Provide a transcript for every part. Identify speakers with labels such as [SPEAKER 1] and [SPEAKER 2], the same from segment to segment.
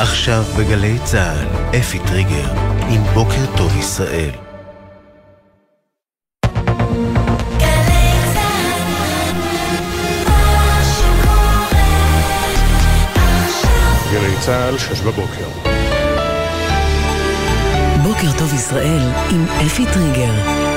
[SPEAKER 1] עכשיו בגלי צהל, אפי טריגר, עם בוקר טוב ישראל.
[SPEAKER 2] גלי צהל, 6 בבוקר.
[SPEAKER 3] בוקר טוב ישראל עם אפי טריגר.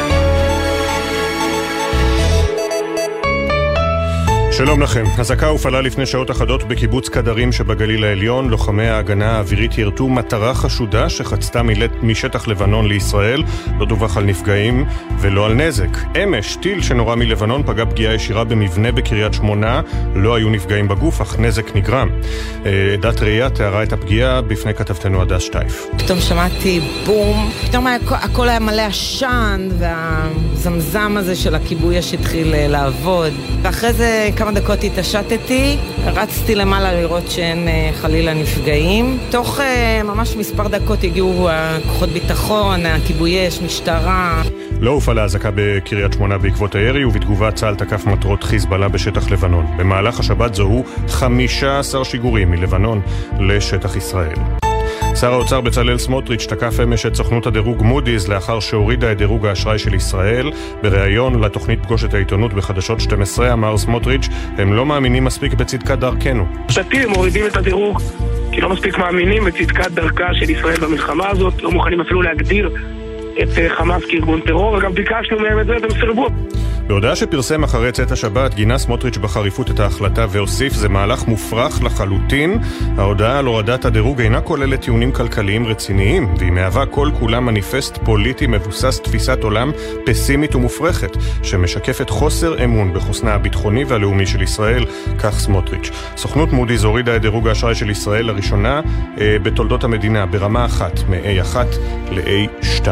[SPEAKER 2] שלום לכם. אזעקה הופעלה לפני שעות אחדות בקיבוץ קדרים שבגליל העליון. לוחמי ההגנה האווירית ירתו מטרה חשודה שחצתה משטח לבנון לישראל. לא דווח על נפגעים ולא על נזק. אמש טיל שנורה מלבנון פגע פגיעה ישירה במבנה בקריית שמונה. לא היו נפגעים בגוף, אך נזק נגרם. עדת ראייה תיארה את הפגיעה בפני כתבתנו הדס שטייף.
[SPEAKER 4] פתאום שמעתי בום, פתאום הכל היה מלא עשן, והזמזם הזה של הכיבוי שהתחיל לעבוד. ואחרי זה כמה דקות התעשתתי, רצתי למעלה לראות שאין חלילה נפגעים. תוך ממש מספר דקות הגיעו כוחות ביטחון, הכיבוי אש, משטרה.
[SPEAKER 2] לא הופעלה אזעקה בקריית שמונה בעקבות הירי, ובתגובה צה"ל תקף מטרות חיזבאללה בשטח לבנון. במהלך השבת זוהו 15 שיגורים מלבנון לשטח ישראל. שר האוצר בצלאל סמוטריץ' תקף אמש את סוכנות הדירוג מודי'ס לאחר שהורידה את דירוג האשראי של ישראל. בריאיון לתוכנית פגוש את העיתונות בחדשות 12 אמר סמוטריץ', הם לא מאמינים מספיק בצדקת דרכנו.
[SPEAKER 5] הם מורידים את הדירוג כי לא מספיק מאמינים בצדקת דרכה של ישראל במלחמה הזאת, לא מוכנים אפילו להגדיר את חמאס כארגון טרור, וגם ביקשנו מהם את זה והם סירבו.
[SPEAKER 2] בהודעה שפרסם אחרי צאת השבת, גינה סמוטריץ' בחריפות את ההחלטה והוסיף, זה מהלך מופרך לחלוטין. ההודעה על הורדת הדירוג אינה כוללת טיעונים כלכליים רציניים, והיא מהווה כל כולה מניפסט פוליטי מבוסס תפיסת עולם פסימית ומופרכת, שמשקפת חוסר אמון בחוסנה הביטחוני והלאומי של ישראל, כך סמוטריץ'. סוכנות מודי'ס הורידה את דירוג האשראי של ישראל לראשונה בתולדות המדינה ברמה אחת, מ-A1 ל-A2.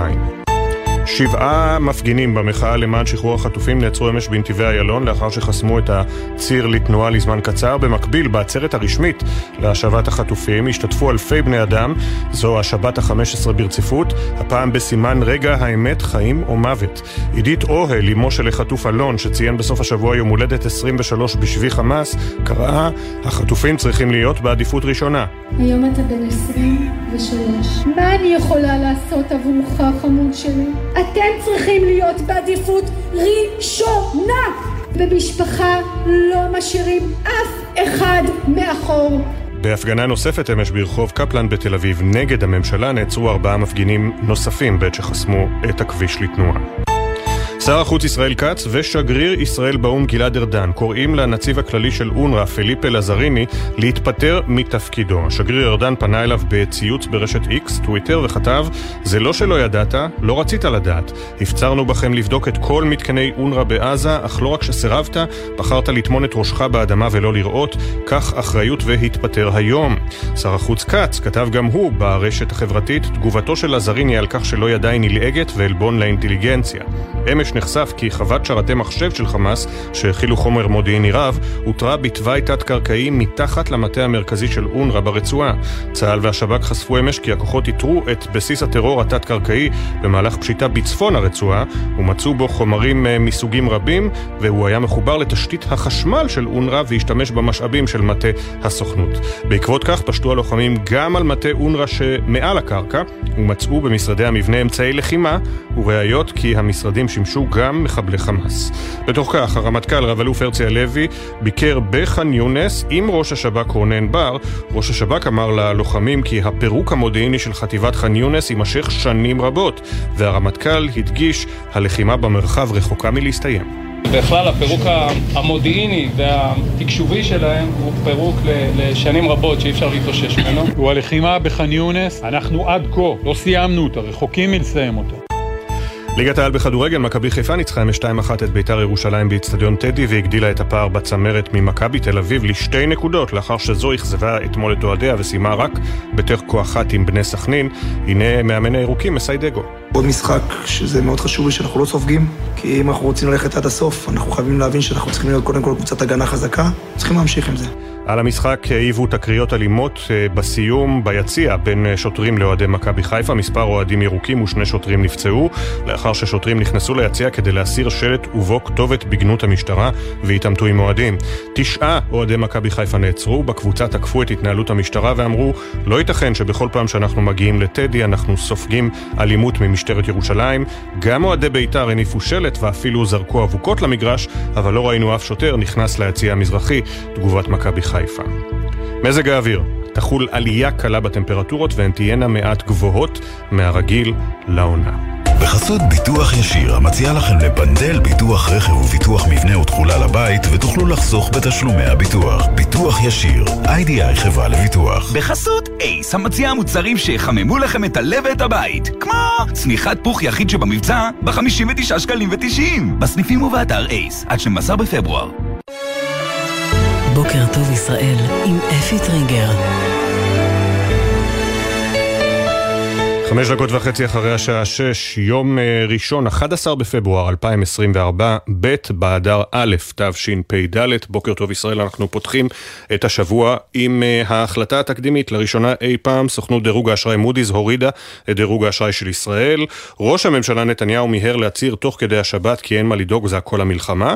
[SPEAKER 2] 7 מפגינים במחאה למען שחרור החטופים נעצרו אמש בנתיבי איילון לאחר שחסמו את הציר לתנועה לזמן קצר. במקביל, בעצרת הרשמית להשבת החטופים השתתפו אלפי בני אדם. זו השבת ה-15 ברציפות, הפעם בסימן רגע האמת, חיים או מוות. עידית אוהל, אמו של החטוף אלון, שציין בסוף השבוע יום הולדת 23 בשבי חמאס, קראה, החטופים צריכים להיות בעדיפות ראשונה.
[SPEAKER 6] היום אתה בן 23. מה אני יכולה לעשות עבורך, חמוד שלי? אתם צריכים להיות בעדיפות ראשונה. במשפחה לא משאירים אף אחד מאחור.
[SPEAKER 2] בהפגנה נוספת אמש ברחוב קפלן בתל אביב נגד הממשלה נעצרו 4 מפגינים נוספים בעת שחסמו את הכביש לתנועה. שר החוץ ישראל כץ ושגריר ישראל באום גלעד ארדן קוראים לנציב הכללי של אונר"א פיליפה לזריני להתפטר מתפקידו. השגריר ארדן פנה אליו בציוץ ברשת X, טוויטר, וכתב, זה לא שלא ידעת, לא רצית לדעת. הפצרנו בכם לבדוק את כל מתקני אונר"א בעזה, אך לא רק שסירבת, בחרת לטמון את ראשך באדמה ולא לראות, כך אחריות והתפטר היום. שר החוץ כץ כתב גם הוא ברשת החברתית תגובתו של לזריני על כך שלא ידע נלעגת ועלבון לאינטליגנציה. אמש נחשף כי חוות שרתי מחשב של חמאס שהכילו חומר מודיעיני רב הותרה בתוואי תת-קרקעי מתחת למטה המרכזי של אונר"א ברצועה. צה"ל והשב"כ חשפו אמש כי הכוחות איתרו את בסיס הטרור התת-קרקעי במהלך פשיטה בצפון הרצועה ומצאו בו חומרים מסוגים רבים, והוא היה מחובר לתשתית החשמל של אונר"א והשתמש במשאבים של מטה הסוכנות. בעקבות כך פשטו הלוחמים גם על מטה אונר"א שמעל הקרקע ומצאו במשרדי המבנה אמצעי לחימה וראיות כי המשרדים שימשו גם מחבלי חמאס. בתוך כך, הרמטכ"ל רב-אלוף הרצי הלוי ביקר בח'אן יונס עם ראש השב"כ רונן בר. ראש השב"כ אמר ללוחמים כי הפירוק המודיעיני של חטיבת ח'אן יונס יימשך שנים רבות, והרמטכ"ל הדגיש הלחימה במרחב רחוקה מלהסתיים.
[SPEAKER 7] בכלל הפירוק המודיעיני והתקשובי שלהם הוא פירוק לשנים רבות שאי אפשר להתאושש ממנו.
[SPEAKER 8] הוא הלחימה בח'אן יונס, אנחנו עד כה לא סיימנו אותה, רחוקים מלסיים אותה.
[SPEAKER 2] ליגת העל בכדורגל, מכבי חיפה ניצחה 2-1 את ביתר ירושלים באצטדיון טדי והגדילה את הפער בצמרת ממכבי תל אביב ל2 נקודות לאחר שזו אכזבה אתמול את אוהדיה וסיימה רק בתיקו 1 עם בני סכנין. הנה מאמן הירוקים מסיידגו.
[SPEAKER 9] עוד משחק שזה מאוד חשוב לי שאנחנו לא סופגים, כי אם אנחנו רוצים ללכת עד הסוף אנחנו חייבים להבין שאנחנו צריכים להיות קודם כל קבוצת הגנה חזקה, צריכים להמשיך עם זה.
[SPEAKER 2] על המשחק העיבו תקריות אלימות בסיום ביציע בין שוטרים לאוהדי מכבי חיפה. מספר אוהדים ירוקים ו2 שוטרים נפצעו לאחר ששוטרים נכנסו ליציע כדי להסיר שלט ובו כתובת בגנות המשטרה והתעמתו עם אוהדים. 9 אוהדי מכבי חיפה נעצרו. בקבוצה תקפו את התנהלות המשטרה ואמרו, לא ייתכן שבכל פעם שאנחנו מגיעים לטדי אנחנו סופגים אלימות ממשטרת ירושלים. גם אוהדי בית"ר הניפו שלט ואפילו זרקו אבוקות למגרש, אבל לא ראינו אף שוטר נכנס ליציע המזרחי. תגובת מכבי חיפה. מזג האוויר, תחול עלייה קלה בטמפרטורות והן תהיינה מעט גבוהות מהרגיל לעונה.
[SPEAKER 10] בחסות ביטוח ישיר, המציע לכם לפנדל ביטוח רכב וביטוח מבנה ותכולה לבית, ותוכלו לחסוך בתשלומי הביטוח. ביטוח ישיר, IDI חברה לביטוח.
[SPEAKER 11] בחסות אייס, המציע מוצרים שיחממו לכם את הלב ואת הבית, כמו צניחת פוך יחיד שבמבצע ב-59.90 שקלים. בסניפים ובאתר אייס, עד 12 בפברואר.
[SPEAKER 3] בוקר טוב ישראל עם אפי טריגר.
[SPEAKER 2] 5:30 אחרי השעה 6, יום ראשון, 11 בפברואר 2024, ב' באדר א' תשפ"ד. בוקר טוב ישראל, אנחנו פותחים את השבוע עם ההחלטה התקדימית. לראשונה אי פעם סוכנות דירוג האשראי מודי'ס הורידה את דירוג האשראי של ישראל. ראש הממשלה נתניהו מיהר להצהיר תוך כדי השבת כי אין מה לדאוג, זה הכל המלחמה.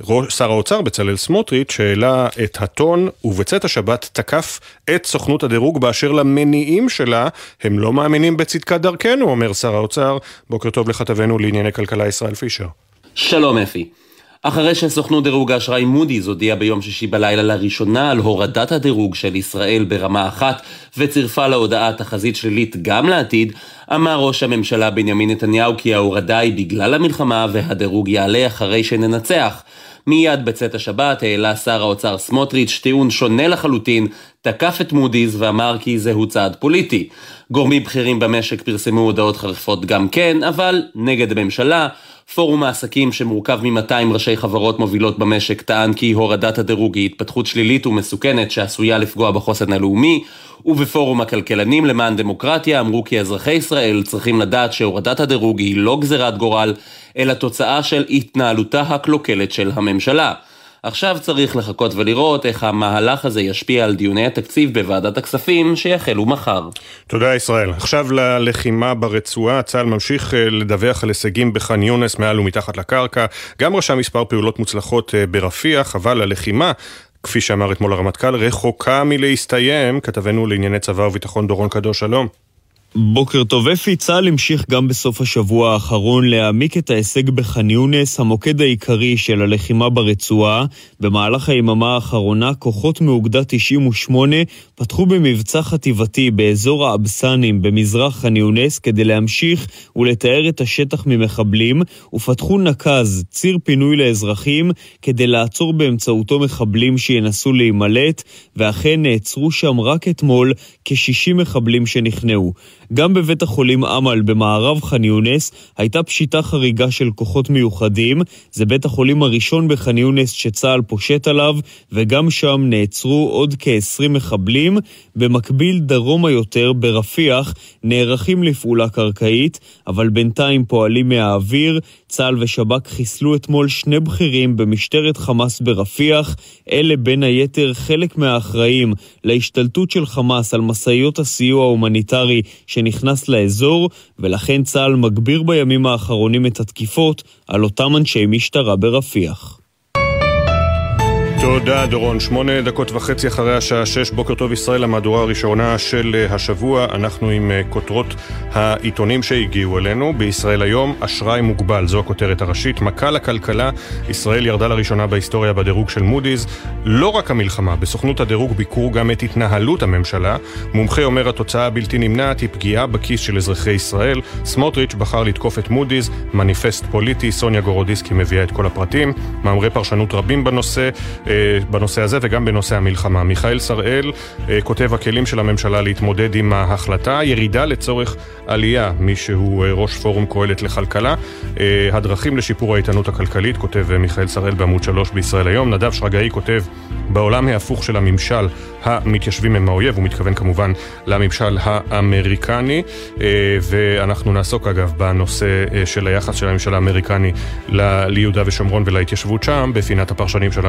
[SPEAKER 2] שר האוצר בצלאל סמוטריץ' שהעלה את הטון ובצאת השבת תקף את סוכנות הדירוג באשר למניעים שלה. הם לא מאמינים בצדקת דרכנו, אומר שר האוצר. בוקר טוב לכתבנו לענייני כלכלה ישראל פישר.
[SPEAKER 12] שלום אפי. אחרי שסוכנות דירוג האשראי מודי'ס הודיעה ביום שישי בלילה לראשונה על הורדת הדירוג של ישראל ברמה 1 וצירפה להודעה תחזית שלילית גם לעתיד, אמר ראש הממשלה בנימין נתניהו כי ההורדה היא בגלל המלחמה והדירוג יעלה אחרי שננצח. מיד בצאת השבת העלה שר האוצר סמוטריץ' טיעון שונה לחלוטין, תקף את מודי'ס ואמר כי זהו צעד פוליטי. גורמים בכירים במשק פרסמו הודעות חריפות גם כן, אבל נגד הממשלה. פורום העסקים שמורכב מ-200 ראשי חברות מובילות במשק טען כי הורדת הדירוג היא התפתחות שלילית ומסוכנת שעשויה לפגוע בחוסן הלאומי, ובפורום הכלכלנים למען דמוקרטיה אמרו כי אזרחי ישראל צריכים לדעת שהורדת הדירוג היא לא גזירת גורל, אלא תוצאה של התנהלותה הקלוקלת של הממשלה. עכשיו צריך לחכות ולראות איך המהלך הזה ישפיע על דיוני התקציב בוועדת הכספים שיחלו מחר.
[SPEAKER 2] תודה ישראל. עכשיו ללחימה ברצועה. צה"ל ממשיך לדווח על הישגים בח'אן יונס מעל ומתחת לקרקע. גם רשם מספר פעולות מוצלחות ברפיח, אבל הלחימה, כפי שאמר אתמול הרמטכ"ל, רחוקה מלהסתיים. כתבנו לענייני צבא וביטחון דורון קדוש, שלום.
[SPEAKER 13] בוקר טוב אפי. צה"ל המשיך גם בסוף השבוע האחרון להעמיק את ההישג בח'אן יונס, המוקד העיקרי של הלחימה ברצועה. במהלך היממה האחרונה כוחות מאוגדה 98 פתחו במבצע חטיבתי באזור האבסנים במזרח ח'אן יונס כדי להמשיך ולתאר את השטח ממחבלים, ופתחו נקז, ציר פינוי לאזרחים, כדי לעצור באמצעותו מחבלים שינסו להימלט, ואכן נעצרו שם רק אתמול כ-60 מחבלים שנכנעו. גם בבית החולים אמל במערב ח'אן יונס הייתה פשיטה חריגה של כוחות מיוחדים. זה בית החולים הראשון בח'אן יונס שצה"ל פושט עליו, וגם שם נעצרו עוד כ-20 מחבלים. במקביל דרומה יותר ברפיח נערכים לפעולה קרקעית, אבל בינתיים פועלים מהאוויר. צה"ל ושב"כ חיסלו אתמול 2 בכירים במשטרת חמאס ברפיח. אלה בין היתר חלק מהאחראים להשתלטות של חמאס על מסעיות הסיוע ההומניטרי שנכנס לאזור, ולכן צה"ל מגביר בימים האחרונים את התקיפות על אותם אנשי משטרה ברפיח.
[SPEAKER 2] תודה דורון. 8:30 אחרי השעה 6, בוקר טוב ישראל, המהדורה הראשונה של השבוע. אנחנו עם כותרות העיתונים שהגיעו אלינו. בישראל היום, אשראי מוגבל, זו הכותרת הראשית. מכה לכלכלה, ישראל ירדה לראשונה בהיסטוריה בדירוג של מודי'ס. לא רק המלחמה, בסוכנות הדירוג ביקרו גם את התנהלות הממשלה. מומחה אומר התוצאה הבלתי נמנעת היא פגיעה בכיס של אזרחי ישראל. סמוטריץ' בחר לתקוף את מודי'ס, מניפסט פוליטי. סוניה גורודיסקי מביאה את כל הפרטים. מאמרי פרשנות רבים בנושא הזה וגם בנושא המלחמה. מיכאל שראל כותב הכלים של הממשלה להתמודד עם ההחלטה, ירידה לצורך עלייה, מי שהוא ראש פורום קהלת לכלכלה, הדרכים לשיפור האיתנות הכלכלית, כותב מיכאל שראל בעמוד 3 בישראל היום. נדב שרגאי כותב בעולם ההפוך של הממשל המתיישבים הם האויב, הוא מתכוון כמובן לממשל האמריקני, ואנחנו נעסוק אגב בנושא של היחס של הממשל האמריקני ליהודה ושומרון ולהתיישבות שם בפינת הפרשנים שלנו בערך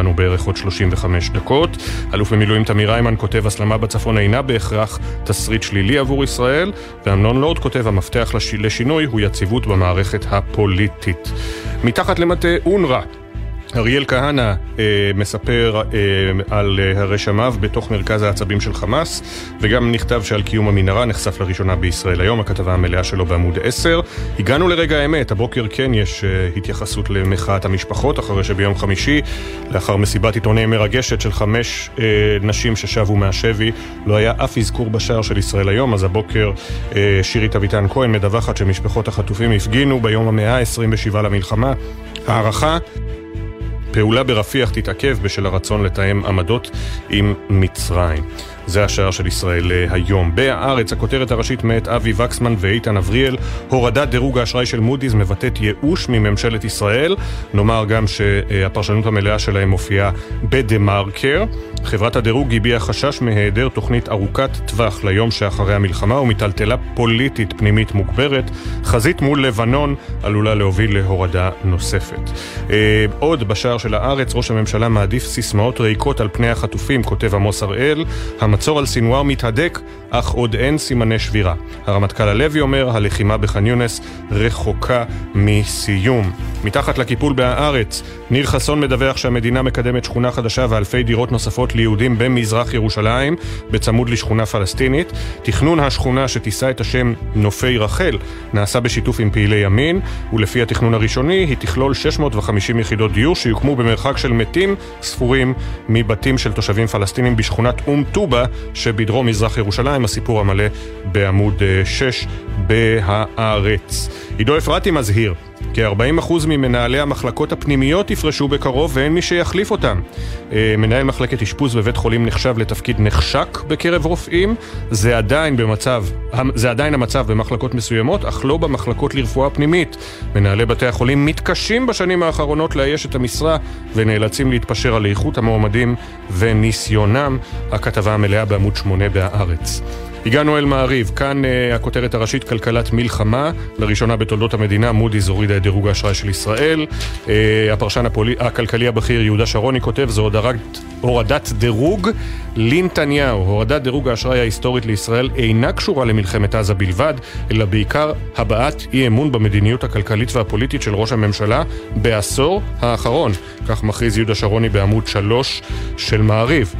[SPEAKER 2] עוד 35 דקות. אלוף במילואים תמיר איימן כותב, הסלמה בצפון אינה בהכרח תסריט שלילי עבור ישראל, ואמנון לורד כותב, המפתח לשינוי הוא יציבות במערכת הפוליטית. מתחת למטה אונר"א, אריאל כהנא מספר על הרשמיו בתוך מרכז העצבים של חמאס, וגם נכתב שעל קיום המנהרה נחשף לראשונה בישראל היום, הכתבה המלאה שלו בעמוד 10. הגענו לרגע האמת, הבוקר כן יש התייחסות למחאת המשפחות, אחרי שביום חמישי, לאחר מסיבת עיתונאים מרגשת של 5 נשים ששבו מהשבי, לא היה אף אזכור בשער של ישראל היום. אז הבוקר שירית אביטן כהן מדווחת שמשפחות החטופים הפגינו ביום ה-127 למלחמה. הערכה, פעולה ברפיח תתעכב בשל הרצון לתאם עמדות עם מצרים. זה השער של ישראל היום. בהארץ, הכותרת הראשית מאת אבי וקסמן ואיתן אבריאל, הורדת דירוג האשראי של מודי'ס מבטאת ייאוש מממשלת ישראל. נאמר גם שהפרשנות המלאה שלהם מופיעה בדה-מרקר. חברת הדירוג הביעה חשש מהיעדר תוכנית ארוכת טווח ליום שאחרי המלחמה ומטלטלה פוליטית פנימית מוגברת. חזית מול לבנון עלולה להוביל להורדה נוספת. עוד בשער של הארץ, ראש הממשלה מעדיף סיסמאות ריקות על פני החטופים, כותב עמוס הראל. המצור על סינואר מתהדק, אך עוד אין סימני שבירה. הרמטכ"ל הלוי אומר, הלחימה בח'אן יונס רחוקה מסיום. מתחת לקיפול בהארץ, ניר חסון מדווח שהמדינה מקדמת שכונה חדשה ואלפי דירות נוספות ליהודים במזרח ירושלים, בצמוד לשכונה פלסטינית. תכנון השכונה שתישא את השם נופי רחל נעשה בשיתוף עם פעילי ימין, ולפי התכנון הראשוני היא תכלול 650 יחידות דיור שיוקמו במרחק של מתים ספורים מבתים של תושבים פלסטינים בשכונת טובה שבדרום מזרח ירושלים. הסיפור המלא בעמוד 6 בהארץ. עידו אפרתי מזהיר, כ-40% ממנהלי המחלקות הפנימיות יפרשו בקרוב ואין מי שיחליף אותם. מנהל מחלקת אשפוז בבית חולים נחשב לתפקיד נחשק בקרב רופאים. זה עדיין המצב במחלקות מסוימות, אך לא במחלקות לרפואה פנימית. מנהלי בתי החולים מתקשים בשנים האחרונות לאייש את המשרה ונאלצים להתפשר על איכות המועמדים וניסיונם. הכתבה המלאה בעמוד 8 בהארץ. הגענו אל מעריב, כאן הכותרת הראשית, כלכלת מלחמה, לראשונה בתולדות המדינה מודי'ס הורידה את דירוג האשראי של ישראל. הפרשן הכלכלי הבכיר יהודה שרוני כותב, זו הורדת דירוג לנתניהו. הורדת דירוג האשראי ההיסטורית לישראל אינה קשורה למלחמת עזה בלבד, אלא בעיקר הבעת אי אמון במדיניות הכלכלית והפוליטית של ראש הממשלה בעשור האחרון. כך מכריז יהודה שרוני בעמוד 3 של מעריב.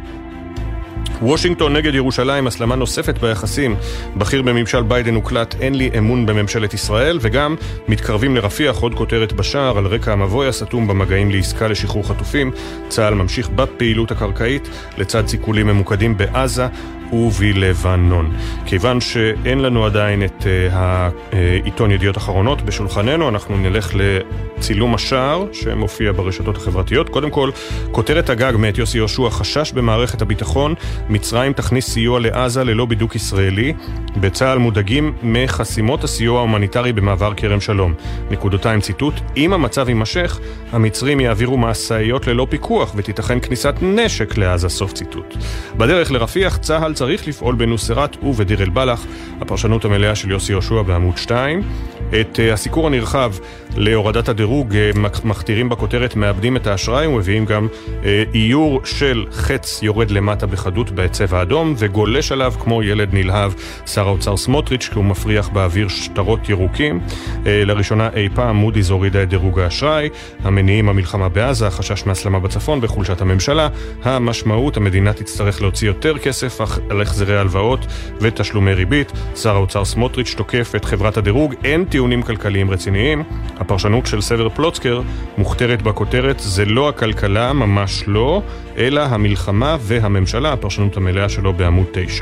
[SPEAKER 2] וושינגטון נגד ירושלים, הסלמה נוספת ביחסים. בכיר בממשל ביידן הוקלט, אין לי אמון בממשלת ישראל, וגם מתקרבים לרפיח, עוד כותרת בשער, על רקע המבוי הסתום במגעים לעסקה לשחרור חטופים. צה"ל ממשיך בפעילות הקרקעית לצד סיכולים ממוקדים בעזה ובלבנון. כיוון שאין לנו עדיין את העיתון ידיעות אחרונות בשולחננו, אנחנו נלך לצילום השער שמופיע ברשתות החברתיות. קודם כל, כותרת הגג מאת יוסי יהושע, חשש במערכת הביטחון, מצרים תכניס סיוע לעזה ללא בידוק ישראלי. בצה"ל מודאגים מחסימות הסיוע ההומניטרי במעבר כרם שלום. נקודותיים ציטוט, אם המצב יימשך, המצרים יעבירו מעשיות ללא פיקוח ותיתכן כניסת נשק לעזה, סוף ציטוט. בדרך לרפיח, צה"ל צריך לפעול בנוסרת ובדיר אל בלח. הפרשנות המלאה של יוסי יהושע בעמוד 2. את הסיקור הנרחב להורדת הדירוג מכתירים בכותרת מאבדים את האשראי, ומביאים גם איור של חץ יורד למטה בחדות בצבע אדום וגולש עליו כמו ילד נלהב שר האוצר סמוטריץ', כי הוא מפריח באוויר שטרות ירוקים. לראשונה אי פעם מודי'ס הורידה את דירוג האשראי. המניעים המלחמה בעזה, החשש מהסלמה בצפון וחולשת הממשלה. המשמעות, המדינה תצטרך להוציא יותר כסף על החזרי הלוואות ותשלומי ריבית. שר האוצר סמוטריץ' תוקף את חברת הדירוג, אין טיעונים כלכליים רציניים. הפרשנות של סבר פלוצקר מוכתרת בכותרת, זה לא הכלכלה, ממש לא, אלא המלחמה והממשלה. הפרשנות המלאה שלו בעמוד 9.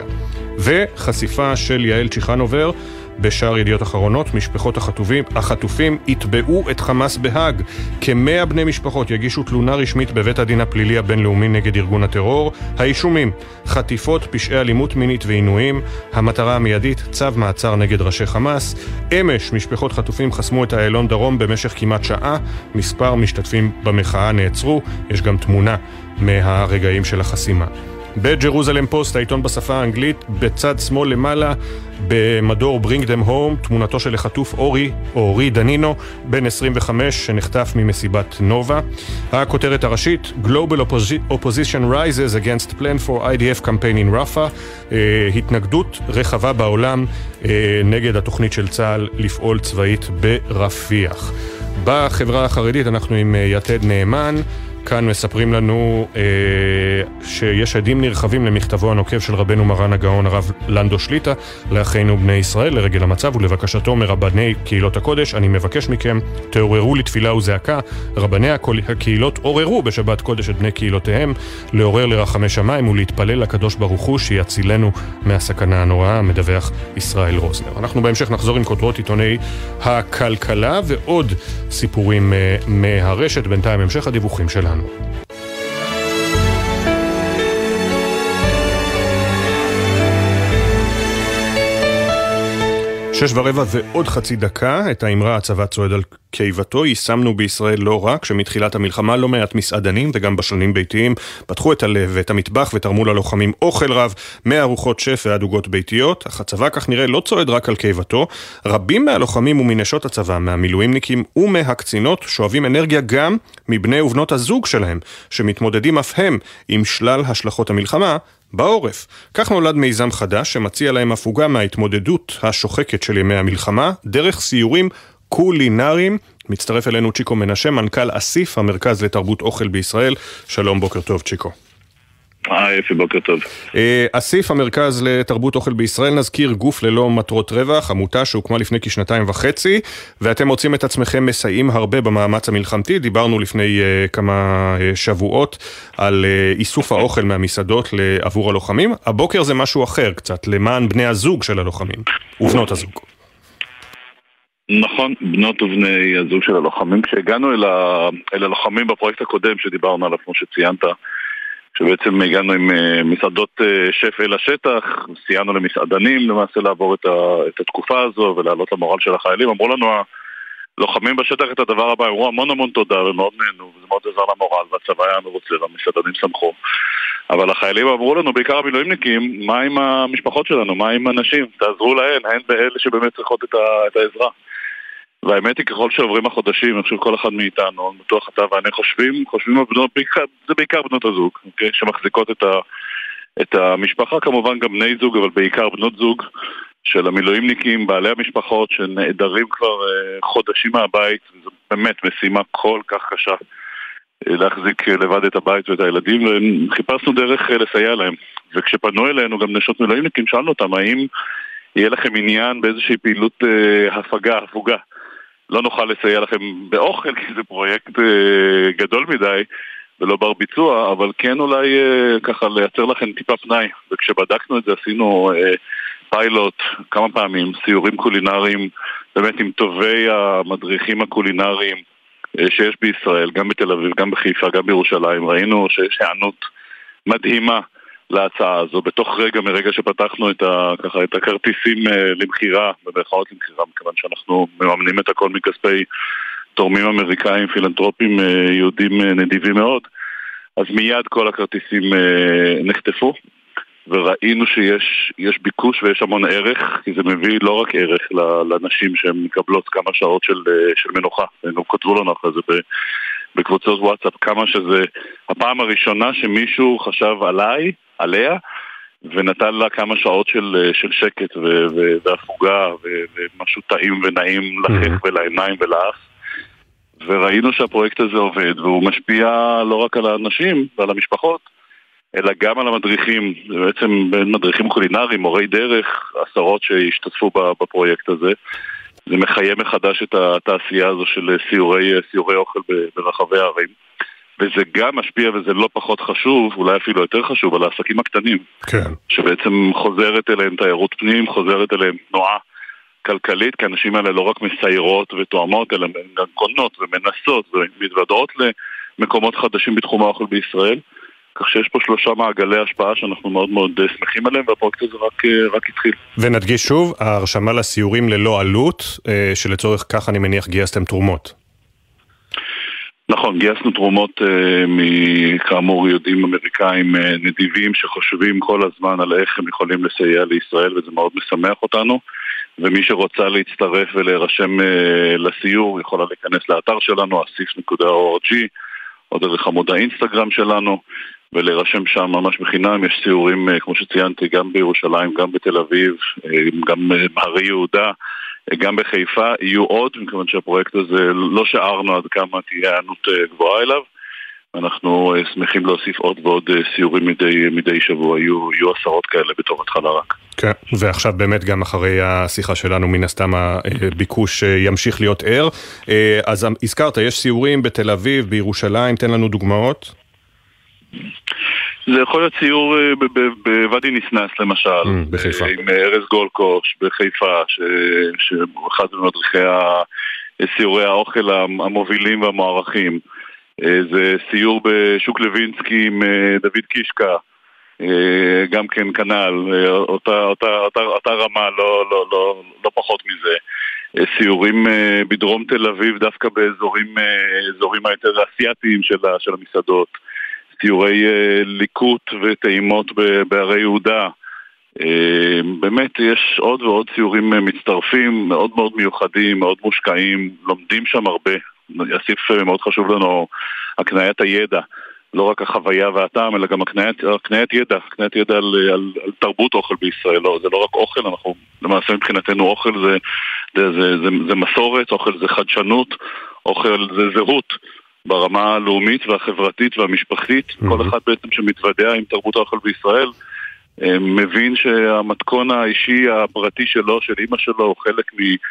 [SPEAKER 2] וחשיפה של יעל צ'יחנובר בשער ידיעות אחרונות, משפחות החטופים יתבעו את חמאס בהאג. כ100 בני משפחות יגישו תלונה רשמית בבית הדין הפלילי הבינלאומי נגד ארגון הטרור. האישומים, חטיפות, פשעי אלימות מינית ועינויים. המטרה המיידית, צו מעצר נגד ראשי חמאס. אמש משפחות חטופים חסמו את איילון דרום במשך כמעט שעה. מספר משתתפים במחאה נעצרו. יש גם תמונה מהרגעים של החסימה. בג'רוזלם פוסט, העיתון בשפה האנגלית, בצד שמאל למעלה, במדור Bring Them Home, תמונתו של החטוף אורי דנינו, בן 25, שנחטף ממסיבת נובה. הכותרת הראשית, Global Opposition Rises Against Plan for IDF Campaign in Rafah, התנגדות רחבה בעולם נגד התוכנית של צה"ל לפעול צבאית ברפיח. בחברה החרדית אנחנו עם יתד נאמן, כאן מספרים לנו שיש עדים נרחבים למכתבו הנוקב של רבנו מרן הגאון הרב לנדו שליטה לאחינו בני ישראל לרגל המצב ולבקשתו מרבני קהילות הקודש. אני מבקש מכם, תעוררו לתפילה וזעקה. רבני הקהילות עוררו בשבת קודש את בני קהילותיהם לעורר לרחמי שמיים ולהתפלל לקדוש ברוך הוא שיצילנו מהסכנה הנוראה, מדווח ישראל רוזנר. אנחנו בהמשך נחזור עם כותרות עיתוני הכלכלה ועוד סיפורים מהרשת. בינתיים המשך הדיווחים שלנו. 6:15 ועוד חצי דקה. את האמרה הצבא צועד על קיבתו יישמנו בישראל לא רק שמתחילת המלחמה לא מעט מסעדנים וגם בשלנים ביתיים פתחו את הלב ואת המטבח ותרמו ללוחמים אוכל רב, מארוחות שף ועד עוגות ביתיות, אך הצבא כך נראה לא צועד רק על קיבתו. רבים מהלוחמים ומנשות הצבא, מהמילואימניקים ומהקצינות שואבים אנרגיה גם מבני ובנות הזוג שלהם, שמתמודדים אף הם עם שלל השלכות המלחמה בעורף. כך נולד מיזם חדש שמציע להם הפוגה מההתמודדות השוחקת של ימי המלחמה דרך סיורים קולינריים. מצטרף אלינו צ'יקו מנשה, מנכ"ל אסיף, המרכז לתרבות אוכל בישראל. שלום, בוקר טוב צ'יקו.
[SPEAKER 14] יפי, בוקר טוב.
[SPEAKER 2] אסיף, המרכז לתרבות אוכל בישראל, נזכיר, גוף ללא מטרות רווח, עמותה שהוקמה לפני כ2.5, ואתם מוצאים את עצמכם מסייעים הרבה במאמץ המלחמתי. דיברנו לפני כמה שבועות על איסוף האוכל מהמסעדות עבור הלוחמים. הבוקר זה משהו אחר קצת, למען בני הזוג של הלוחמים ובנות הזוג.
[SPEAKER 14] נכון, בנות ובני הזוג של הלוחמים. כשהגענו אל הלוחמים בפרויקט הקודם שדיברנו עליו, כמו שציינת, שבעצם הגענו עם מסעדות שף אל השטח, סייענו למסעדנים למעשה לעבור את התקופה הזו ולהעלות למורל של החיילים. אמרו לנו הלוחמים בשטח את הדבר הבא, אמרו המון תודה ומאוד נהנו, וזה מאוד עזר למורל, והצבא היה מרוצה והמסעדנים שמחו. אבל החיילים אמרו לנו, בעיקר המילואימניקים, מה עם המשפחות שלנו, מה עם הנשים, תעזרו להן, הן באלה שבאמת צריכות את העזרה. והאמת היא, ככל שעוברים החודשים, אני חושב כל אחד מאיתנו, בטוח אתה ואני חושבים על בנות, זה בעיקר בנות הזוג, okay? שמחזיקות את המשפחה, כמובן גם בני זוג, אבל בעיקר בנות זוג של המילואימניקים, בעלי המשפחות שנעדרים כבר חודשים מהבית, וזו באמת משימה כל כך קשה להחזיק לבד את הבית ואת הילדים, וחיפשנו דרך לסייע להם. וכשפנו אלינו גם נשות מילואימניקים, שאלנו אותם, האם יהיה לכם עניין באיזושהי פעילות הפוגה? לא נוכל לסייע לכם באוכל, כי זה פרויקט גדול מדי ולא בר ביצוע, אבל כן אולי ככה לייצר לכם טיפה פנאי. וכשבדקנו את זה עשינו פיילוט כמה פעמים, סיורים קולינריים, באמת עם טובי המדריכים הקולינריים שיש בישראל, גם בתל אביב, גם בחיפה, גם בירושלים. ראינו שיש הענות מדהימה להצעה הזו. בתוך מרגע שפתחנו את הכרטיסים למחירה, ובאחרות למחירה, מכיוון שאנחנו מממנים את הכל מכספי תורמים אמריקאים, פילנטרופים, יהודים נדיבים מאוד, אז מיד כל הכרטיסים נחטפו, וראינו שיש ביקוש ויש המון ערך, כי זה מביא לא רק ערך לנשים שהן מקבלות כמה שעות של מנוחה. הם כותבו לנו אחרי זה בקבוצות וואטסאפ, כמה שזה הפעם הראשונה שמישהו חשב עליה, ונתן לה כמה שעות של שקט והפוגה ומשהו טעים ונעים לחך ולעיניים ולאף. וראינו שהפרויקט הזה עובד, והוא משפיע לא רק על האנשים ועל המשפחות, אלא גם על המדריכים. זה בעצם בין מדריכים קולינריים, מורי דרך, עשרות שהשתתפו בפרויקט הזה. זה מחיה מחדש את התעשייה הזו של סיורי אוכל ברחבי הערים. וזה גם משפיע, וזה לא פחות חשוב, אולי אפילו יותר חשוב, על העסקים הקטנים.
[SPEAKER 2] כן. שבעצם
[SPEAKER 14] חוזרת אליהם תיירות פנים, חוזרת אליהם תנועה כלכלית, כי האנשים האלה לא רק מסיירות ותואמות, אלא גם קונות ומנסות ומתוודעות למקומות חדשים בתחום האוכל בישראל. כך שיש פה 3 מעגלי השפעה שאנחנו מאוד מאוד שמחים עליהם, והפרויקט הזה רק התחיל.
[SPEAKER 2] ונדגיש שוב, ההרשמה לסיורים ללא עלות, שלצורך כך אני מניח גייסתם תרומות.
[SPEAKER 14] נכון, גייסנו תרומות מכאמור יהודים אמריקאים נדיבים שחושבים כל הזמן על איך הם יכולים לסייע לישראל, וזה מאוד משמח אותנו. ומי שרוצה להצטרף ולהירשם לסיור יכולה להיכנס לאתר שלנו, asif.org, או דרך עמוד האינסטגרם שלנו, ולהירשם שם ממש בחינם. יש סיורים, כמו שציינתי, גם בירושלים, גם בתל אביב, גם בהרי יהודה, גם בחיפה. יהיו עוד, מכיוון שהפרויקט הזה לא שערנו עד כמה תהיה הענות גבוהה אליו. אנחנו שמחים להוסיף עוד ועוד סיורים מדי שבוע. יהיו עשרות כאלה בתור התחלה רק.
[SPEAKER 2] כן, ועכשיו באמת גם אחרי השיחה שלנו מן הסתם הביקוש ימשיך להיות ער. אז הזכרת, יש סיורים בתל אביב, בירושלים, תן לנו דוגמאות.
[SPEAKER 14] זה יכול להיות סיור בוואדי ניסנס למשל, בחיפה. עם ארז גולקוש בחיפה, שאחד ממדריכי סיורי האוכל המובילים והמוערכים. זה סיור בשוק לוינסקי עם דוד קישקה, גם כן כנל, אותה רמה, לא פחות מזה. סיורים בדרום תל אביב, דווקא באזורים היותר אסיאטיים של המסעדות. סיורי ליקוט וטעימות בערי יהודה. באמת יש עוד ועוד סיורים מצטרפים, מאוד מאוד מיוחדים, מאוד מושקעים, לומדים שם הרבה. יוסיף מאוד חשוב לנו הקניית הידע, לא רק החוויה והטעם, אלא גם הקניית ידע על תרבות אוכל בישראל. זה לא רק אוכל, אנחנו למעשה מבחינתנו אוכל זה מסורת, אוכל זה חדשנות, אוכל זה זהות ברמה הלאומית והחברתית והמשפחתית. כל אחד בעצם שמתוודע עם תרבות האוכל בישראל מבין שהמתכון האישי הפרטי שלו, של אמא שלו, הוא חלק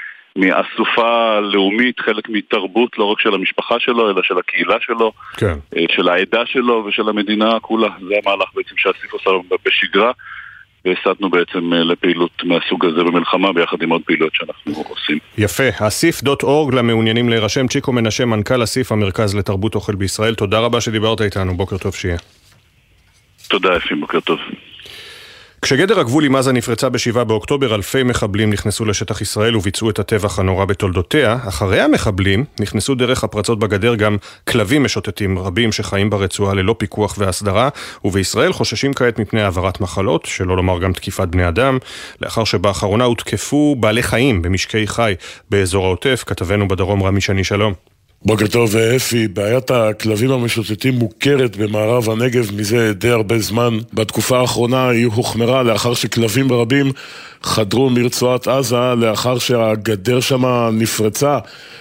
[SPEAKER 14] מאסופה לאומית, חלק מתרבות לא רק של המשפחה שלו, אלא של הקהילה שלו, כן. של העדה שלו ושל המדינה כולה. זה המהלך בעצם שהאסיף עושה בשגרה, והסתנו בעצם לפעילות מהסוג הזה במלחמה, ביחד עם עוד פעילות שאנחנו עושים.
[SPEAKER 2] יפה, asif.org למעוניינים להירשם. צ'יקו מנשה, מנכ"ל אסיף, המרכז לתרבות אוכל בישראל. תודה רבה שדיברת איתנו, בוקר טוב שיהיה.
[SPEAKER 14] תודה אפי, בוקר טוב.
[SPEAKER 2] כשגדר הגבול עם עזה נפרצה ב7 באוקטובר, אלפי מחבלים נכנסו לשטח ישראל וביצעו את הטבח הנורא בתולדותיה. אחרי המחבלים נכנסו דרך הפרצות בגדר גם כלבים משוטטים רבים שחיים ברצועה ללא פיקוח והסדרה, ובישראל חוששים כעת מפני העברת מחלות, שלא לומר גם תקיפת בני אדם, לאחר שבאחרונה הותקפו בעלי חיים במשקי חי באזור העוטף. כתבנו בדרום רמי שני, שלום.
[SPEAKER 15] בוקר טוב אפי, בעיית הכלבים המשוטטים מוכרת במערב הנגב מזה די הרבה זמן. בתקופה האחרונה היא הוחמרה לאחר שכלבים רבים חדרו מרצועת עזה, לאחר שהגדר שמה נפרצה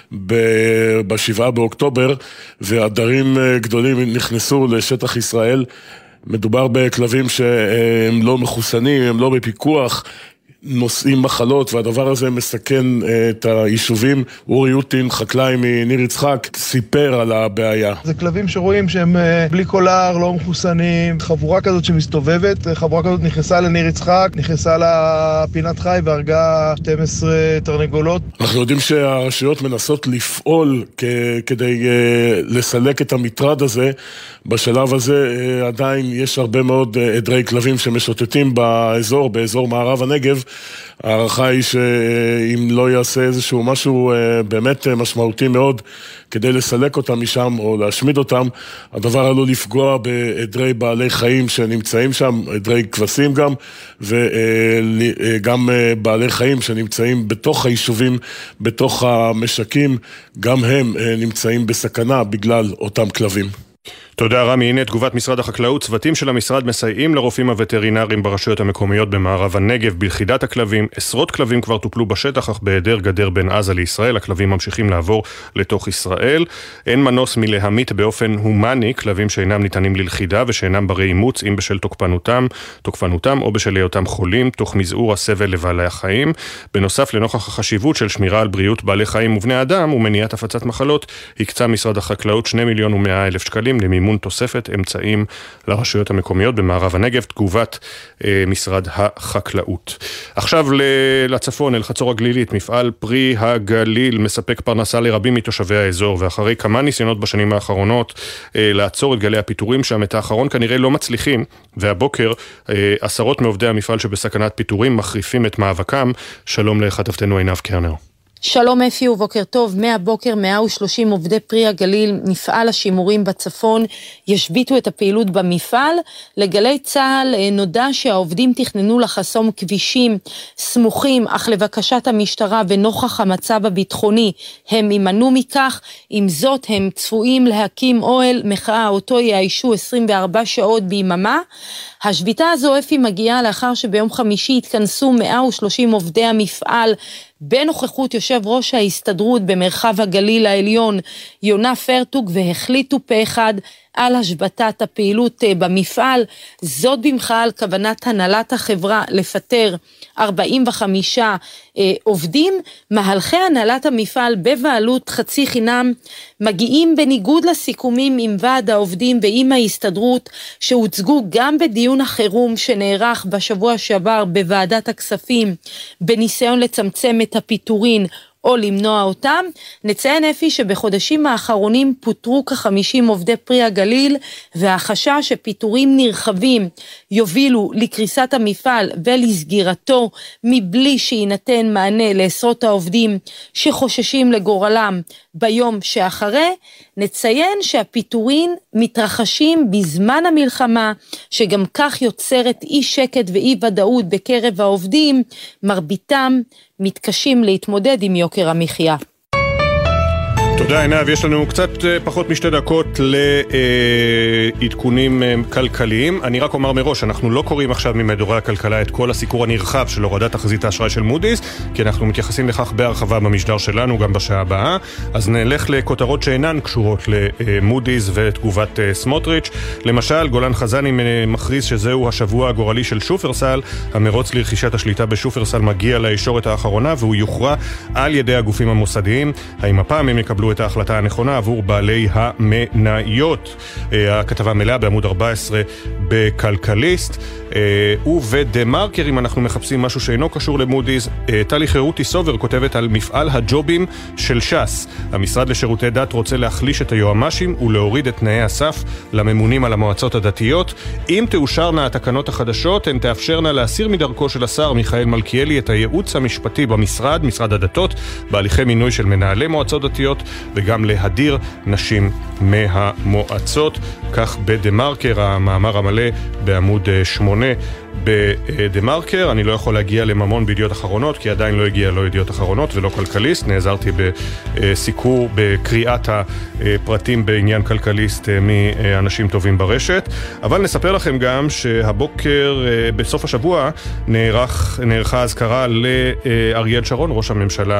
[SPEAKER 15] ב7 באוקטובר ועדרים גדולים נכנסו לשטח ישראל. מדובר בכלבים שהם לא מחוסנים, הם לא בפיקוח, נושאים מחלות, והדבר הזה מסכן את היישובים. אורי יוטין, חקלאי מניר יצחק, סיפר על הבעיה.
[SPEAKER 16] זה כלבים שרואים שהם בלי קולר, לא מחוסנים, חבורה כזאת שמסתובבת, חבורה כזאת נכנסה לניר יצחק, נכנסה לפינת חי והרגה 12 תרנגולות. אנחנו יודעים שהרשויות מנסות לפעול כדי לסלק את המטרד הזה. בשלב הזה עדיין יש הרבה מאוד עדרי כלבים שמשוטטים באזור מערב הנגב. הערכה היא שאם לא יעשה איזשהו משהו באמת משמעותי מאוד כדי לסלק אותם משם או להשמיד אותם, הדבר עלול לפגוע בעדרי בעלי חיים שנמצאים שם, עדרי כבשים גם, וגם בעלי חיים שנמצאים בתוך היישובים, בתוך המשקים, גם הם נמצאים בסכנה בגלל אותם כלבים.
[SPEAKER 2] תודה רמי. הנה תגובת משרד החקלאות. צוותים של המשרד מסייעים לרופאים הווטרינריים ברשויות המקומיות במערב הנגב בלכידת הכלבים. עשרות כלבים כבר טופלו בשטח, אך בהיעדר גדר בין עזה לישראל הכלבים ממשיכים לעבור לתוך ישראל. אין מנוס מלהמית באופן הומני כלבים שאינם ניתנים ללכידה ושאינם ברי אימוץ, אם בשל תוקפנותם או בשל היותם חולים, תוך מזעור הסבל לבעלי החיים. בנוסף, לנוכח החשיבות של שמירה על בריאות בעלי חיים ובני אדם ומניעת הפצת מחלות, הקצה משרד החקלאות 2,100,000 שקלים למימון תוספת אמצעים לרשויות המקומיות במערב הנגב. תגובת משרד החקלאות. עכשיו לצפון, אל חצור הגלילית. מפעל פרי הגליל מספק פרנסה לרבים מתושבי האזור, ואחרי כמה ניסיונות בשנים האחרונות לעצור את גלי הפיטורים שם, את האחרון כנראה לא מצליחים, והבוקר עשרות מעובדי המפעל שבסכנת פיטורים מחריפים את מאבקם. שלום לכתבתנו עינב קרנר.
[SPEAKER 17] שלום אפי ובוקר טוב. מהבוקר 130 עובדי פרי הגליל, מפעל השימורים בצפון, ישביתו את הפעילות במפעל. לגלי צהל נודע שהעובדים תכננו לחסום כבישים סמוכים, אך לבקשת המשטרה ונוכח המצב הביטחוני הם יימנעו מכך. עם זאת הם צפויים להקים אוהל מחאה אותו יאיישו 24 שעות ביממה. השביתה הזו אפי מגיעה לאחר שביום חמישי התכנסו 130 עובדי המפעל בנוכחות יושב ראש ההסתדרות במרחב הגליל העליון יונה פרטוק, והחליטו פה אחד על השבתת הפעילות במפעל. זאת במחאה על כוונת הנהלת החברה לפטר 45 עובדים. מהלכי הנהלת המפעל בבעלות חצי חינם מגיעים בניגוד לסיכומים עם ועד העובדים ועם ההסתדרות שהוצגו גם בדיון החירום שנערך בשבוע שעבר בוועדת הכספים בניסיון לצמצם את הפיטורין או למנוע אותם. נציין אפי שבחודשים האחרונים פוטרו כ50 עובדי פרי הגליל, והחשש שפיטורים נרחבים יובילו לקריסת המפעל ולסגירתו מבלי שיינתן מענה לעשרות העובדים שחוששים לגורלם ביום שאחרי. נציין שהפיטורין מתרחשים בזמן המלחמה, שגם כך יוצרת אי שקט ואי ודאות בקרב העובדים, מרביתם מתקשים להתמודד עם יוקר המחיה.
[SPEAKER 2] תודה עינב, יש לנו קצת פחות משתי דקות לעדכונים כלכליים. אני רק אומר מראש, אנחנו לא קוראים עכשיו ממדורי הכלכלה את כל הסיקור הנרחב של הורדת תחזית האשראי של מודי'ס, כי אנחנו מתייחסים לכך בהרחבה במשדר שלנו גם בשעה הבאה. אז נלך לכותרות שאינן קשורות למודי'ס ותגובת סמוטריץ'. למשל, גולן חזני מכריז שזהו השבוע הגורלי של שופרסל. המרוץ לרכישת השליטה בשופרסל מגיע לישורת האחרונה, והוא יוכרע על ידי הגופים המוסדיים. האם הפעם הם יקבלו את ההחלטה הנכונה עבור בעלי המניות. הכתבה מלאה בעמוד 14 בכלכליסט. ובדה-מרקר, אם אנחנו מחפשים משהו שאינו קשור למודי'ס, טלי חירותי סובר כותבת על מפעל הג'ובים של ש"ס. המשרד לשירותי דת רוצה להחליש את היועמ"שים ולהוריד את תנאי הסף לממונים על המועצות הדתיות. אם תאושרנה התקנות החדשות, הן תאפשרנה להסיר מדרכו של השר מיכאל מלכיאלי את הייעוץ המשפטי במשרד, משרד הדתות, בהליכי מינוי של מנהלי מועצות דתיות, וגם להדיר נשים מהמועצות. כך בדה-מרקר, המאמר המלא בעמוד 8 בדה-מרקר. אני לא יכול להגיע לממון בידיעות אחרונות, כי עדיין לא הגיע לא ידיעות אחרונות ולא כלכליסט. נעזרתי בסיקור, בקריאת הפרטים בעניין כלכליסט מאנשים טובים ברשת. אבל נספר לכם גם שהבוקר, בסוף השבוע, נערכה הזכרה לאריאל שרון, ראש הממשלה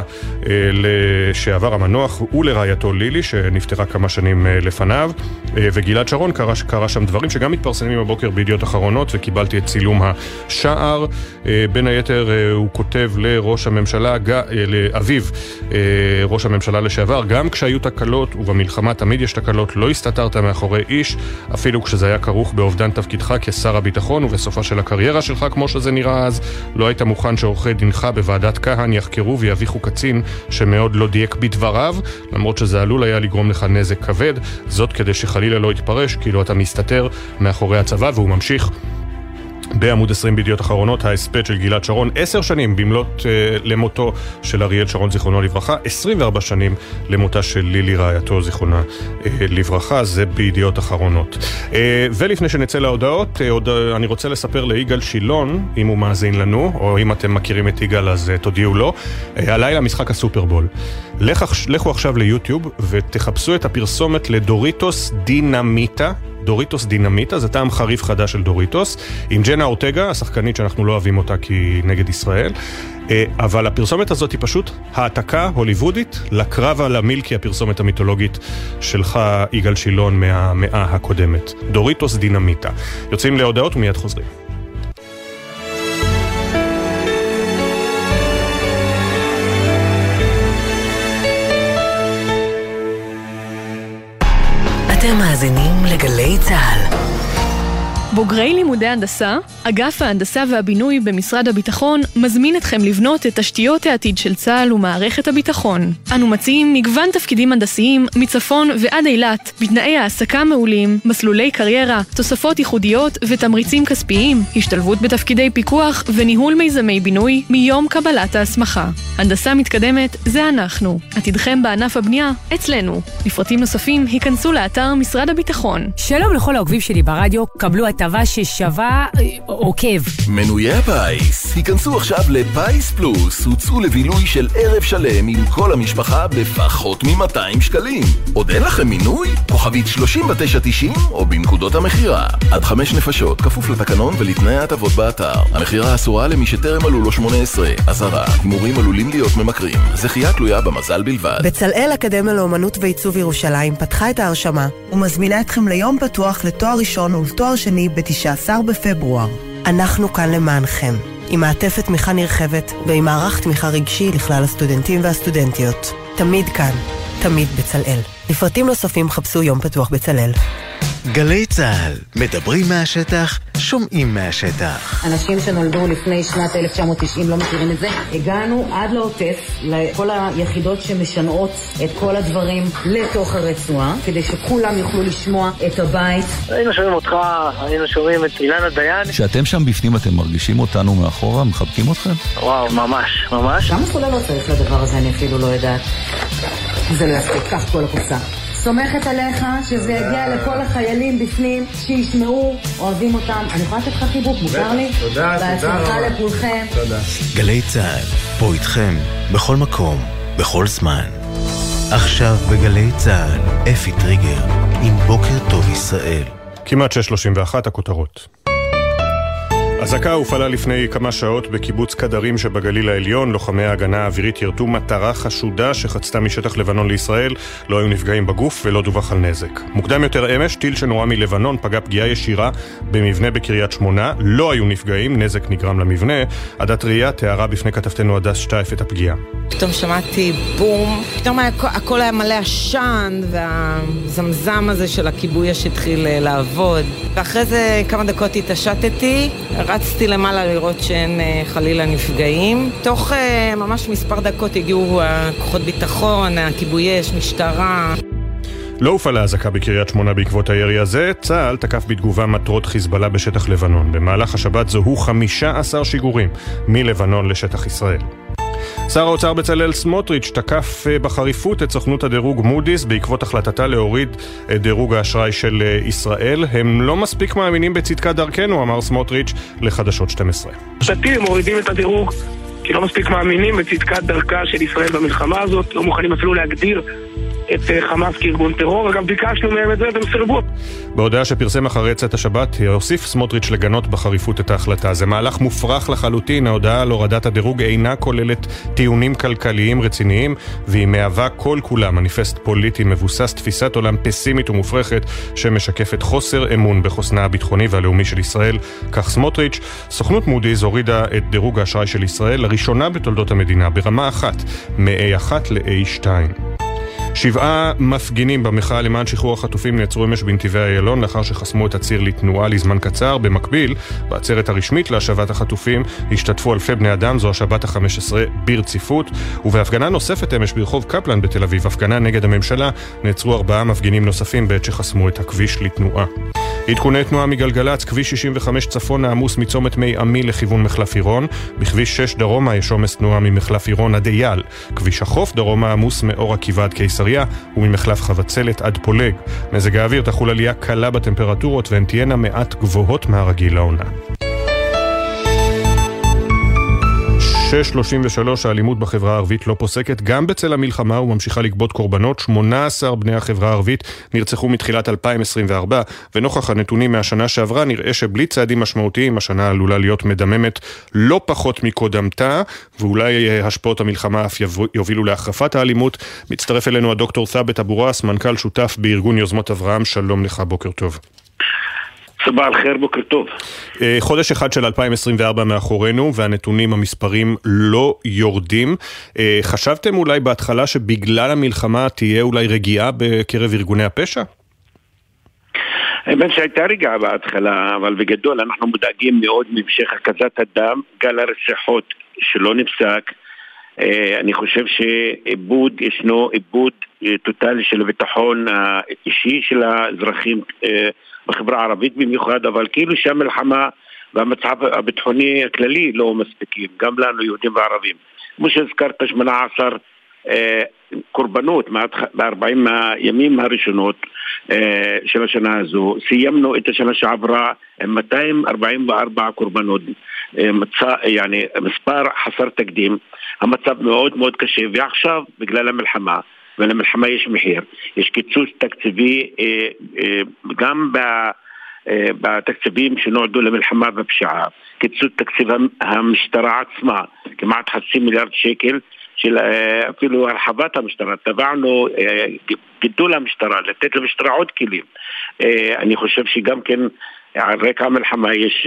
[SPEAKER 2] לשעבר המנוח, ולרעייתו לילי, שנפטרה כמה שנים לפניו. וגלעד שרון קרא שם דברים שגם מתפרסמים הבוקר בידיעות אחרונות, וקיבלתי את צילום השער. בין היתר הוא כותב לראש הממשלה, לאביו ראש הממשלה לשעבר, גם כשהיו תקלות, ובמלחמה תמיד יש תקלות, לא הסתתרת מאחורי איש, אפילו כשזה היה כרוך באובדן תפקידך כשר הביטחון, ובסופה של הקריירה שלך, כמו שזה נראה אז, לא היית מוכן שעורכי דינך בוועדת כהן יחקרו ויביכו קצין שמאוד לא דייק בדבריו, למרות שזה עלול היה לגרום לך נזק כבד, זאת כדי שחלילה לא יתפרש כאילו אתה מסתתר מאחורי הצבא. והוא ממשיך בעמוד 20 בידיעות אחרונות, ההספד של גלעד שרון, 10 שנים במלאת למותו של אריאל שרון זיכרונו לברכה, 24 שנים למותה של לילי רעייתו זיכרונה לברכה. זה בידיעות אחרונות. ולפני שנצא להודעות, אני רוצה לספר ליגאל שילון, אם הוא מאזין לנו, או אם אתם מכירים את יגאל אז תודיעו לו, הלילה משחק הסופרבול. לכו עכשיו ליוטיוב ותחפשו את הפרסומת לדוריטוס דינמיטה. דוריטוס דינמיטה, זה טעם חריף חדש של דוריטוס, עם ג'נה אורטגה, השחקנית שאנחנו לא אוהבים אותה כי נגד ישראל, אבל הפרסומת הזאת היא פשוט העתקה הוליוודית לקרב על המילקי, הפרסומת המיתולוגית שלך, יגאל שילון, מהמאה הקודמת. דוריטוס דינמיטה. יוצאים להודעות ומיד חוזרים.
[SPEAKER 3] אתם מאזינים לגלי צהל.
[SPEAKER 18] בוגרי לימודי הנדסה, אגף ההנדסה והבינוי במשרד הביטחון מזמין אתכם לבנות את תשתיות העתיד של צה"ל ומערכת הביטחון. אנו מציעים מגוון תפקידים הנדסיים מצפון ועד אילת, בתנאי העסקה מעולים, מסלולי קריירה, תוספות ייחודיות ותמריצים כספיים, השתלבות בתפקידי פיקוח וניהול מיזמי בינוי מיום קבלת ההסמכה. הנדסה מתקדמת זה אנחנו. עתידכם בענף הבנייה אצלנו. לפרטים נוספים היכנסו לאתר משרד הביטחון.
[SPEAKER 19] שלום לכל העוקבים שלי ברדיו, קבלו הטבה ששווה עוקב.
[SPEAKER 20] מנויי הפיס, היכנסו עכשיו לפייס פלוס, הוצאו לבילוי של ערב שלם עם כל המשפחה בפחות מ-200 שקלים. עוד אין לכם מינוי? כוכבית 3990 או בנקודות המחירה. עד 5 נפשות, כפוף לתקנון ולתנאי ההטבות באתר. המחירה אסורה למי שטרם מלאו לו 18. אזהרה, הימורים עלולים להיות ממכרים. זכייה תלויה במזל בלבד.
[SPEAKER 21] בצלאל אקדמיה לאומנות ועיצוב ירושלים פתחה את ההרשמה ומזמינה אתכם ליום פתוח לתואר ראשון ולתואר שני ב-19 בפברואר. אנחנו כאן למענכם, עם מעטפת תמיכה נרחבת ועם מערך תמיכה רגשי לכלל הסטודנטים והסטודנטיות. תמיד כאן, תמיד בצלאל. לפרטים נוספים חפשו יום פתוח בצלאל.
[SPEAKER 1] גלי צהל, מדברים מהשטח, שומעים מהשטח.
[SPEAKER 22] אנשים שנולדו לפני שנת 1990 לא מכירים את זה. הגענו עד לעוטף, לכל היחידות שמשנעות את כל הדברים לתוך הרצועה, כדי שכולם יוכלו לשמוע את הבית.
[SPEAKER 5] היינו שומעים אותך, היינו שומעים את אילנה דיין.
[SPEAKER 23] כשאתם שם בפנים אתם מרגישים אותנו מאחורה, מחבקים אתכם?
[SPEAKER 5] וואו, ממש, ממש.
[SPEAKER 22] כמה סולה לא צריך לדבר הזה, אני אפילו לא יודעת. זה לא יספיק, קח כל הקופסה. סומכת עליך שזה יגיע לכל החיילים בפנים, שישמעו, אוהבים אותם. אני יכולה לתת לך חיבוק, מותר לי?
[SPEAKER 5] תודה,
[SPEAKER 22] בהצלחה לכולכם.
[SPEAKER 5] תודה.
[SPEAKER 1] גלי צהל, פה איתכם, בכל מקום, בכל זמן. עכשיו בגלי צהל, אפי טריגר, עם בוקר טוב ישראל.
[SPEAKER 2] כמעט 6:31 הכותרות. אזעקה הופעלה לפני כמה שעות בקיבוץ קדרים שבגליל העליון. לוחמי ההגנה האווירית ירתו מטרה חשודה שחצתה משטח לבנון לישראל. לא היו נפגעים בגוף ולא דווח על נזק. מוקדם יותר אמש, טיל שנורה מלבנון פגע פגיעה ישירה במבנה בקריית שמונה. לא היו נפגעים, נזק נגרם למבנה. עדת ראייה תיארה בפני כתבתנו הדס שטייף את הפגיעה.
[SPEAKER 4] פתאום שמעתי בום, פתאום הכל היה מלא עשן, והזמזם הזה של הכיבוי שהתחיל לעבוד. ואחרי זה כמה דקות התעשתתי, רצתי למעלה לראות שאין חלילה נפגעים. תוך ממש מספר דקות הגיעו כוחות ביטחון, הכיבוי אש, משטרה.
[SPEAKER 2] לא הופעלה אזעקה בקריית שמונה בעקבות הירי הזה. צה"ל תקף בתגובה מטרות חיזבאללה בשטח לבנון. במהלך השבת זוהו 15 שיגורים מלבנון לשטח ישראל. שר האוצר בצלאל סמוטריץ' תקף בחריפות את סוכנות הדירוג מודי'ס בעקבות החלטתה להוריד את דירוג האשראי של ישראל. הם לא מספיק מאמינים בצדקת דרכנו, אמר סמוטריץ' לחדשות 12.
[SPEAKER 5] שתיים מורידים את הדירוג כי לא מספיק מאמינים בצדקת דרכה של ישראל במלחמה הזאת, לא מוכנים אפילו להגדיר את חמאס כארגון טרור, וגם ביקשנו מהם את זה והם סירבו.
[SPEAKER 2] בהודעה שפרסם אחרי צאת השבת, הוסיף סמוטריץ' לגנות בחריפות את ההחלטה. זה מהלך מופרך לחלוטין. ההודעה על הורדת הדירוג אינה כוללת טיעונים כלכליים רציניים, והיא מהווה כל כולה מניפסט פוליטי מבוסס תפיסת עולם פסימית ומופרכת שמשקפת חוסר אמון בחוסנה הביטחוני והלאומי של ישראל. כך סמוטריץ'. סוכנות מודי'ס הורידה את דירוג האשראי של ישראל לראשונה בתולדות המדינה ברמה אחת, מ-A1 ל-A2. 7 מפגינים במחאה למען שחרור החטופים נעצרו אמש בנתיבי איילון לאחר שחסמו את הציר לתנועה לזמן קצר. במקביל, בעצרת הרשמית להשבת החטופים השתתפו אלפי בני אדם. זו השבת ה-15 ברציפות. ובהפגנה נוספת אמש ברחוב קפלן בתל אביב, הפגנה נגד הממשלה, נעצרו 4 מפגינים נוספים בעת שחסמו את הכביש לתנועה. עדכוני תנועה מגלגלץ, כביש 65 צפון העמוס מצומת מי עמי לכיוון מחלף עירון. בכביש 6 דרומה יש עומס תנועה ממחלף עירון עד אייל. כביש החוף דרומה עמוס מאור עקיבא עד קיסריה וממחלף חבצלת עד פולג. מזג האוויר תחול עלייה קלה בטמפרטורות והן תהיינה מעט גבוהות מהרגיל לעונה. 6:33 האלימות בחברה הערבית לא פוסקת גם בצל המלחמה וממשיכה לגבות קורבנות. 18 בני החברה הערבית נרצחו מתחילת 2024, ונוכח הנתונים מהשנה שעברה נראה שבלי צעדים משמעותיים השנה עלולה להיות מדממת לא פחות מקודמתה, ואולי השפעות המלחמה אף יובילו להחרפת האלימות. מצטרף אלינו הדוקטור ת'אבת אבו ראס, מנכ"ל שותף בארגון יוזמות אברהם. שלום לך, בוקר טוב.
[SPEAKER 5] סבח אל-חיר, בוקר טוב.
[SPEAKER 2] חודש אחד של 2024 מאחורינו, והנתונים המספרים לא יורדים. חשבתם אולי בהתחלה שבגלל המלחמה תהיה אולי רגיעה בקרב ארגוני הפשע?
[SPEAKER 6] האמת שהייתה רגעה בהתחלה, אבל בגדול אנחנו מודאגים מאוד מהמשך הקזת הדם, גל הרציחות שלא נפסק. אני חושב ישנו איבוד טוטלי של הביטחון האישי של האזרחים בחברה הערבית במיוחד, אבל כאילו שהמלחמה והמצב הביטחוני הכללי לא מספיקים, גם לנו יהודים וערבים. כמו שהזכרת 18 קורבנות ב-40 הימים הראשונות של השנה הזו, סיימנו את השנה שעברה עם 244 קורבנות, מספר חסר תקדים. המצב מאוד מאוד קשה, ועכשיו בגלל המלחמה, ולמלחמה יש מחיר, יש קיצוץ תקציבי גם בתקציבים שנועדו למלחמה בפשיעה, קיצוץ תקציב המשטרה עצמה, כמעט 500 מיליארד שקל, של אפילו הרחבת המשטרה. טבענו גידול המשטרה, לתת למשטרה עוד כלים. אני חושב שגם כן על רקע המלחמה יש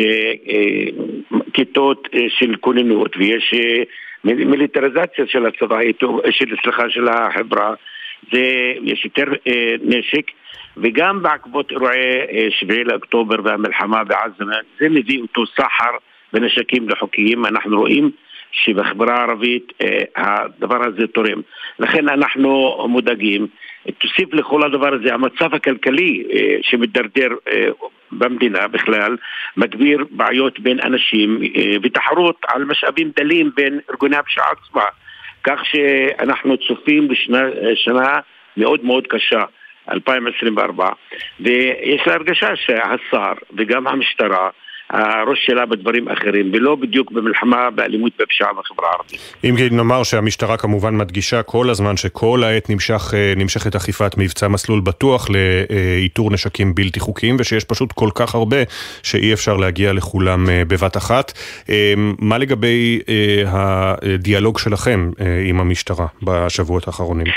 [SPEAKER 6] כיתות של כוננות, ויש מיליטריזציה של הצבא, של החברה. יש יותר נשק, וגם בעקבות אירועי 7 לאוקטובר והמלחמה בעזה, זה מביא אותו סחר בנשקים לחוקיים. אנחנו רואים שבחברה הערבית הדבר הזה תורם. לכן אנחנו מודאגים. תוסיף לכל הדבר הזה המצב הכלכלי שמתדרדר במדינה בכלל, מגביר בעיות בין אנשים ותחרות על משאבים דלים בין ארגוני הפשיעה עצמה, כך שאנחנו צופים בשנה מאוד מאוד קשה, 2024, ויש לה הרגשה שהשר וגם המשטרה הראש שלה בדברים אחרים, ולא בדיוק במלחמה באלימות בפשיעה בחברה הערבית.
[SPEAKER 2] אם כי נאמר שהמשטרה כמובן מדגישה כל הזמן שכל העת נמשכת אכיפת מבצע מסלול בטוח לאיתור נשקים בלתי חוקיים, ושיש פשוט כל כך הרבה שאי אפשר להגיע לכולם בבת אחת. מה לגבי הדיאלוג שלכם עם המשטרה בשבועות האחרונים?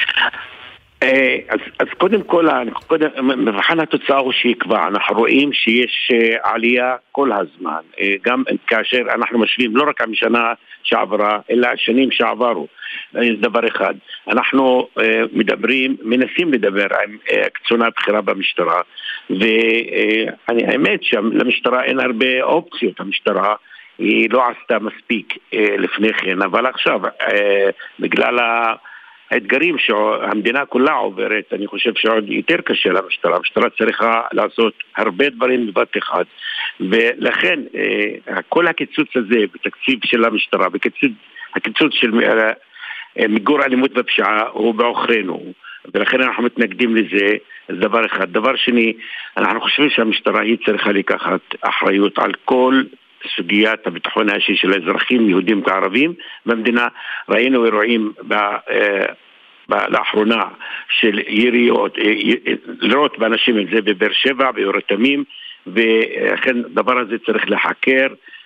[SPEAKER 6] אז קודם כל, מבחן התוצאה הוא שיקבע. אנחנו רואים שיש עלייה כל הזמן, גם כאשר אנחנו משווים לא רק המשנה שעברה, אלא השנים שעברו. זה דבר אחד. אנחנו מנסים לדבר עם קצונה הבחירה במשטרה, והאמת שלמשטרה אין הרבה אופציות. המשטרה היא לא עשתה מספיק לפני כן, אבל עכשיו, בגלל האתגרים שהמדינה כולה עוברת, אני חושב שעוד יותר קשה למשטרה. המשטרה צריכה לעשות הרבה דברים בבת אחד, ולכן כל הקיצוץ הזה בתקציב של המשטרה, הקיצוץ של מיגור אלימות ופשיעה הוא בעוכרינו, ולכן אנחנו מתנגדים לזה. זה דבר אחד. דבר שני, אנחנו חושבים שהמשטרה היא צריכה לקחת אחריות על כל סוגיית הביטחון האישי של האזרחים, יהודים כערבים במדינה. ראינו אירועים לאחרונה של יריות, לראות באנשים את זה בבאר שבע, ביורתמים, ולכן דבר הזה צריך לחקר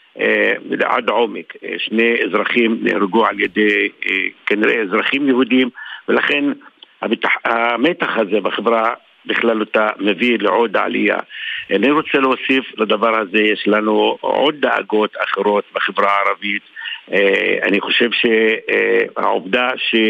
[SPEAKER 6] עד עומק. 2 אזרחים נהרגו על ידי כנראה אזרחים יהודים, ולכן המתח הזה בחברה בכללותה מביא לעוד עלייה. אני רוצה להוסיף לדבר הזה, יש לנו עוד דאגות אחרות בחברה הערבית. אני חושב שהעובדה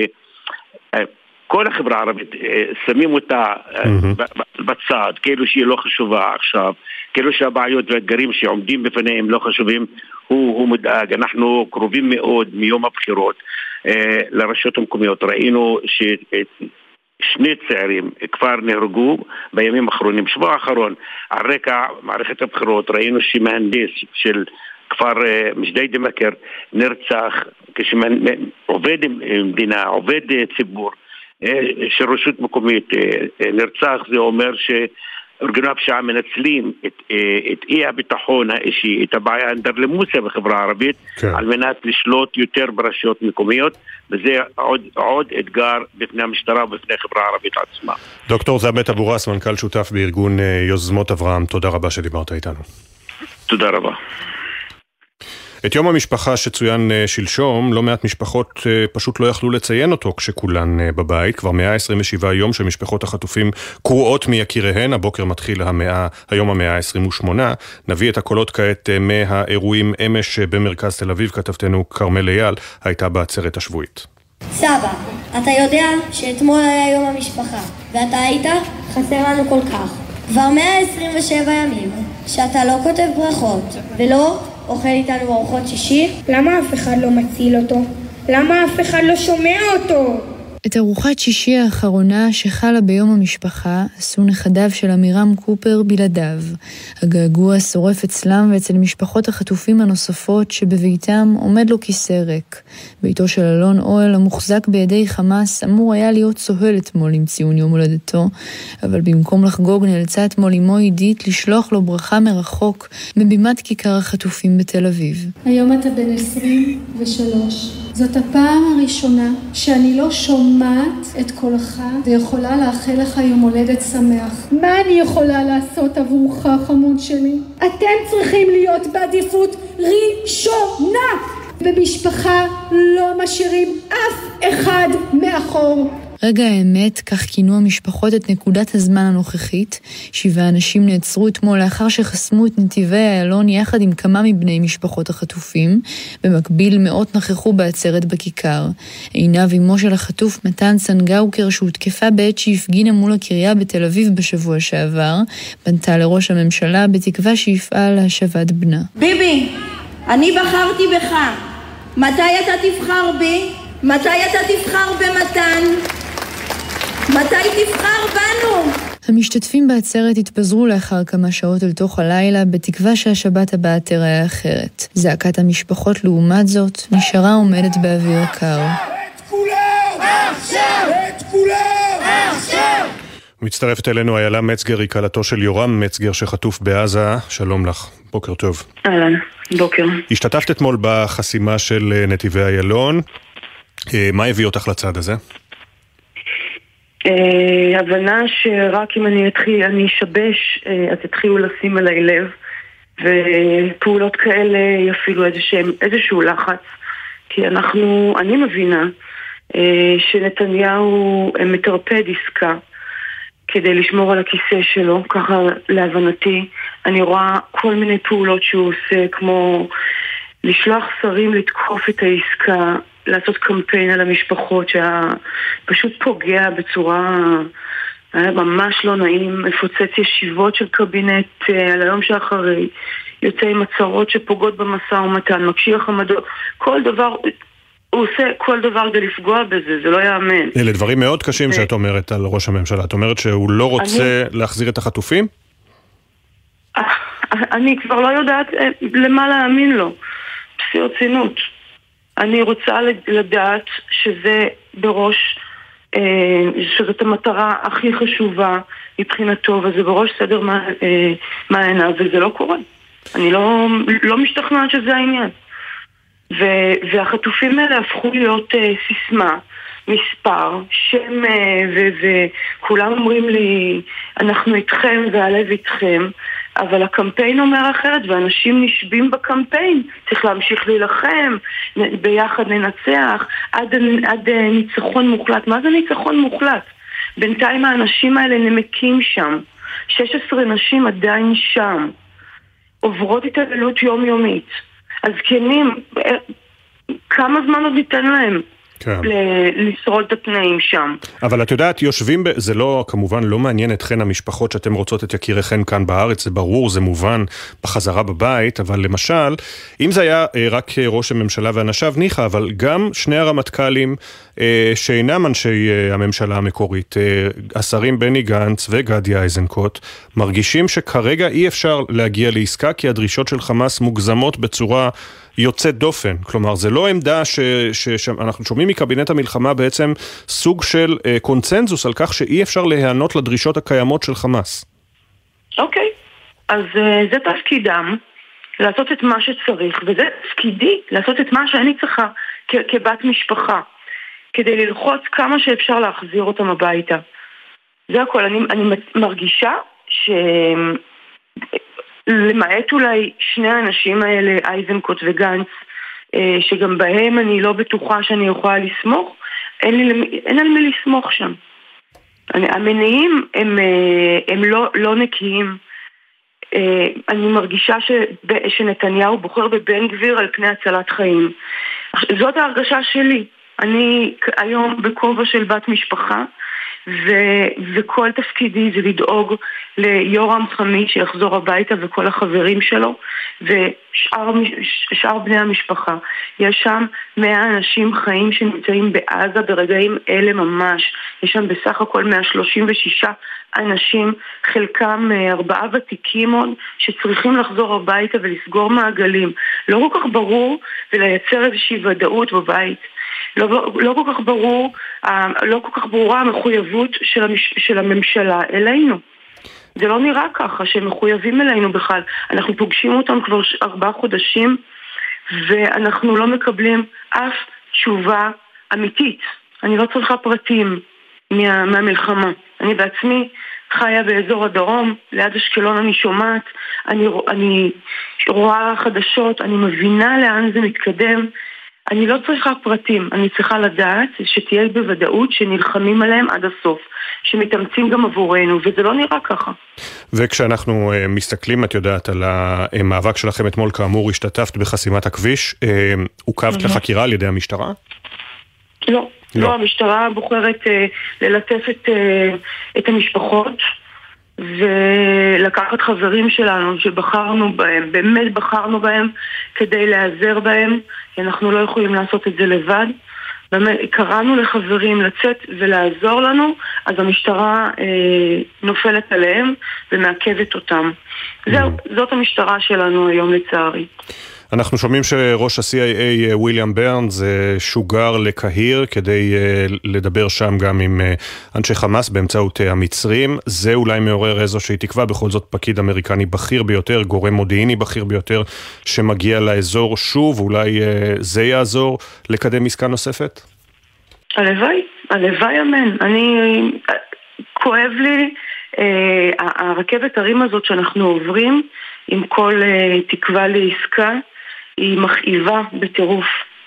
[SPEAKER 6] שכל החברה הערבית שמים אותה בצד, כאילו שהיא לא חשובה עכשיו, כאילו שהבעיות והאתגרים שעומדים בפניהם לא חשובים, הוא מודאג. אנחנו קרובים מאוד מיום הבחירות לרשויות המקומיות. ראינו שני צעירים כבר נהרגו בימים האחרונים. שבוע האחרון, על רקע מערכת הבחירות, ראינו שמהנדס של כפר מג'דיידה מכר נרצח, כשעובד מדינה, עובד ציבור של רשות מקומית נרצח. זה אומר שארגוני הפשיעה מנצלים את אי הביטחון האישי, את הבעיה האנדרלמוסיה בחברה הערבית, על מנת לשלוט יותר ברשויות מקומיות, וזה עוד אתגר בפני המשטרה ובפני החברה הערבית עצמה.
[SPEAKER 2] דוקטור זאבת אבו ראס, מנכ"ל שותף בארגון יוזמות אברהם, תודה רבה שדיברת איתנו.
[SPEAKER 6] תודה רבה.
[SPEAKER 2] את יום המשפחה שצוין שלשום, לא מעט משפחות פשוט לא יכלו לציין אותו כשכולן בבית. כבר 127 יום שמשפחות החטופים קרועות מיקיריהן, הבוקר מתחיל היום ה-128. נביא את הקולות כעת מהאירועים אמש במרכז תל אביב. כתבתנו קרמל אייל הייתה בעצרת השבועית.
[SPEAKER 7] סבא, אתה יודע שאתמול היה יום המשפחה, ואתה היית? חסר לנו כל כך. כבר 127 ימים שאתה לא כותב ברכות ולא אוכל איתנו בארוחות שישי.
[SPEAKER 8] למה אף אחד לא מציל אותו? למה אף אחד לא שומע אותו?
[SPEAKER 17] את ארוחת שישי האחרונה שחלה ביום המשפחה עשו נכדיו של אמירם קופר בלעדיו. הגעגוע שורף אצלם ואצל משפחות החטופים הנוספות שבביתם עומד לו כיסא ריק. ביתו של אלון אוהל המוחזק בידי חמאס אמור היה להיות צוהל אתמול עם ציון יום הולדתו, אבל במקום לחגוג נאלצה אתמול אמו עידית לשלוח לו ברכה מרחוק מבימת כיכר החטופים בתל אביב.
[SPEAKER 9] היום אתה בן 23. זאת הפעם הראשונה שאני לא שומעת את קולך ויכולה לאחל לך יום הולדת שמח. מה אני יכולה לעשות עבורך, חמוד שלי? אתם צריכים להיות בעדיפות ראשונה. במשפחה לא משאירים אף אחד מאחור.
[SPEAKER 17] רגע האמת, כך כינו המשפחות את נקודת הזמן הנוכחית. 7 אנשים נעצרו אתמול לאחר שחסמו את נתיבי איילון יחד עם כמה מבני משפחות החטופים. במקביל מאות נכחו בעצרת בכיכר. עינב אמו של החטוף מתן סנגאוקר שהותקפה בעת שהפגינה מול הקריה בתל אביב בשבוע שעבר, פנתה לראש הממשלה בתקווה שיפעל להשבת בנה.
[SPEAKER 7] ביבי, אני בחרתי בך. מתי אתה תבחר בי? מתי אתה תבחר במתן? מתי תבחר בנו?
[SPEAKER 17] המשתתפים בעצרת התפזרו לאחר כמה שעות אל תוך הלילה, בתקווה שהשבת הבאה תראה אחרת. זעקת המשפחות לעומת זאת נשארה עומדת באוויר קר.
[SPEAKER 8] את כולם! עכשיו! את כולם! עכשיו!
[SPEAKER 2] מצטרפת אלינו איילה מצגר, היא כלתו של יורם מצגר שחטוף בעזה. שלום לך, בוקר טוב.
[SPEAKER 24] אהלן, בוקר.
[SPEAKER 2] השתתפת אתמול בחסימה של נתיבי איילון. מה הביא אותך לצד הזה?
[SPEAKER 24] הבנה שרק אם אני אשבש, אז התחילו לשים עליי לב, ופעולות כאלה יפעילו איזשהו לחץ, כי אני מבינה שנתניהו מטרפד עסקה כדי לשמור על הכיסא שלו, ככה להבנתי. אני רואה כל מיני פעולות שהוא עושה, כמו לשלוח שרים לתקוף את העסקה, לעשות קמפיין על המשפחות שפשוט פוגע בצורה ממש לא נעים, מפוצץ ישיבות של קבינט על היום שאחרי, יוצא עם הצהרות שפוגעות במשא ומתן, מקשיח עמדות, כל דבר, הוא עושה כל דבר כדי לפגוע בזה, זה לא יאמן. אלה
[SPEAKER 2] דברים מאוד קשים שאת אומרת על ראש הממשלה. את אומרת שהוא לא רוצה להחזיר את החטופים?
[SPEAKER 24] אני כבר לא יודעת למה להאמין לו, ברצינות. אני רוצה לדעת שזה בראש, שזאת המטרה הכי חשובה מבחינתו, וזה בראש סדר מעייניו, וזה לא קורה. אני לא משתכנעת שזה העניין. והחטופים האלה הפכו להיות סיסמה, מספר, שם, וכולם אומרים לי, אנחנו איתכם והלב איתכם, אבל הקמפיין אומר אחרת, ואנשים נשבים בקמפיין. צריך להמשיך להילחם, ביחד ננצח, עד ניצחון מוחלט. מה זה ניצחון מוחלט? בינתיים האנשים האלה נמקים שם. 16 נשים עדיין שם. עוברות התעללות יומיומית. הזקנים, כמה זמן עוד ניתן להם? כן. לשרוד את התנאים שם.
[SPEAKER 2] אבל את יודעת, יושבים, זה לא, כמובן לא מעניין אתכן המשפחות שאתם רוצות את יקיריכן כאן בארץ, זה ברור, זה מובן בחזרה בבית, אבל למשל, אם זה היה רק ראש הממשלה ואנשיו, ניחא, אבל גם שני הרמטכ"לים שאינם אנשי הממשלה המקורית, השרים בני גנץ וגדי איזנקוט, מרגישים שכרגע אי אפשר להגיע לעסקה, כי הדרישות של חמאס מוגזמות בצורה יוצאת דופן. כלומר, זה לא עמדה שאנחנו שומעים מקבינט המלחמה בעצם סוג של קונצנזוס על כך שאי אפשר להיענות לדרישות הקיימות של חמאס.
[SPEAKER 24] אוקיי, אז זה תפקידם לעשות את מה שצריך, וזה תפקידי לעשות את מה שאני צריכה כבת משפחה, כדי ללחוץ כמה שאפשר להחזיר אותם הביתה. זה הכל. אני מרגישה למעט אולי שני האנשים האלה, איזנקוט וגנץ, שגם בהם אני לא בטוחה שאני יכולה לסמוך, אין על מי לסמוך שם. המניעים הם לא נקיים. אני מרגישה שנתניהו בוחר בבן גביר על פני הצלת חיים. זאת ההרגשה שלי. אני היום בכובע של בת משפחה, וכל תפקידי זה לדאוג ליורם חמי שיחזור הביתה וכל החברים שלו ושאר בני המשפחה. יש שם 100 אנשים חיים שנמצאים בעזה ברגעים אלה ממש. יש שם בסך הכל 136 אנשים, חלקם 4 ותיקים עוד, שצריכים לחזור הביתה ולסגור מעגלים. לא כל כך ברור ולייצר איזושהי ודאות בבית. לא כל כך ברור, לא כל כך ברורה המחויבות של הממשלה אלינו. זה לא נראה ככה שהם מחויבים אלינו בכלל. אנחנו פוגשים אותם כבר 4 חודשים ואנחנו לא מקבלים אף תשובה אמיתית. אני לא צריכה פרטים מהמלחמה. אני בעצמי חיה באזור הדרום, ליד אשקלון אני שומעת, אני רואה חדשות, אני מבינה לאן זה מתקדם. אני לא צריכה פרטים, אני צריכה לדעת שתהיה בוודאות שנלחמים עליהם עד הסוף, שמתאמצים גם עבורנו, וזה לא נראה ככה.
[SPEAKER 2] וכשאנחנו מסתכלים, את יודעת, על המאבק שלכם אתמול, כאמור, השתתפת בחסימת הכביש, עוכבת לחקירה על ידי המשטרה?
[SPEAKER 24] לא, המשטרה בוחרת ללטף את המשפחות, ולקחת חברים שלנו שבחרנו בהם, באמת בחרנו בהם כדי לעזר בהם, כי אנחנו לא יכולים לעשות את זה לבד. באמת, קראנו לחברים לצאת ולעזור לנו, אז המשטרה נופלת עליהם ומעכבת אותם. זאת המשטרה שלנו היום לצערי.
[SPEAKER 2] אנחנו שומעים שראש ה-CIA וויליאם ברנס שוגר לקהיר כדי לדבר שם גם עם אנשי חמאס באמצעות המצרים. זה אולי מעורר איזושהי תקווה, בכל זאת פקיד אמריקני בכיר ביותר, גורם מודיעיני בכיר ביותר שמגיע לאזור שוב, אולי זה יעזור לקדם עסקה נוספת?
[SPEAKER 24] הלוואי אמן. כואב לי הרכבת הרים הזאת שאנחנו עוברים עם כל תקווה לעסקה, היא מכאיבה בטירוף.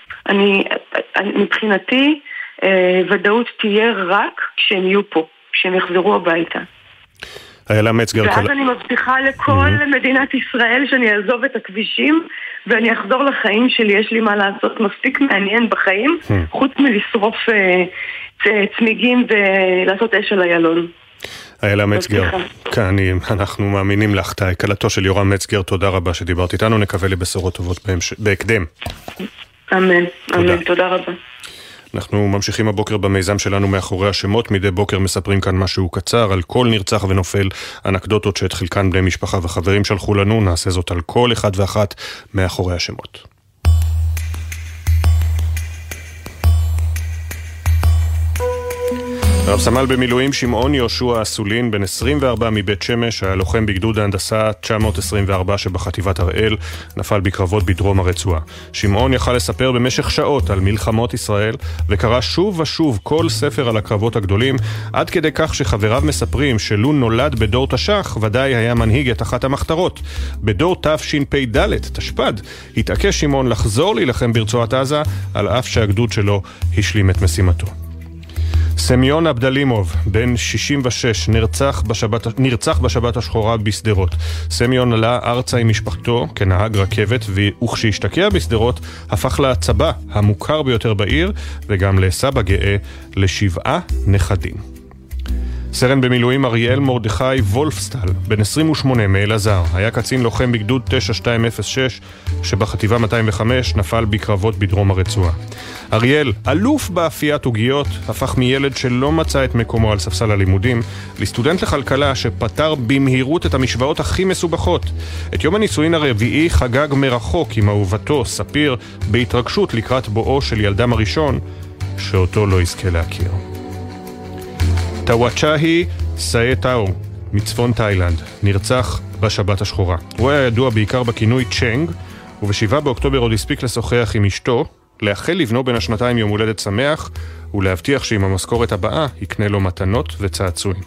[SPEAKER 24] מבחינתי, ודאות תהיה רק כשהם יהיו פה, כשהם יחזרו הביתה.
[SPEAKER 2] איילה מצגר.
[SPEAKER 24] ואז אני מבטיחה לכל מדינת ישראל שאני אעזוב את הכבישים, ואני אחזור לחיים שלי. יש לי מה לעשות מספיק מעניין בחיים, חוץ מלשרוף צמיגים ולעשות אש על איילון.
[SPEAKER 2] איילה מצגר, כאן אנחנו מאמינים לך, קלתו של יורם מצגר, תודה רבה שדיברת איתנו, נקווה לבשורות טובות בהקדם.
[SPEAKER 24] אמן, תודה רבה.
[SPEAKER 2] אנחנו ממשיכים הבוקר במיזם שלנו מאחורי השמות, מדי בוקר מספרים כאן משהו קצר על כל נרצח ונופל, אנקדוטות שאת חלקן בני משפחה וחברים שלחו לנו, נעשה זאת על כל אחד ואחת מאחורי השמות. רב סמל במילואים שמעון יהושע אסולין, בן 24 מבית שמש, היה לוחם בגדוד ההנדסה 924 שבחטיבת הראל, נפל בקרבות בדרום הרצועה. שמעון יכל לספר במשך שעות על מלחמות ישראל, וקרא שוב ושוב כל ספר על הקרבות הגדולים, עד כדי כך שחבריו מספרים שלו נולד בדור תש"ח, ודאי היה מנהיג את אחת המחתרות. בדור תשפ"ד, תשפ"ד, התעקש שמעון לחזור להילחם ברצועת עזה, על אף שהגדוד שלו השלים את משימתו. סמיון אבדלימוב, בן 66, נרצח בשבת השחורה בסדרות. סמיון עלה ארצה עם משפחתו כנהג רכבת, וכשהשתקע בסדרות הפך לצבא המוכר ביותר בעיר, וגם לסבא גאה ל7 נכדים. סרן במילואים אריאל מרדכי וולפסטל, בן 28 מאלעזר, היה קצין לוחם בגדוד 9206 שבחטיבה 205 נפל בקרבות בדרום הרצועה. אריאל, אלוף באפיית עוגיות, הפך מילד שלא מצא את מקומו על ספסל הלימודים לסטודנט לכלכלה שפתר במהירות את המשוואות הכי מסובכות. את יום הנישואין הרביעי חגג מרחוק עם אהובתו ספיר בהתרגשות לקראת בואו של ילדם הראשון שאותו לא יזכה להכיר. טאוואצ'אהי סאטאו מצפון תאילנד נרצח בשבת השחורה. הוא היה ידוע בעיקר בכינוי צ'נג, וב7 באוקטובר עוד הספיק לשוחח עם אשתו, לאחל לבנו בן השנתיים יום הולדת שמח, ולהבטיח שעם המשכורת הבאה יקנה לו מתנות וצעצועים.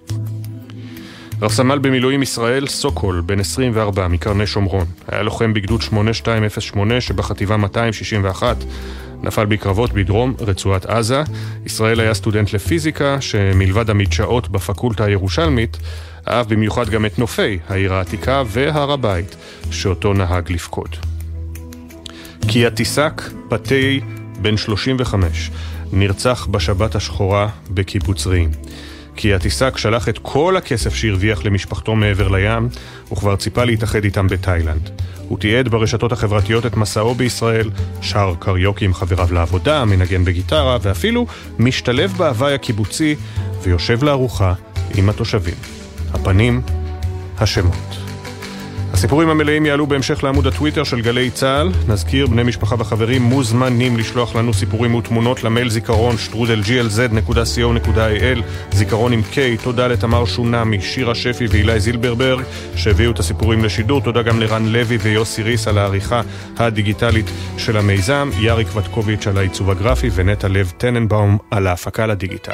[SPEAKER 2] רב סמל במילואים ישראל סוקול, בן 24 מקרני שומרון, היה לוחם בגדוד 8208 שבחטיבה 261, נפל בקרבות בדרום רצועת עזה. ישראל היה סטודנט לפיזיקה שמלבד המדשאות בפקולטה הירושלמית, אהב במיוחד גם את נופי העיר העתיקה והר הבית שאותו נהג לפקוד. כי התיסק פתי בן 35, נרצח בשבת השחורה בקיבוץ רעים. כי הטיסק שלח את כל הכסף שהרוויח למשפחתו מעבר לים, וכבר ציפה להתאחד איתם בתאילנד. הוא תיעד ברשתות החברתיות את מסעו בישראל, שר קריוקי עם חבריו לעבודה, מנגן בגיטרה, ואפילו משתלב בהוואי הקיבוצי ויושב לארוחה עם התושבים. הפנים, השמות. הסיפורים המלאים יעלו בהמשך לעמוד הטוויטר של גלי צהל. נזכיר, בני משפחה וחברים מוזמנים לשלוח לנו סיפורים ותמונות למייל זיכרון @glz.co.il, זיכרון עם K. תודה לתמר שונמי, שירה שפי ואילי זילברברג שהביאו את הסיפורים לשידור. תודה גם לרן לוי ויוסי ריס על העריכה הדיגיטלית של המיזם, יאריק וטקוביץ' על העיצוב הגרפי ונטע לב טננבאום על ההפקה לדיגיטל.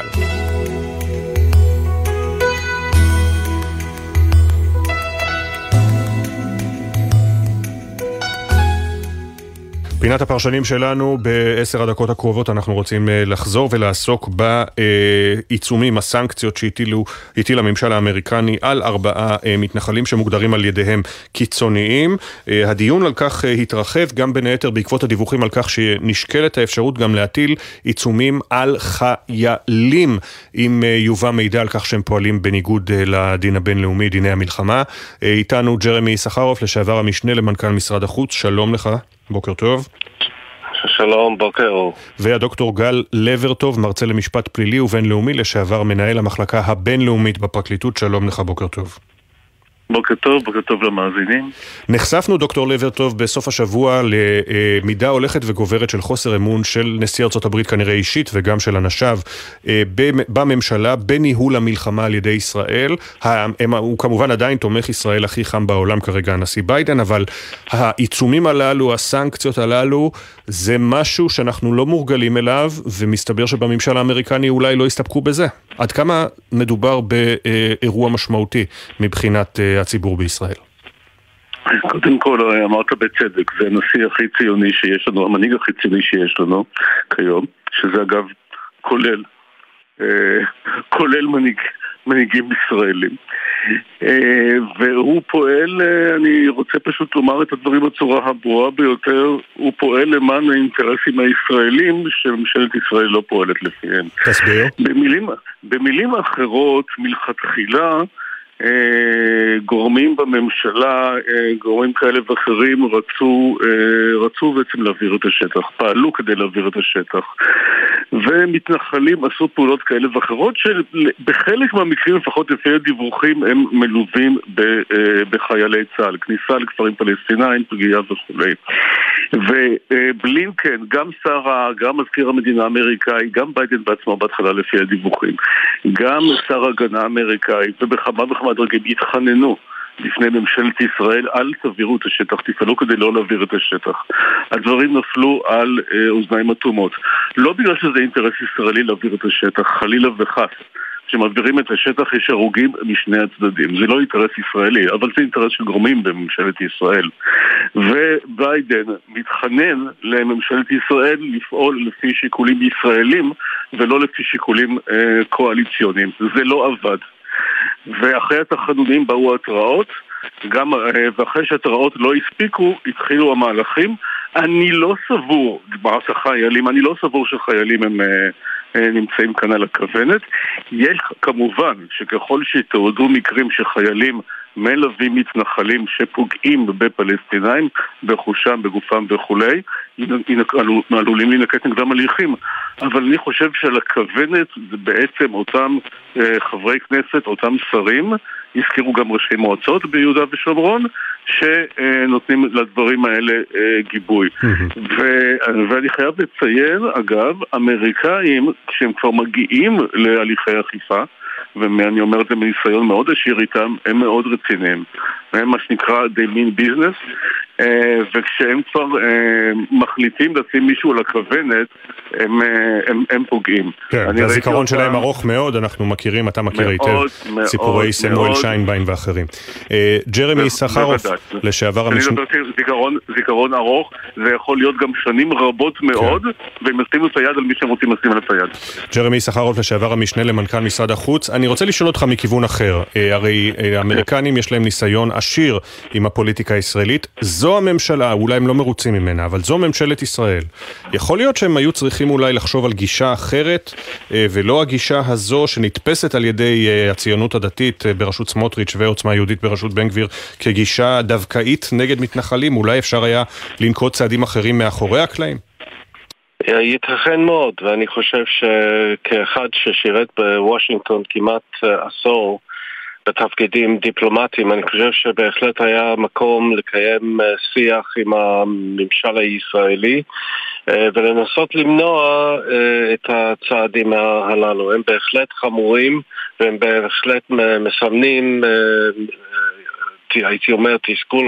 [SPEAKER 2] פינת הפרשנים שלנו, ב10 הדקות הקרובות אנחנו רוצים לחזור ולעסוק בעיצומים, הסנקציות שהטיל הממשל האמריקני על 4 מתנחלים שמוגדרים על ידיהם קיצוניים. הדיון על כך התרחב גם בין היתר בעקבות הדיווחים על כך שנשקלת האפשרות גם להטיל עיצומים על חיילים, אם יובא מידע על כך שהם פועלים בניגוד לדין הבינלאומי, דיני המלחמה. איתנו ג'רמי סחרוף, לשעבר המשנה למנכ"ל משרד החוץ, שלום לך. בוקר טוב.
[SPEAKER 10] שלום, בוקר.
[SPEAKER 2] והדוקטור גל לברטוב, מרצה למשפט פלילי ובינלאומי, לשעבר מנהל המחלקה הבינלאומית בפרקליטות, שלום לך, בוקר טוב.
[SPEAKER 10] בוקר טוב למאזינים.
[SPEAKER 2] נחשפנו, דוקטור לברטוב, בסוף השבוע למידה הולכת וגוברת של חוסר אמון של נשיא ארצות הברית, כנראה אישית, וגם של אנשיו, בממשלה, בניהול המלחמה על ידי ישראל. הוא כמובן עדיין תומך ישראל הכי חם בעולם כרגע, הנשיא ביידן, אבל העיצומים הללו, הסנקציות הללו, זה משהו שאנחנו לא מורגלים אליו, ומסתבר שבממשל האמריקני אולי לא יסתפקו בזה. עד כמה מדובר באירוע משמעותי מבחינת הציבור בישראל?
[SPEAKER 10] קודם כל, אמרת בצדק, זה הנשיא הכי ציוני שיש לנו, המנהיג הכי ציוני שיש לנו כיום, שזה אגב כולל מנהיגים ישראלים. והוא פועל, אני רוצה פשוט לומר את הדברים בצורה הברורה ביותר, הוא פועל למען האינטרסים הישראלים שממשלת ישראל לא פועלת לפיהם.
[SPEAKER 2] תסביר.
[SPEAKER 10] במילים אחרות, מלכתחילה, גורמים בממשלה, גורמים כאלה ואחרים רצו בעצם להעביר את השטח, פעלו כדי להעביר את השטח, ומתנחלים עשו פעולות כאלה ואחרות שבחלק מהמקרים, לפחות לפי הדיווחים, הם מלווים בחיילי צה"ל, כניסה לכפרים פלסטינאים, פגיעה וכו'. ובלינקן, גם מזכיר המדינה האמריקאי, גם ביידן בעצמו בהתחלה לפי הדיווחים, גם שר ההגנה האמריקאי, ובכמה וכמה דרגים התחננו לפני ממשלת ישראל, אל תעבירו את השטח, תפעלו כדי לא להעביר את השטח. הדברים נפלו על אוזניים אטומות. לא בגלל שזה אינטרס ישראלי להעביר את השטח, חלילה וחס. כשמעבירים את השטח יש הרוגים משני הצדדים. זה לא אינטרס ישראלי, אבל זה אינטרס של גורמים בממשלת ישראל. וביידן מתחנן לממשלת ישראל לפעול לפי שיקולים ישראלים ולא לפי שיקולים קואליציוניים. זה לא עבד. ואחרי התחנונים באו התראות, ואחרי שהתראות לא הספיקו, התחילו המהלכים. אני לא סבור, דיברת חיילים, אני לא סבור שחיילים הם נמצאים כאן על הכוונת. יש כמובן שככל שתעודו מקרים שחיילים מלווים מתנחלים שפוגעים בפלסטינאים, בחושם, בגופם וכולי, עלולים להינקט נגדם הליכים. אבל אני חושב שלכוונת זה בעצם אותם חברי כנסת, אותם שרים, הזכירו גם ראשי מועצות ביהודה ושומרון, שנותנים לדברים האלה גיבוי. ואני חייב לציין, אגב, אמריקאים, כשהם כבר מגיעים להליכי אכיפה, ואני אומר את זה מניסיון מאוד עשיר איתם, הם מאוד רציניים. הם מה שנקרא they mean business, וכשהם כבר מחליטים לשים מישהו על הכוונת, הם פוגעים.
[SPEAKER 2] כן, והזיכרון שלהם ארוך מאוד, אנחנו מכירים, אתה מכיר היטב, סיפורי סמואל שיינביין ואחרים. ג'רמי סחרוף, לשעבר המשנה...
[SPEAKER 10] זיכרון ארוך, זה יכול להיות גם שנים רבות מאוד, והם ישימו את היד על מי שהם רוצים לשים על היד.
[SPEAKER 2] ג'רמי סחרוף, לשעבר המשנה למנכ"ל משרד החוץ. אני רוצה לשאול אותך מכיוון אחר, הרי האמריקנים יש להם ניסיון עשיר עם הפוליטיקה הישראלית, זו הממשלה, אולי הם לא מרוצים ממנה, אבל זו ממשלת ישראל. יכול להיות שהם היו צריכים אולי לחשוב על גישה אחרת, ולא הגישה הזו שנתפסת על ידי הציונות הדתית בראשות סמוטריץ' ועוצמה יהודית בראשות בן גביר, כגישה דווקאית נגד מתנחלים. אולי אפשר היה לנקוט צעדים אחרים מאחורי הקלעים?
[SPEAKER 11] ייתכן מאוד, ואני חושב שכאחד ששירת בוושינגטון כמעט עשור בתפקידים דיפלומטיים, אני חושב שבהחלט היה מקום לקיים שיח עם הממשל הישראלי ולנסות למנוע את הצעדים הללו. הם בהחלט חמורים והם בהחלט מסמנים, הייתי אומר, תסכול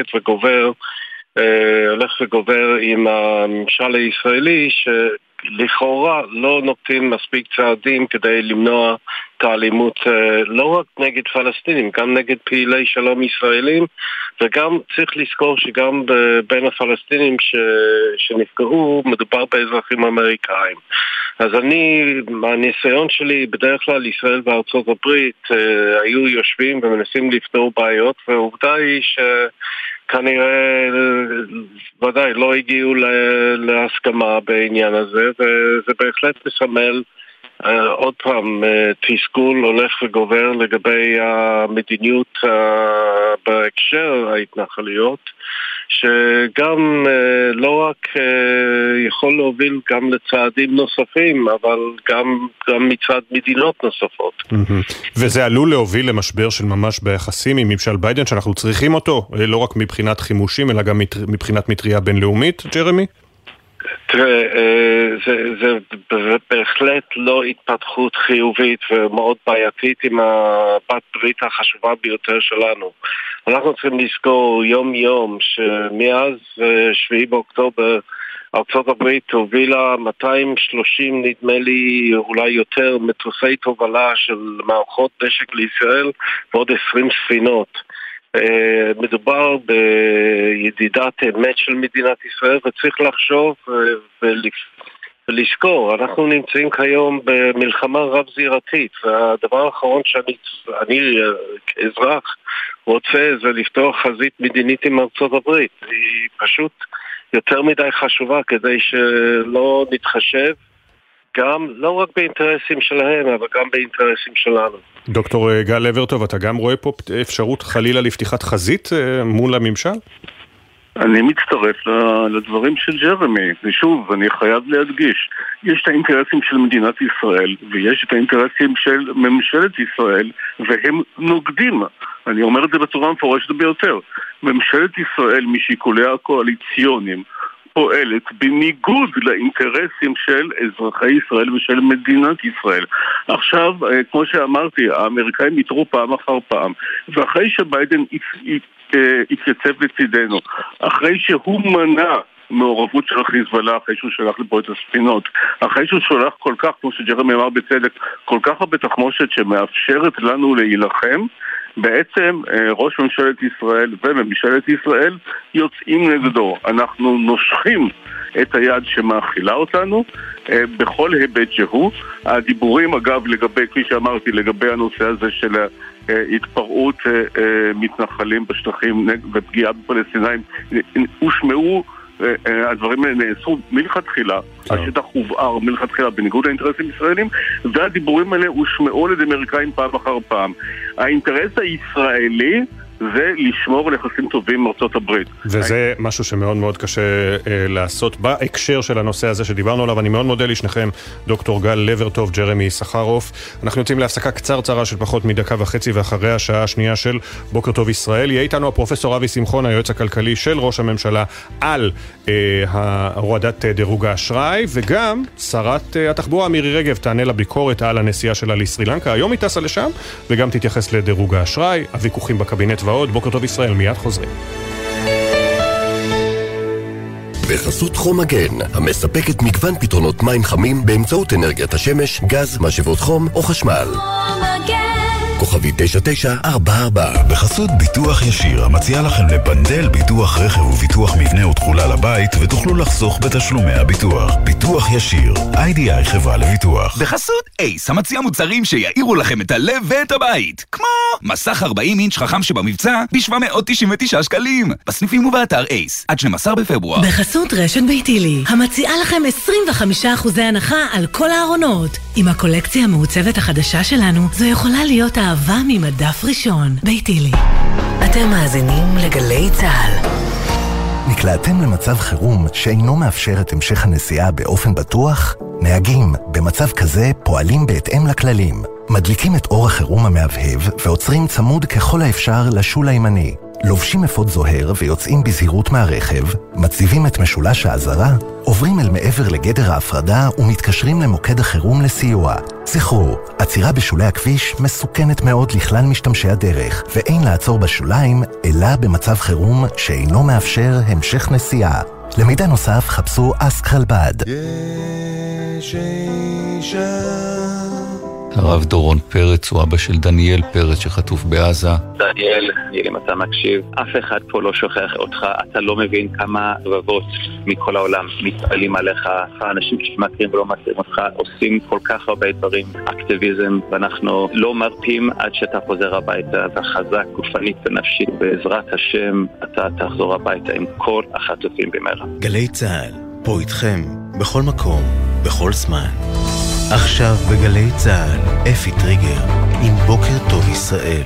[SPEAKER 11] הולך וגובר עם הממשל הישראלי שלכאורה לא נוקטים מספיק צעדים כדי למנוע את האלימות לא רק נגד פלסטינים, גם נגד פעילי שלום ישראלים, וגם צריך לזכור שגם בין הפלסטינים שנפגעו מדובר באזרחים אמריקאים. אז מהניסיון שלי, בדרך כלל ישראל וארצות הברית היו יושבים ומנסים לפתור בעיות, והעובדה היא כנראה ודאי לא הגיעו להסכמה בעניין הזה, וזה בהחלט מסמל עוד פעם תסכול הולך וגובר לגבי המדיניות בהקשר ההתנחלויות, שגם לא רק יכול להוביל גם לצעדים נוספים, אבל גם מצד מדינות נוספות.
[SPEAKER 2] וזה עלול להוביל למשבר של ממש ביחסים עם ממשל ביידן, שאנחנו צריכים אותו, לא רק מבחינת חימושים, אלא גם מבחינת מטריה בינלאומית, ג'רמי?
[SPEAKER 11] תראה, זה בהחלט לא התפתחות חיובית ומאוד בעייתית עם הבת ברית החשובה ביותר שלנו. אנחנו צריכים לזכור יום יום שמאז 7 באוקטובר ארצות הברית הובילה 230 נדמה לי אולי יותר מטוסי תובלה של מערכות נשק לישראל ועוד 20 ספינות. מדובר בידידת אמת של מדינת ישראל, וצריך לחשוב ולזכור, אנחנו נמצאים כיום במלחמה רב-זירתית, והדבר האחרון שאני כאזרח רוצה זה לפתוח חזית מדינית עם ארצות הברית. היא פשוט יותר מדי חשובה כדי שלא נתחשב גם, לא רק באינטרסים שלהם, אבל גם באינטרסים שלנו.
[SPEAKER 2] דוקטור גל לברטוב, אתה גם רואה פה אפשרות חלילה לפתיחת חזית מול הממשל?
[SPEAKER 10] אני מצטרף לדברים של ג'רמי, ושוב, אני חייב להדגיש, יש את האינטרסים של מדינת ישראל, ויש את האינטרסים של ממשלת ישראל, והם נוגדים. אני אומר את זה בצורה מפורשת ביותר. ממשלת ישראל, משיקוליה הקואליציוניים, פועלת בניגוד לאינטרסים של אזרחי ישראל ושל מדינת ישראל. עכשיו, כמו שאמרתי, האמריקאים יתרו פעם אחר פעם, ואחרי שביידן התייצב לצידנו, אחרי שהוא מנע מעורבות של החיזבאללה, אחרי שהוא שלח לפה את הספינות, אחרי שהוא שולח כל כך, כמו שג'רמי אמר בצדק, כל כך הרבה תחמושת שמאפשרת לנו להילחם, בעצם ראש ממשלת ישראל וממשלת ישראל יוצאים נגדו. אנחנו נושכים את היד שמאכילה אותנו בכל היבט שהוא. הדיבורים אגב לגבי, כפי שאמרתי, לגבי הנושא הזה של התפרעות מתנחלים בשטחים ופגיעה בפלסטינאים הושמעו, הדברים האלה נעשו מלכתחילה, השטח הובער מלכתחילה בניגוד לאינטרסים ישראלים, והדיבורים האלה הושמעו לידי אמריקאים פעם אחר פעם. האינטרס הישראלי זה לשמור על יחסים טובים עם ארצות הברית.
[SPEAKER 2] וזה משהו שמאוד מאוד קשה לעשות בהקשר של הנושא הזה שדיברנו עליו. אני מאוד מודה לשניכם, דוקטור גל לברטוב, ג'רמי סחרוף. אנחנו יוצאים להפסקה קצרצרה של פחות מדקה וחצי, ואחרי השעה השנייה של בוקר טוב ישראל יהיה איתנו הפרופסור אבי שמחון, היועץ הכלכלי של ראש הממשלה, על הורדת דירוג האשראי, וגם שרת התחבורה מירי רגב תענה לביקורת על הנסיעה שלה לסרי לנקה. היום היא טסה לשם וגם תתייחס לדירוג האשראי, הוויכוחים בקבינט ועוד. בוקר טוב ישראל, מיד חוזרים.
[SPEAKER 20] בחסות חום מגן, המספקת מגוון פתרונות מים חמים באמצעות אנרגיית השמש, גז, משאבות חום או חשמל. חום מגן.
[SPEAKER 12] כוכבית 9944. בחסות ביטוח ישיר, המציע לכם לבנדל ביטוח רכב וביטוח מבנה ותכולה לבית, ותוכלו לחסוך בתשלומי הביטוח. ביטוח ישיר, IDI חברה לביטוח.
[SPEAKER 13] בחסות אייס, המציע מוצרים שיעירו לכם את הלב ואת הבית, כמו מסך 40 אינץ' חכם שבמבצע ב-799 שקלים, בסניפים ובאתר אייס, עד 12 בפברואר.
[SPEAKER 3] בחסות רשת ביתילי, המציעה לכם 25% הנחה על כל הארונות. עם הקולקציה המעוצבת החדשה שלנו, זו יכולה להיות אהבה ממדף ראשון. ביתילי. אתם מאזינים לגלי צהל.
[SPEAKER 14] נקלעתם למצב חירום שאינו מאפשר את המשך הנסיעה באופן בטוח? נהגים במצב כזה פועלים בהתאם לכללים. מדליקים את אור החירום המהבהב ועוצרים צמוד ככל האפשר לשול הימני. לובשים אפוד זוהר ויוצאים בזהירות מהרכב, מציבים את משולש האזהרה, עוברים אל מעבר לגדר ההפרדה ומתקשרים למוקד החירום לסיוע. זכרו, עצירה בשולי הכביש מסוכנת מאוד לכלל משתמשי הדרך, ואין לעצור בשוליים אלא במצב חירום שאינו מאפשר המשך נסיעה. למידע נוסף חפשו אסק חלבד.
[SPEAKER 23] הרב דורון פרץ הוא אבא של דניאל פרץ שחטוף בעזה.
[SPEAKER 15] דניאל, אם אתה מקשיב, אף אחד פה לא שוכח אותך, אתה לא מבין כמה רבבות מכל העולם מתפעלים עליך, האנשים שמכירים ולא מכירים אותך עושים כל כך הרבה דברים, אקטיביזם, ואנחנו לא מרפים עד שאתה חוזר הביתה, אתה חזק גופנית ונפשית, בעזרת השם אתה תחזור הביתה עם כל החטופים במהרה.
[SPEAKER 1] גלי צהל, פה איתכם, בכל מקום, בכל זמן. עכשיו בגלי צהל, אפי טריגר, עם בוקר טוב ישראל.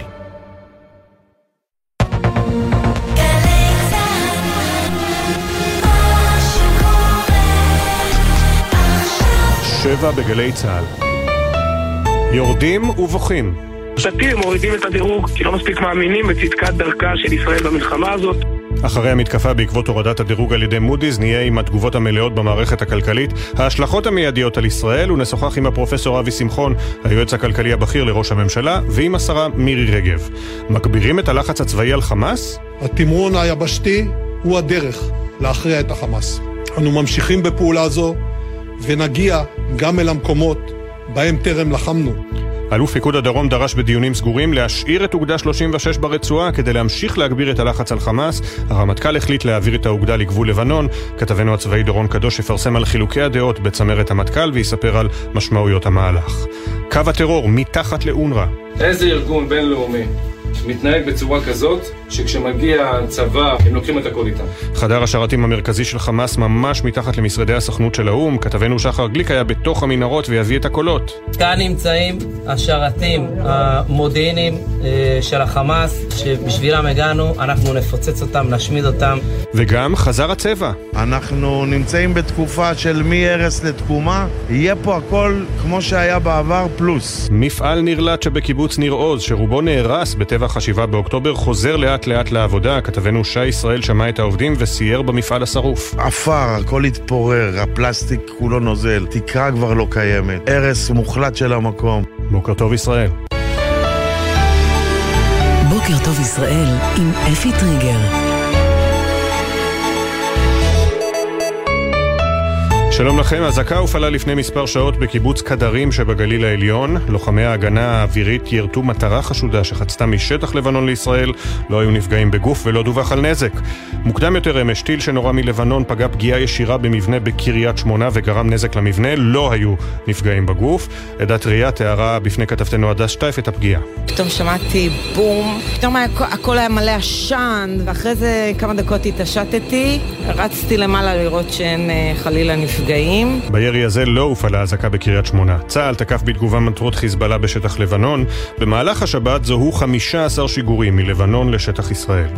[SPEAKER 2] שבע בגלי צהל. יורדים ובוכים.
[SPEAKER 5] שתיים מורידים את הדירוג כי לא מספיק מאמינים בצדקת דרכה של ישראל במלחמה הזאת.
[SPEAKER 2] אחרי המתקפה בעקבות הורדת הדירוג על ידי מודי'ס, נהיה עם התגובות המלאות במערכת הכלכלית, ההשלכות המיידיות על ישראל, ונשוחח עם הפרופסור אבי שמחון, היועץ הכלכלי הבכיר לראש הממשלה, ועם השרה מירי רגב. מגבירים את הלחץ הצבאי על חמאס?
[SPEAKER 25] התמרון היבשתי הוא הדרך להכריע את החמאס. אנו ממשיכים בפעולה זו, ונגיע גם אל המקומות בהם טרם לחמנו.
[SPEAKER 2] אלוף פיקוד הדרום דרש בדיונים סגורים להשאיר את אוגדה 36 ברצועה כדי להמשיך להגביר את הלחץ על חמאס. הרמטכ"ל החליט להעביר את האוגדה לגבול לבנון. כתבנו הצבאי דורון קדוש יפרסם על חילוקי הדעות בצמרת המטכ"ל ויספר על משמעויות המהלך. קו הטרור מתחת לאונר"א.
[SPEAKER 26] איזה ארגון בינלאומי מתנהג בצורה כזאת שכשמגיע צבא הם לוקחים את הכל איתם?
[SPEAKER 2] חדר השרתים המרכזי של חמאס ממש מתחת למשרדי הסוכנות של האום. כתבנו שחר גליק היה בתוך המנהרות ויביא את הקולות.
[SPEAKER 27] כאן נמצאים השרתים המודיעיניים של החמאס שבשבילם הגענו, אנחנו נפוצץ אותם, נשמיד אותם.
[SPEAKER 2] וגם חזר הצבע.
[SPEAKER 16] אנחנו נמצאים בתקופה של מהרס לתקומה, יהיה פה הכל כמו שהיה בעבר פלוס.
[SPEAKER 2] מפעל נרלט שבקיבוץ ניר עוז שרובו נהרס בטבח 7 באוקטובר חוזר לאט לאט לעבודה. כתבנו שי ישראל שמע את העובדים וסייר במפעל השרוף.
[SPEAKER 16] אפר, הכל התפורר, הפלסטיק כולו נוזל, תקרה כבר לא קיימת, הרס מוחלט של המקום.
[SPEAKER 2] בוקר טוב ישראל.
[SPEAKER 3] בוקר טוב ישראל עם אפי טריגר.
[SPEAKER 2] שלום לכם, הזקה הופעלה לפני מספר שעות בקיבוץ קדרים שבגליל העליון. לוחמי ההגנה האווירית ירתו מטרה חשודה שחצתה משטח לבנון לישראל. לא היו נפגעים בגוף ולא דווח על נזק. מוקדם יותר אמש טיל שנורה מלבנון פגע פגיעה ישירה במבנה בקריית שמונה וגרם נזק למבנה. לא היו נפגעים בגוף. עדת ראייה תיארה בפני כתבתנו הדס שטייף את הפגיעה.
[SPEAKER 4] פתאום שמעתי בום, פתאום הכל היה מלא עשן, ואחרי זה כמה דקות התעשתתי, רצתי למעלה לראות שאין חלילה נפגעים.
[SPEAKER 2] בירי הזה לא הופעלה הזקה בקריית שמונה. צה"ל תקף בתגובה מטרות חיזבאללה בשטח לבנון. במהלך השבת זוהו 15 שיגורים מלבנון לשטח ישראל.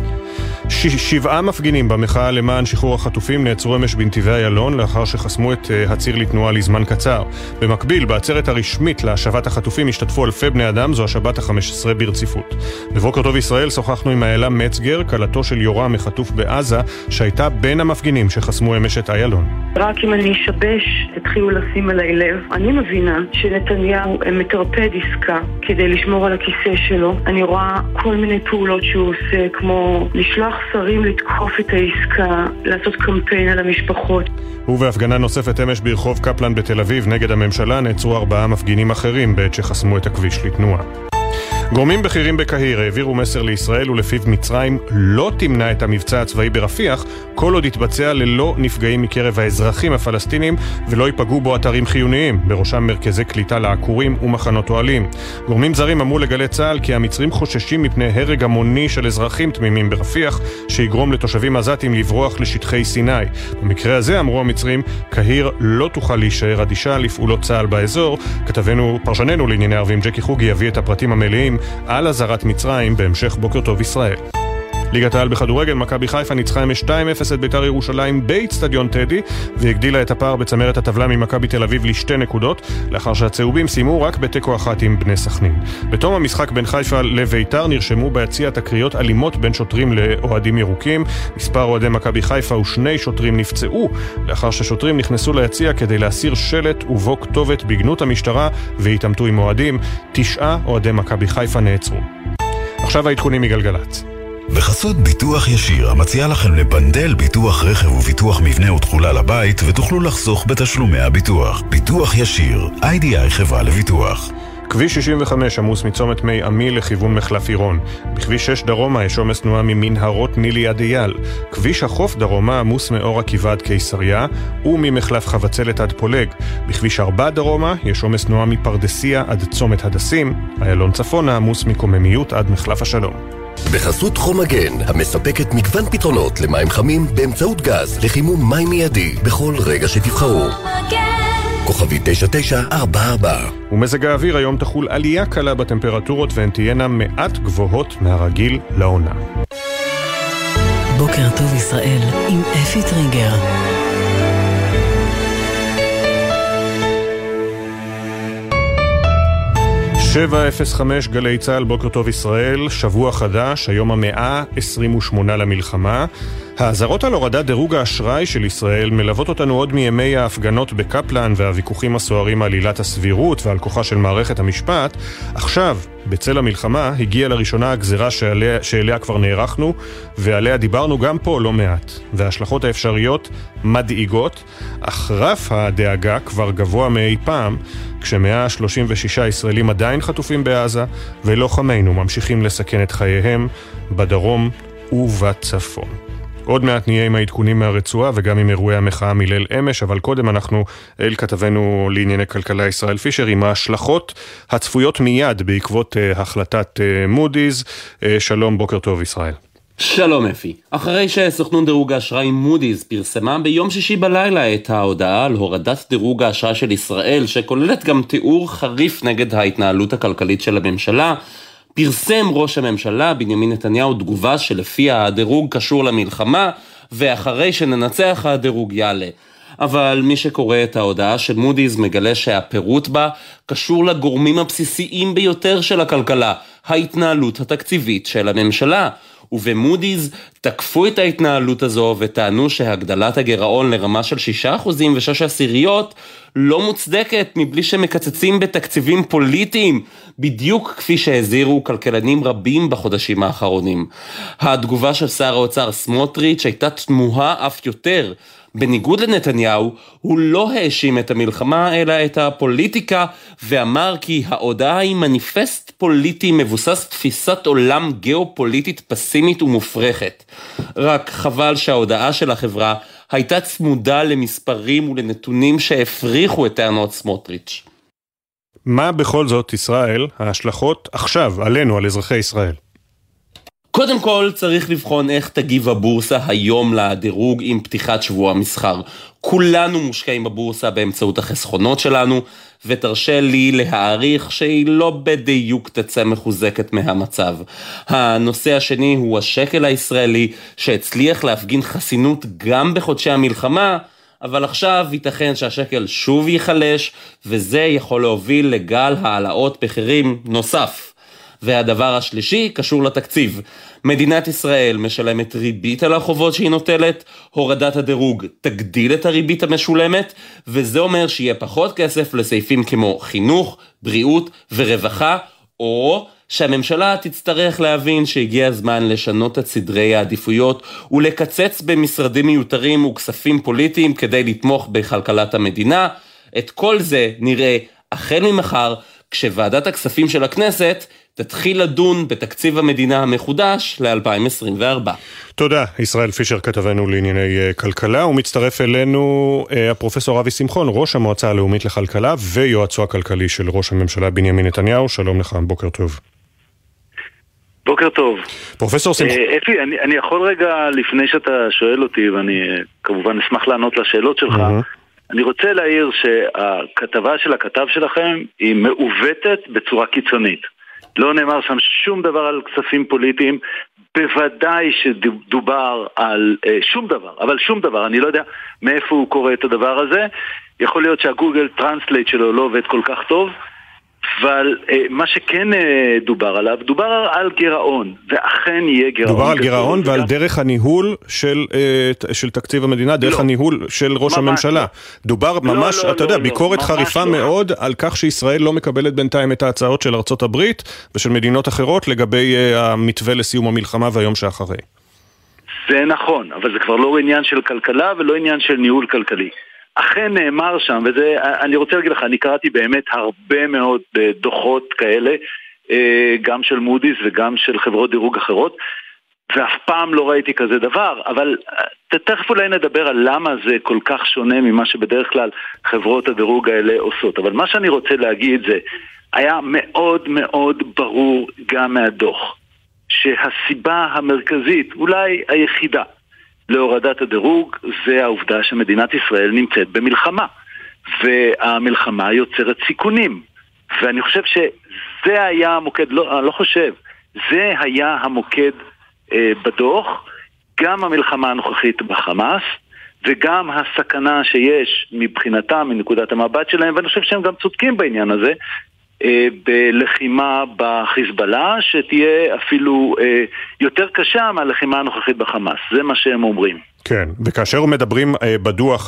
[SPEAKER 2] 7 מפגינים במחאה למען שחרור החטופים נעצרו אמש בנתיבי איילון לאחר שחסמו את הציר לתנועה לזמן קצר. במקביל, בעצרת הרשמית להשבת החטופים השתתפו אלפי בני אדם, זו השבת ה-15 ברציפות. בבוקר טוב ישראל שוחחנו עם האלה מצגר, קלתו של יורם מחטוף בעזה, שהייתה בין המפגינים שחסמו אמש את איילון.
[SPEAKER 24] רק אם אני אשבש, תתחילו לשים עליי לב. אני מבינה שנתניהו מטרפד עסקה כדי לשמור על הכיסא שלו. אני רואה כל מיני פעולות שהוא עושה, כמו לשלוח שרים לתקוף את העסקה, לעשות קמפיין על המשפחות.
[SPEAKER 2] ובהפגנה נוספת אמש ברחוב קפלן בתל אביב נגד הממשלה נעצרו 4 מפגינים אחרים בעת שחסמו את הכביש לתנועה. גורמים בכירים בקהיר העבירו מסר לישראל ולפיו מצרים לא תמנע את המבצע הצבאי ברפיח כל עוד יתבצע ללא נפגעים מקרב האזרחים הפלסטינים ולא ייפגעו בו אתרים חיוניים, בראשם מרכזי קליטה לעקורים ומחנות אוהלים. גורמים זרים אמרו לגלי צה"ל כי המצרים חוששים מפני הרג המוני של אזרחים תמימים ברפיח שיגרום לתושבים עזתים לברוח לשטחי סיני. במקרה הזה אמרו המצרים, קהיר לא תוכל להישאר אדישה לפעולות צה"ל באזור. פרשננו לענייני ערבים ג'קי חוגי יביא את הפרטים המלאים על הזרת מצרים בהמשך בוקר טוב ישראל. ליגת העל בכדורגל, מכבי חיפה ניצחה 2-0 את בית"ר ירושלים באצטדיון טדי והגדילה את הפער בצמרת הטבלה ממכבי תל אביב ל2 נקודות לאחר שהצהובים סיימו רק בתיקו אחת עם בני סכנין. בתום המשחק בין חיפה לבית"ר נרשמו ביציע תקריות אלימות בין שוטרים לאוהדים ירוקים. מספר אוהדי מכבי חיפה ו2 שוטרים נפצעו לאחר ששוטרים נכנסו ליציע כדי להסיר שלט ובו כתובת בגנות המשטרה והתעמתו עם אוהדים. 9 אוהדי מכבי חיפה נעצרו. עכשיו העדכונים מגלגלצ.
[SPEAKER 12] בחסות ביטוח ישיר, המציע לכם לבנדל ביטוח רכב וביטוח מבנה ותכולה לבית, ותוכלו לחסוך בתשלומי הביטוח. ביטוח ישיר, IDI חברה לביטוח.
[SPEAKER 2] כביש 65 עמוס מצומת מי עמי לכיוון מחלף עירון. בכביש 6 דרומה יש עומס תנועה ממנהרות נילי עד אייל. כביש החוף דרומה עמוס מאור עקיבא עד קיסריה וממחלף חבצלת עד פולג. בכביש 4 דרומה יש עומס תנועה מפרדסיה עד צומת הדסים. איילון צפונה עמוס מקוממיות עד מחלף השלום.
[SPEAKER 20] בחסות חום מגן, המספקת מגוון פתרונות למים חמים באמצעות גז לחימום מים מיידי בכל רגע שתבחרו. כוכבי 9944.
[SPEAKER 2] ומזג האוויר היום תחול עלייה קלה בטמפרטורות והן תהיינה מעט גבוהות מהרגיל לעונה.
[SPEAKER 3] בוקר טוב ישראל עם אפי טריגר.
[SPEAKER 2] 7:05 גלי צהל, בוקר טוב ישראל, שבוע חדש, היום ה-128 למלחמה. האזהרות על הורדת דירוג האשראי של ישראל מלוות אותנו עוד מימי ההפגנות בקפלן והוויכוחים הסוערים על עילת הסבירות ועל כוחה של מערכת המשפט. עכשיו, בצל המלחמה, הגיעה לראשונה הגזרה שאליה כבר נערכנו, ועליה דיברנו גם פה לא מעט. וההשלכות האפשריות מדאיגות, אך רף הדאגה כבר גבוה מאי פעם, כש136 ישראלים עדיין חטופים בעזה, ולוחמינו ממשיכים לסכן את חייהם בדרום ובצפון. עוד מעט נהיה עם העדכונים מהרצועה וגם עם אירועי המחאה מליל אמש, אבל קודם אנחנו אל כתבנו לענייני כלכלה ישראל פישר עם ההשלכות הצפויות מיד בעקבות החלטת מודי'ס. שלום, בוקר טוב ישראל.
[SPEAKER 6] שלום אפי. אחרי שסוכנות דירוג האשראי מודי'ס פרסמה ביום שישי בלילה את ההודעה על הורדת דירוג האשראי של ישראל, שכוללת גם תיאור חריף נגד ההתנהלות הכלכלית של הממשלה, פרסם ראש הממשלה בנימין נתניהו תגובה שלפיה הדירוג קשור למלחמה, ואחרי שננצח הדירוג יעלה. אבל מי שקורא את ההודעה של מודי'ס מגלה שהפירוט בה קשור לגורמים הבסיסיים ביותר של הכלכלה, ההתנהלות התקציבית של הממשלה. ובמודי'ס תקפו את ההתנהלות הזו וטענו שהגדלת הגירעון לרמה של 6.6% לא מוצדקת מבלי שמקצצים בתקציבים פוליטיים, בדיוק כפי שהזהירו כלכלנים רבים בחודשים האחרונים. התגובה של שר האוצר סמוטריץ' הייתה תמוהה אף יותר. בניגוד לנתניהו, הוא לא האשים את המלחמה אלא את הפוליטיקה, ואמר כי ההודעה היא מניפסט פוליטי מבוסס תפיסת עולם גיאופוליטית פסימית ומופרכת. רק חבל שההודעה של החברה הייתה צמודה למספרים ולנתונים שהפריחו את טענות סמוטריץ'.
[SPEAKER 2] מה בכל זאת ישראל ההשלכות עכשיו עלינו, על אזרחי ישראל?
[SPEAKER 6] קודם כל צריך לבחון איך תגיב הבורסה היום לדירוג עם פתיחת שבוע המסחר. כולנו מושקעים בבורסה באמצעות החסכונות שלנו, ותרשה לי להעריך שהיא לא בדיוק תצא מחוזקת מהמצב. הנושא השני הוא השקל הישראלי, שהצליח להפגין חסינות גם בחודשי המלחמה, אבל עכשיו ייתכן שהשקל שוב ייחלש, וזה יכול להוביל לגל העלאות מחירים נוסף. והדבר השלישי קשור לתקציב. מדינת ישראל משלמת ריבית על החובות שהיא נוטלת, הורדת הדירוג תגדיל את הריבית המשולמת, וזה אומר שיהיה פחות כסף לסעיפים כמו חינוך, בריאות ורווחה, או שהממשלה תצטרך להבין שהגיע הזמן לשנות את סדרי העדיפויות ולקצץ במשרדים מיותרים וכספים פוליטיים כדי לתמוך בכלכלת המדינה. את כל זה נראה החל ממחר, כשוועדת הכספים של הכנסת תתחיל לדון בתקציב המדינה המחודש ל-2024.
[SPEAKER 2] תודה, ישראל פישר כתבנו לענייני כלכלה, ומצטרף אלינו הפרופסור אבי שמחון, ראש המועצה הלאומית לכלכלה ויועצו הכלכלי של ראש הממשלה בנימין נתניהו. שלום לך, בוקר טוב.
[SPEAKER 10] בוקר טוב.
[SPEAKER 2] פרופסור שמחון.
[SPEAKER 10] אפי, אני יכול רגע, לפני שאתה שואל אותי, ואני כמובן אשמח לענות לשאלות שלך, אני רוצה להעיר שהכתבה של הכתב שלכם היא מעוותת בצורה קיצונית. לא נאמר שם שום דבר על כספים פוליטיים, בוודאי שדובר על שום דבר, אבל שום דבר, אני לא יודע מאיפה הוא קורא את הדבר הזה, יכול להיות שהגוגל טרנסלייט שלו לא עובד כל כך טוב, אבל מה שכן דובר עליו, דובר על גירעון, ואכן יהיה גירעון.
[SPEAKER 2] דובר על גירעון ועל דרך הניהול של תקציב המדינה, דרך הניהול של ראש הממשלה. דובר ממש, אתה יודע, ביקורת חריפה מאוד על כך שישראל לא מקבלת בינתיים את ההצעות של ארצות הברית ושל מדינות אחרות לגבי המתווה לסיום המלחמה והיום שאחרי.
[SPEAKER 10] זה נכון, אבל זה כבר לא עניין של כלכלה ולא עניין של ניהול כלכלי. אכן נאמר שם, וזה, אני רוצה להגיד לך, אני קראתי באמת הרבה מאוד דוחות כאלה, גם של מודי'ס וגם של חברות דירוג אחרות, ואף פעם לא ראיתי כזה דבר, אבל תכף אולי נדבר על למה זה כל כך שונה ממה שבדרך כלל חברות הדירוג האלה עושות. אבל מה שאני רוצה להגיד זה, היה מאוד מאוד ברור גם מהדוח, שהסיבה המרכזית, אולי היחידה, להורדת הדירוג, זה העובדה שמדינת ישראל נמצאת במלחמה, והמלחמה יוצרת סיכונים, ואני חושב שזה היה המוקד, אני לא חושב, זה היה המוקד בדוח, גם המלחמה הנוכחית בחמאס, וגם הסכנה שיש מבחינתם, מנקודת המבט שלהם, ואני חושב שהם גם צודקים בעניין הזה, בלחימה בחיזבאללה, שתהיה אפילו יותר קשה מהלחימה הנוכחית בחמאס. זה מה שהם אומרים.
[SPEAKER 2] כן, וכאשר מדברים בדוח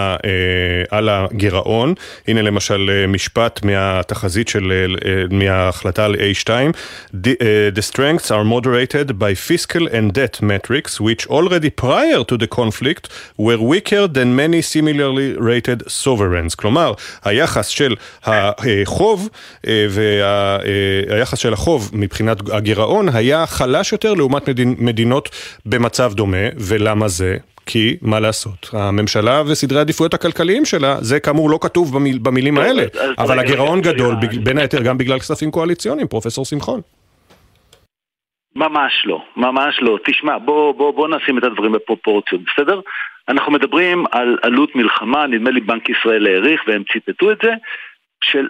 [SPEAKER 2] על הגירעון, הנה למשל משפט מהתחזית מההחלטה על A2, The strengths are moderated by fiscal and debt metrics, which already prior to the conflict were weaker than many similarly rated sovereigns. כלומר, היחס של החוב והיחס של החוב מבחינת הגירעון היה חלש יותר לעומת מדינות במצב דומה, ולמה זה? כי, מה לעשות? הממשלה וסדרי העדיפויות הכלכליים שלה, זה כאמור לא כתוב במילים האלה, אבל הגירעון גדול, בין היתר גם בגלל כספים קואליציוניים, פרופסור שמחון.
[SPEAKER 10] ממש לא, ממש לא. תשמע, בוא נשים את הדברים בפרופורציות, בסדר? אנחנו מדברים על עלות מלחמה, נדמה לי בנק ישראל העריך, והם ציטטו את זה, של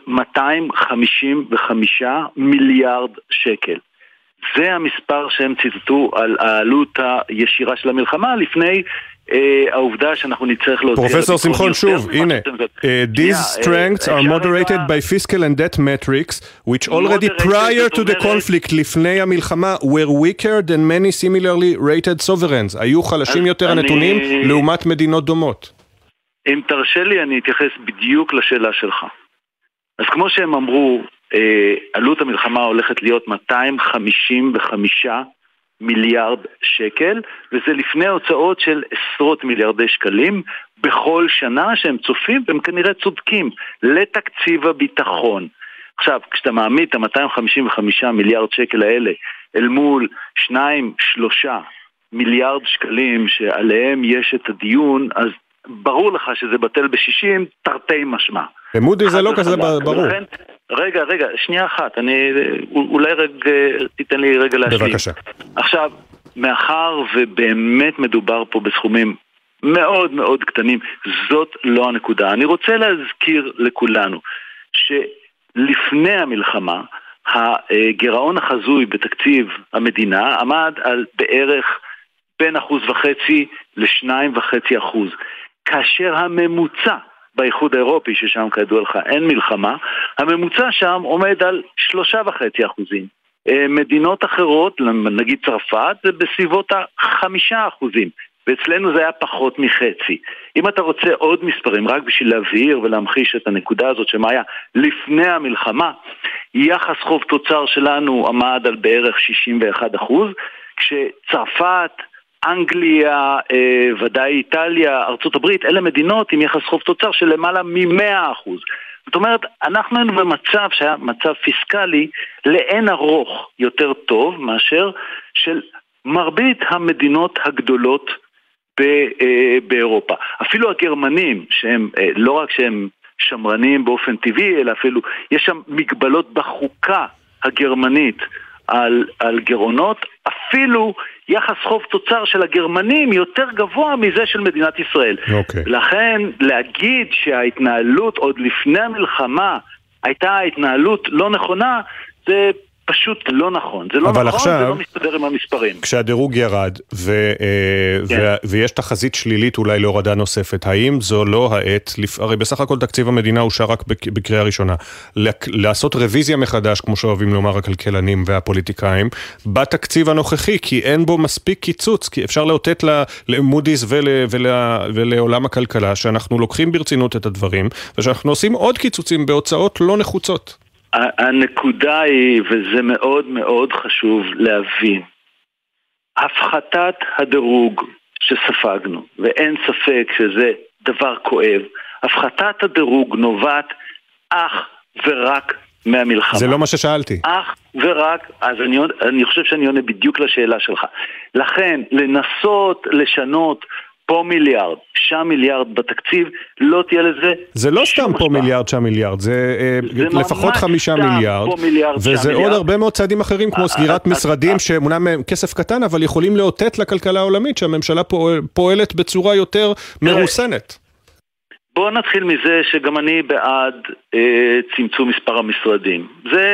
[SPEAKER 10] 255 מיליארד שקל. זה המספר שהם ציטטו על העלות הישירה של המלחמה לפני העובדה שאנחנו נצטרך להוציא...
[SPEAKER 2] פרופסור שמחון, שוב, הנה. These strengths are moderated by fiscal and debt metrics, which already prior to the conflict, לפני המלחמה, were weaker than many similarly rated sovereigns. היו חלשים יותר הנתונים לעומת מדינות דומות.
[SPEAKER 10] אם תרשה לי, אני אתייחס בדיוק לשאלה שלך. אז כמו שהם אמרו, עלות המלחמה הולכת להיות 255 מיליארד שקל, וזה לפני הוצאות של עשרות מיליארדי שקלים בכל שנה שהם צופים, והם כנראה צודקים, לתקציב הביטחון. עכשיו, כשאתה מעמיד את ה-255 מיליארד שקל האלה אל מול 2-3 מיליארד שקלים שעליהם יש את הדיון, אז ברור לך שזה בטל ב-60, תרתי משמע.
[SPEAKER 2] במודי זה לא כזה ברור.
[SPEAKER 10] רגע, שנייה אחת, אולי תיתן לי רגע להשלים.
[SPEAKER 2] בבקשה.
[SPEAKER 10] עכשיו, מאחר ובאמת מדובר פה בסכומים מאוד מאוד קטנים, זאת לא הנקודה. אני רוצה להזכיר לכולנו, שלפני המלחמה, הגירעון החזוי בתקציב המדינה עמד על בערך בין 1.5% ל2.5%. כאשר הממוצע באיחוד האירופי, ששם כידוע לך אין מלחמה, הממוצע שם עומד על 3.5%. מדינות אחרות, נגיד צרפת, זה בסביבות 5%, ואצלנו זה היה פחות מחצי. אם אתה רוצה עוד מספרים, רק בשביל להבהיר ולהמחיש את הנקודה הזאת, שמה היה לפני המלחמה, יחס חוב תוצר שלנו עמד על בערך 61%, כשצרפת אנגליה, ודאי איטליה, ארצות הברית, אלה מדינות עם יחס חוב תוצר של למעלה מ-100%. זאת אומרת, אנחנו היינו במצב שהיה מצב פיסקלי לאין ארוך יותר טוב מאשר של מרבית המדינות הגדולות באירופה. אפילו הגרמנים, שהם לא רק שהם שמרנים באופן טבעי, אלא אפילו יש שם מגבלות בחוקה הגרמנית על גירעונות, אפילו יחס חוב תוצר של הגרמנים יותר גבוה מזה של מדינת ישראל. לכן להגיד שההתנהלות עוד לפני המלחמה הייתה התנהלות לא נכונה, זה פשוט לא נכון. זה לא נכון, עכשיו, זה לא מסתדר עם המספרים.
[SPEAKER 2] כשהדירוג ירד ויש תחזית שלילית אולי להורדה נוספת, האם זו לא העת, הרי בסך הכל תקציב המדינה אושר רק בקריאה ראשונה, לעשות רוויזיה מחדש, כמו שאוהבים לומר הכלכלנים והפוליטיקאים, בתקציב הנוכחי, כי אין בו מספיק קיצוץ, כי אפשר לאותת למודי'ס ולעולם הכלכלה, שאנחנו לוקחים ברצינות את הדברים, ושאנחנו עושים עוד קיצוצים בהוצאות לא נחוצות.
[SPEAKER 10] הנקודה היא, וזה מאוד מאוד חשוב להבין, הפחתת הדירוג שספגנו, ואין ספק שזה דבר כואב, הפחתת הדירוג נובעת אך ורק מהמלחמה.
[SPEAKER 2] זה לא מה ששאלתי.
[SPEAKER 10] אך ורק, אז אני חושב שאני עונה בדיוק לשאלה שלך. לכן, לנסות לשנות פה מיליארד, שם מיליארד בתקציב, לא תהיה לזה.
[SPEAKER 2] זה לא סתם פה מיליארד, שם מיליארד, זה לפחות 5 מיליארד, וזה עוד הרבה מאוד צעדים אחרים, כמו סגירת משרדים שמונם מהם כסף קטן, אבל יכולים לאותת לכלכלה העולמית, שהממשלה פועלת בצורה יותר מרוסנת.
[SPEAKER 10] בואו נתחיל מזה שגם אני בעד צמצום מספר המשרדים.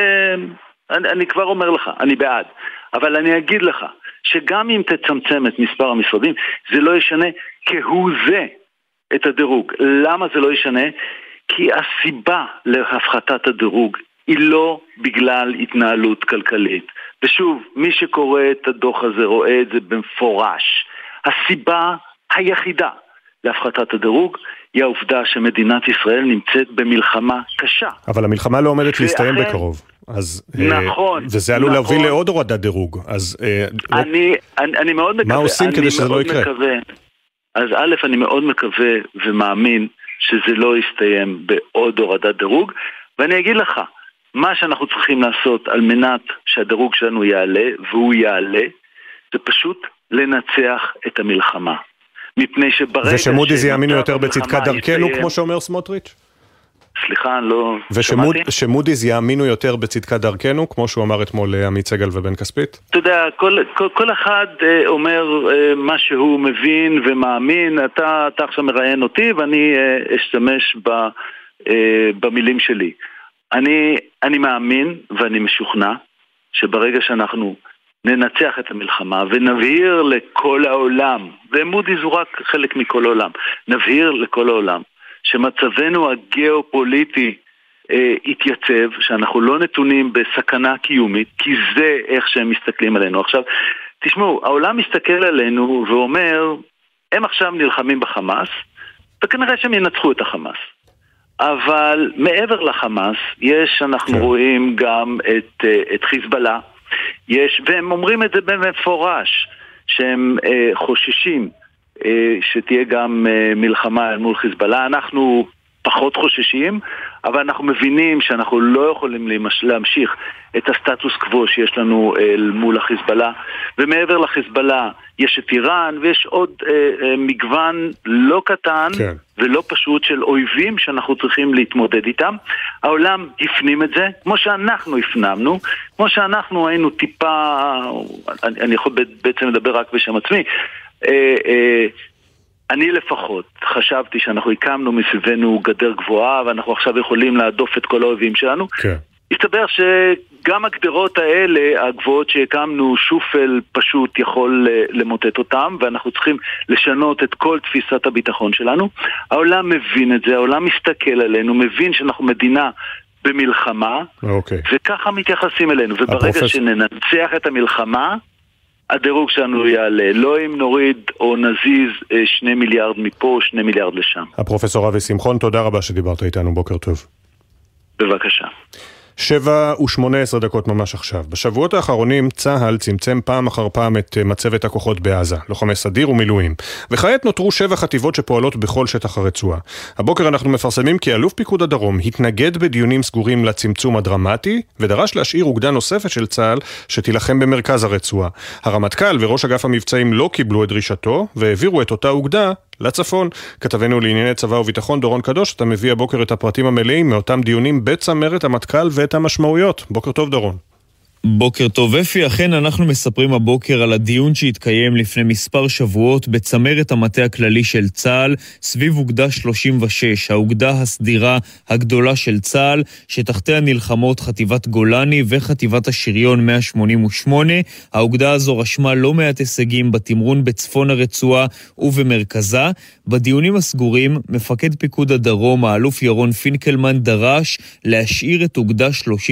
[SPEAKER 10] אני כבר אומר לך, אני בעד. אבל אני אגיד לך, שגם אם תצמצם את מספר המשרדים, זה לא ישנה כהוא זה את הדירוג. למה זה לא ישנה? כי הסיבה להפחתת הדירוג היא לא בגלל התנהלות כלכלית. ושוב, מי שקורא את הדוח הזה רואה את זה במפורש. הסיבה היחידה להפחתת הדירוג היא העובדה שמדינת ישראל נמצאת במלחמה קשה.
[SPEAKER 2] אבל המלחמה לא עומדת להסתיים בקרוב. אז,
[SPEAKER 10] נכון.
[SPEAKER 2] וזה עלול להביא לעוד הורדת דירוג. אז
[SPEAKER 10] אני מאוד מקווה.
[SPEAKER 2] מה עושים כדי שזה לא יקרה?
[SPEAKER 10] אז א', אני מאוד מקווה ומאמין שזה לא יסתיים בעוד הורדת דירוג, ואני אגיד לך, מה שאנחנו צריכים לעשות על מנת שהדירוג שלנו יעלה, והוא יעלה, זה פשוט לנצח את המלחמה. מפני שברגע
[SPEAKER 2] ושמודי'ס יאמינו יותר בצדקת דרכנו, כמו שאומר סמוטריץ'?
[SPEAKER 10] סליחה, לא
[SPEAKER 2] שמעתי. ושמודי'ס יאמינו יותר בצדקת דרכנו, כמו שהוא אמר אתמול לעמית סגל ובן כספית?
[SPEAKER 10] אתה יודע, כל אחד אומר מה שהוא מבין ומאמין. אתה עכשיו מראיין אותי, ואני אשתמש במילים שלי. אני מאמין ואני משוכנע שברגע שאנחנו ננצח את המלחמה ונבהיר לכל העולם, ומודי'ס הוא רק חלק מכל העולם, נבהיר לכל העולם שמצבנו הגיאופוליטי התייצב, שאנחנו לא נתונים בסכנה קיומית, כי זה איך שהם מסתכלים עלינו. עכשיו, תשמעו, העולם מסתכל עלינו ואומר, הם עכשיו נלחמים בחמאס, וכנראה שהם ינצחו את החמאס. אבל מעבר לחמאס, אנחנו רואים גם את חיזבאללה, והם אומרים את זה במפורש, שהם חוששים שתהיה גם מלחמה מול חיזבאללה. אנחנו פחות חוששים, אבל אנחנו מבינים שאנחנו לא יכולים להמשיך את הסטטוס קוו שיש לנו מול החיזבאללה, ומעבר לחיזבאללה יש את איראן, ויש עוד מגוון לא קטן ולא פשוט של אויבים שאנחנו צריכים להתמודד איתם. העולם הפנים את זה, כמו שאנחנו הפנמנו, כמו שאנחנו היינו טיפה, אני יכול בעצם לדבר רק בשם עצמי, אני לפחות חשבתי שאנחנו הקמנו מסביבנו גדר גבוהה, ואנחנו עכשיו יכולים להדוף את כל האויבים שלנו. הסתבר שגם הגדרות האלה, הגבוהות שהקמנו, שופל פשוט יכול למוטט אותם, ואנחנו צריכים לשנות את כל תפיסת הביטחון שלנו. העולם מבין את זה, העולם מסתכל עלינו, מבין שאנחנו מדינה במלחמה, וככה מתייחסים אלינו. וברגע שננצח את המלחמה, הדירוג שלנו יעלה, לא אם נוריד או נזיז 2 מיליארד מפה או 2 מיליארד לשם.
[SPEAKER 2] הפרופסור אבי שמחון, תודה רבה שדיברת איתנו, בוקר טוב.
[SPEAKER 10] בבקשה.
[SPEAKER 2] 7:18 ממש עכשיו. בשבועות האחרונים צה"ל צמצם פעם אחר פעם את מצבת הכוחות בעזה, לוחמי סדיר ומילואים. וכעת נותרו 7 חטיבות שפועלות בכל שטח הרצועה. הבוקר אנחנו מפרסמים כי אלוף פיקוד הדרום התנגד בדיונים סגורים לצמצום הדרמטי, ודרש להשאיר אוגדה נוספת של צה"ל שתילחם במרכז הרצועה. הרמטכ"ל וראש אגף המבצעים לא קיבלו את דרישתו, והעבירו את אותה אוגדה לצפון. כתבנו לענייני צבא וביטחון דורון קדוש, אתה מביא הבוקר את הפרטים המלאים מאותם דיונים בצמרת המטכ"ל ואת המשמעויות. בוקר טוב דורון.
[SPEAKER 7] בוקר טוב אפי, אכן אנחנו מספרים הבוקר על הדיון שהתקיים לפני מספר שבועות בצמרת המטה הכללי של צה"ל סביב אוגדה 36, האוגדה הסדירה הגדולה של צה"ל שתחתיה נלחמות חטיבת גולני וחטיבת השריון 188. האוגדה הזו רשמה לא מעט הישגים בתמרון בצפון הרצועה ובמרכזה. בדיונים הסגורים מפקד פיקוד הדרום האלוף ירון פינקלמן דרש להשאיר את אוגדה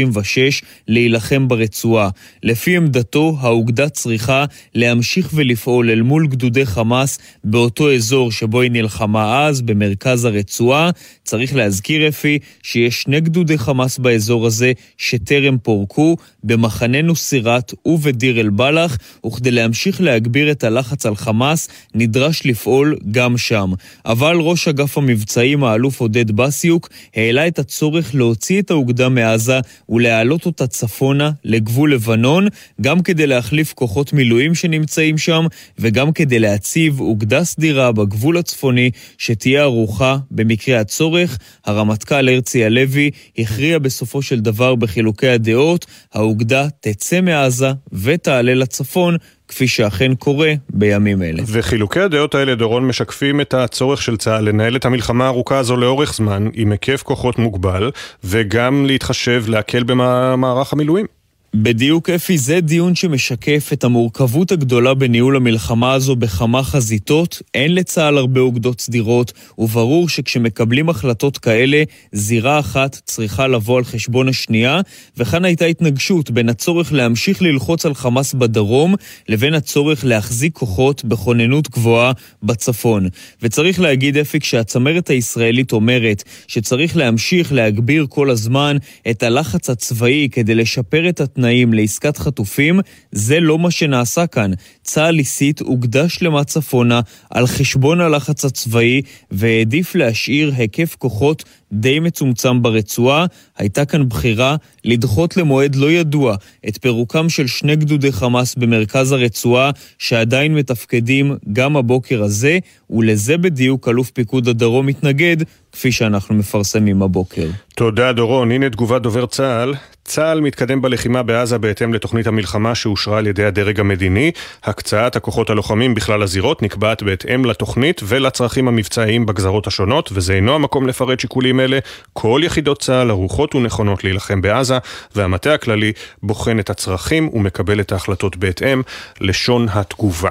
[SPEAKER 7] 36 להילחם ברצועה. לפי עמדתו, האוגדה צריכה להמשיך ולפעול אל מול גדודי חמאס באותו אזור שבו היא נלחמה אז, במרכז הרצועה. צריך להזכיר אפי שיש 2 גדודי חמאס באזור הזה שטרם פורקו, במחנה נוסירת ובדיר אל בלח, וכדי להמשיך להגביר את הלחץ על חמאס נדרש לפעול גם שם. אבל ראש אגף המבצעים האלוף עודד בסיוק העלה את הצורך להוציא את האוגדה מעזה ולהעלות אותה צפונה לגבול לבנון, גם כדי להחליף כוחות מילואים שנמצאים שם וגם כדי להציב אוגדה סדירה בגבול הצפוני שתהיה ערוכה במקרה הצורך. הרמטכ"ל הרצי הלוי הכריע בסופו של דבר בחילוקי הדעות, האוגדה תצא מעזה ותעלה לצפון, כפי שאכן קורה בימים אלה.
[SPEAKER 2] וחילוקי הדעות האלה דורון משקפים את הצורך של צה"ל לנהל את המלחמה הארוכה הזו לאורך זמן עם היקף כוחות מוגבל, וגם להתחשב להקל במערך המילואים.
[SPEAKER 7] בדיוק אפי, זה דיון שמשקף את המורכבות הגדולה בניהול המלחמה הזו בכמה חזיתות. אין לצה"ל הרבה אוגדות סדירות, וברור שכשמקבלים החלטות כאלה, זירה אחת צריכה לבוא על חשבון השנייה, וכאן הייתה התנגשות בין הצורך להמשיך ללחוץ על חמאס בדרום, לבין הצורך להחזיק כוחות בכוננות גבוהה בצפון. וצריך להגיד אפי, כשהצמרת הישראלית אומרת שצריך להמשיך להגביר כל הזמן את הלחץ הצבאי כדי לשפר את התנאים לעסקת חטופים, זה לא מה שנעשה כאן. צה"ל הסיט אוגדה שלמה צפונה על חשבון הלחץ הצבאי והעדיף להשאיר היקף כוחות די מצומצם ברצועה. הייתה כאן בחירה לדחות למועד לא ידוע את פירוקם של 2 גדודי חמאס במרכז הרצועה שעדיין מתפקדים גם הבוקר הזה, ולזה בדיוק אלוף פיקוד הדרום מתנגד, כפי שאנחנו מפרסמים הבוקר.
[SPEAKER 2] תודה דורון. הנה תגובת דובר צה"ל. צה"ל מתקדם בלחימה בעזה בהתאם לתוכנית המלחמה שאושרה על ידי הדרג המדיני. הקצאת הכוחות הלוחמים בכלל הזירות נקבעת בהתאם לתוכנית ולצרכים המבצעיים בגזרות השונות, וזה אינו המקום לפרט שיקולים אלה. כל יחידות צה"ל ערוכות ונכונות להילחם בעזה, והמטה הכללי בוחן את הצרכים ומקבל את ההחלטות בהתאם. לשון התגובה.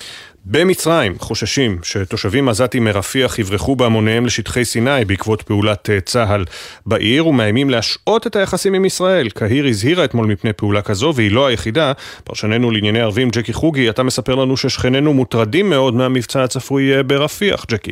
[SPEAKER 2] במצרים חוששים שתושבים עזתים מרפיח יברחו בהמוניהם לשטחי סיני בעקבות פעולת צה"ל בעיר, ומאיימים להשעות את היחסים עם ישראל. קהיר הזהירה אתמול מפני פעולה כזו, והיא לא היחידה. פרשננו לענייני ערבים ג'קי חוגי, אתה מספר לנו ששכננו מוטרדים מאוד מהמבצע הצפוי ברפיח. ג'קי.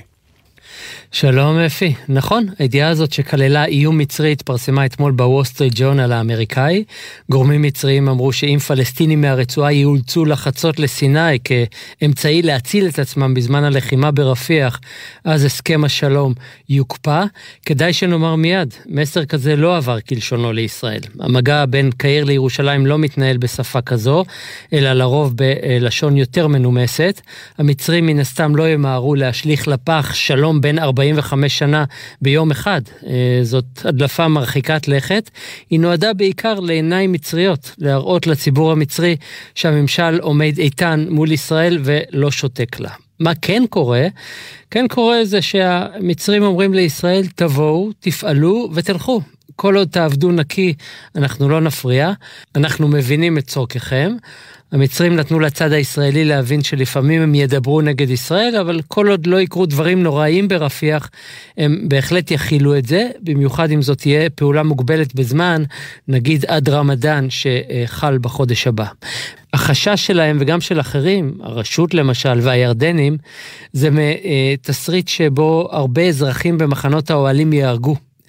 [SPEAKER 9] שלום אפי, נכון, הידיעה הזאת שכללה איום מצרי התפרסמה אתמול בוול סטריט ג'ורנל האמריקאי. גורמים מצריים אמרו שאם פלסטינים מהרצועה יאולצו לחצות לסיני כאמצעי להציל את עצמם בזמן הלחימה ברפיח, אז הסכם השלום יוקפא. כדאי שנאמר מיד, מסר כזה לא עבר כלשונו לישראל. המגע בין קהיר לירושלים לא מתנהל בשפה כזו, אלא לרוב בלשון יותר מנומסת. המצרים מן הסתם לא ימהרו להשליך לפח שלום בין 45 שנה ביום אחד. זאת הדלפה מרחיקת לכת. היא נועדה בעיקר לעיניים מצריות, להראות לציבור המצרי שהממשל עומד איתן מול ישראל ולא שותק לה. מה כן קורה? כן קורה זה שהמצרים אומרים לישראל, תבואו, תפעלו ותלכו. כל עוד תעבדו נקי, אנחנו לא נפריע, אנחנו מבינים את צורככם. המצרים נתנו לצד הישראלי להבין שלפעמים הם ידברו נגד ישראל, אבל כל עוד לא יקרו דברים נוראים ברפיח, הם בהחלט יכילו את זה, במיוחד אם זאת תהיה פעולה מוגבלת בזמן, נגיד עד רמדאן שחל בחודש הבא. החשש שלהם וגם של אחרים, הרשות למשל והירדנים, זה מתסריט שבו הרבה אזרחים במחנות האוהלים יהרגו.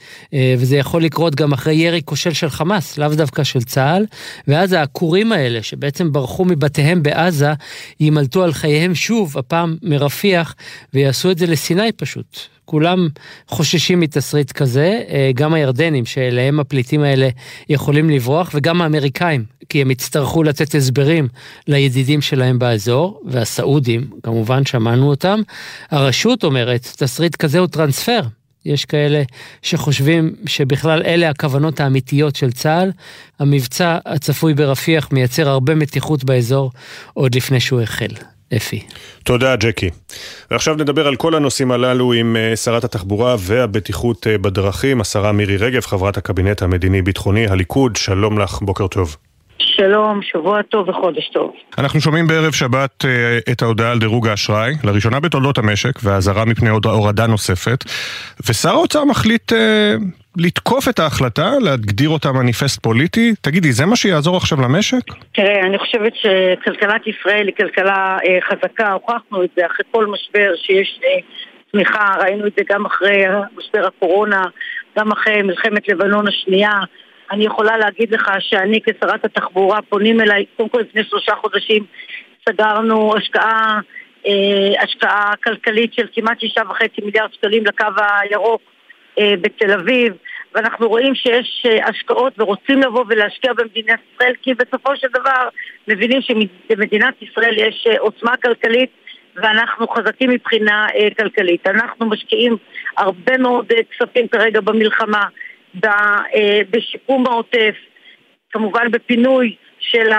[SPEAKER 9] וזה יכול לקרות גם אחרי ירי כושל של חמאס, לאו דווקא של צה"ל, ואז העקורים האלה שבעצם ברחו מבתיהם בעזה, ימלטו על חייהם שוב, הפעם מרפיח, ויעשו את זה לסיני פשוט. כולם חוששים מתסריט כזה, גם הירדנים שאליהם הפליטים האלה יכולים לברוח, וגם האמריקאים, כי הם יצטרכו לתת הסברים לידידים שלהם באזור, והסעודים, כמובן שמענו אותם. הרשות אומרת, תסריט כזה הוא טרנספר. יש כאלה שחושבים שבכלל אלה הכוונות האמיתיות של צה"ל. המבצע הצפוי ברפיח מייצר הרבה מתיחות באזור עוד לפני שהוא החל. אפי.
[SPEAKER 2] תודה ג'קי. ועכשיו נדבר על כל הנושאים הללו עם שרת התחבורה והבטיחות בדרכים, השרה מירי רגב, חברת הקבינט המדיני-ביטחוני, הליכוד. שלום לך, בוקר טוב.
[SPEAKER 8] שלום, שבוע טוב וחודש טוב.
[SPEAKER 2] אנחנו שומעים בערב שבת את ההודעה על דירוג האשראי, לראשונה בתולדות המשק, והזהרה מפני הורדה נוספת, ושר האוצר מחליט לתקוף את ההחלטה, להגדיר אותה מניפסט פוליטי. תגידי, זה מה שיעזור עכשיו למשק?
[SPEAKER 8] תראה, אני חושבת שכלכלת ישראל היא כלכלה חזקה, הוכחנו את זה אחרי כל משבר שיש צמיחה, ראינו את זה גם אחרי משבר הקורונה, גם אחרי מלחמת לבנון השנייה. אני יכולה להגיד לך שאני כשרת התחבורה פונים אליי, קודם כל לפני 3 חודשים סגרנו השקעה כלכלית של כמעט 6.5 מיליארד שקלים לקו הירוק בתל אביב, ואנחנו רואים שיש השקעות ורוצים לבוא ולהשקיע במדינת ישראל, כי בסופו של דבר מבינים שבמדינת ישראל יש עוצמה כלכלית ואנחנו חזקים מבחינה כלכלית. אנחנו משקיעים הרבה מאוד כספים כרגע במלחמה, בשיקום העוטף, כמובן בפינוי של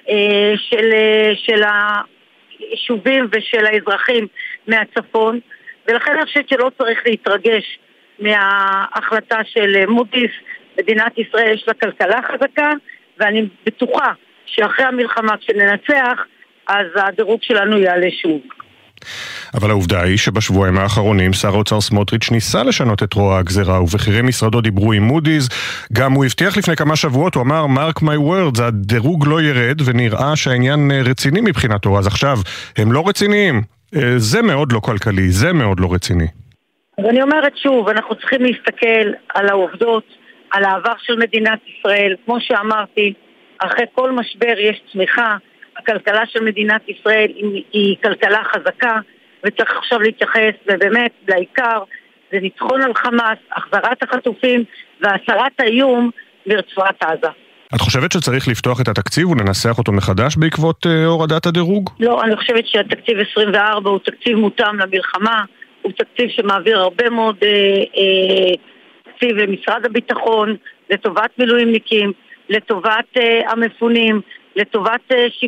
[SPEAKER 8] היישובים ושל האזרחים מהצפון, ולכן אני חושבת שלא צריך להתרגש מההחלטה של מודי'ס. מדינת ישראל יש לה כלכלה חזקה, ואני בטוחה שאחרי המלחמה כשננצח, אז הדירוג שלנו יעלה שוב.
[SPEAKER 2] אבל העובדה היא שבשבועיים האחרונים שר האוצר סמוטריץ' ניסה לשנות את רוע הגזרה, ובכירי משרדו דיברו עם מודי'ס. גם הוא הבטיח לפני כמה שבועות, הוא אמר, mark my words, הדירוג לא ירד, ונראה שהעניין רציני מבחינתו. אז עכשיו, הם לא רציניים. זה מאוד לא כלכלי, זה מאוד לא רציני.
[SPEAKER 8] אז אני אומרת שוב, אנחנו צריכים להסתכל על העובדות, על העבר של מדינת ישראל. כמו שאמרתי, אחרי כל משבר יש צמיחה, הכלכלה של מדינת ישראל היא כלכלה חזקה, וצריך עכשיו להתייחס, ובאמת, לעיקר, זה ניצחון על חמאס, החזרת החטופים, והסרת האיום ברצועת עזה.
[SPEAKER 2] את חושבת שצריך לפתוח את התקציב ולנסח אותו מחדש בעקבות הורדת הדירוג?
[SPEAKER 8] לא, אני חושבת שהתקציב 24 הוא תקציב מותאם למלחמה, הוא תקציב שמעביר הרבה מאוד תקציב למשרד הביטחון, לטובת מילואימניקים, לטובת המפונים, לטובת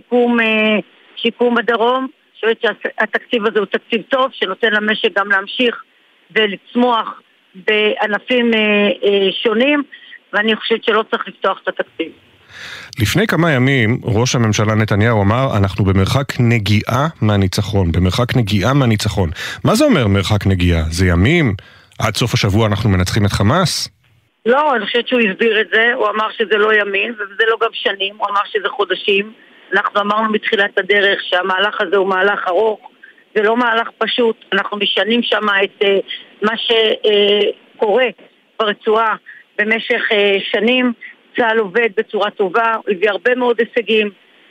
[SPEAKER 8] שיקום בדרום. אני חושבת שהתקציב הזה הוא תקציב טוב, שנותן למשק גם להמשיך ולצמוח בענפים שונים, ואני חושבת שלא צריך לפתוח את התקציב.
[SPEAKER 2] לפני כמה ימים ראש הממשלה נתניהו אמר, אנחנו במרחק נגיעה מהניצחון, במרחק נגיעה מהניצחון. מה זה אומר מרחק נגיעה? זה ימים? עד סוף השבוע אנחנו מנצחים את חמאס?
[SPEAKER 8] לא, אני חושבת שהוא הסביר את זה, הוא אמר שזה לא ימים, וזה לא גם שנים, הוא אמר שזה חודשים. אנחנו אמרנו בתחילת הדרך שהמהלך הזה הוא מהלך ארוך, זה לא מהלך פשוט, אנחנו משנים שם את מה שקורה ברצועה במשך שנים. צה"ל עובד בצורה טובה, הוא הביא הרבה מאוד הישגים,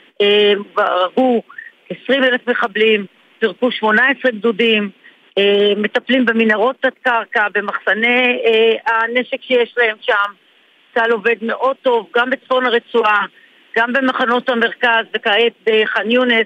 [SPEAKER 8] הרגו 20,000 מחבלים, זרקו 18 גדודים, מטפלים במנהרות תת-קרקע, במחסני הנשק שיש להם שם. צה"ל עובד מאוד טוב, גם בצפון הרצועה, גם במחנות המרכז, וכעת בח'אן יונס,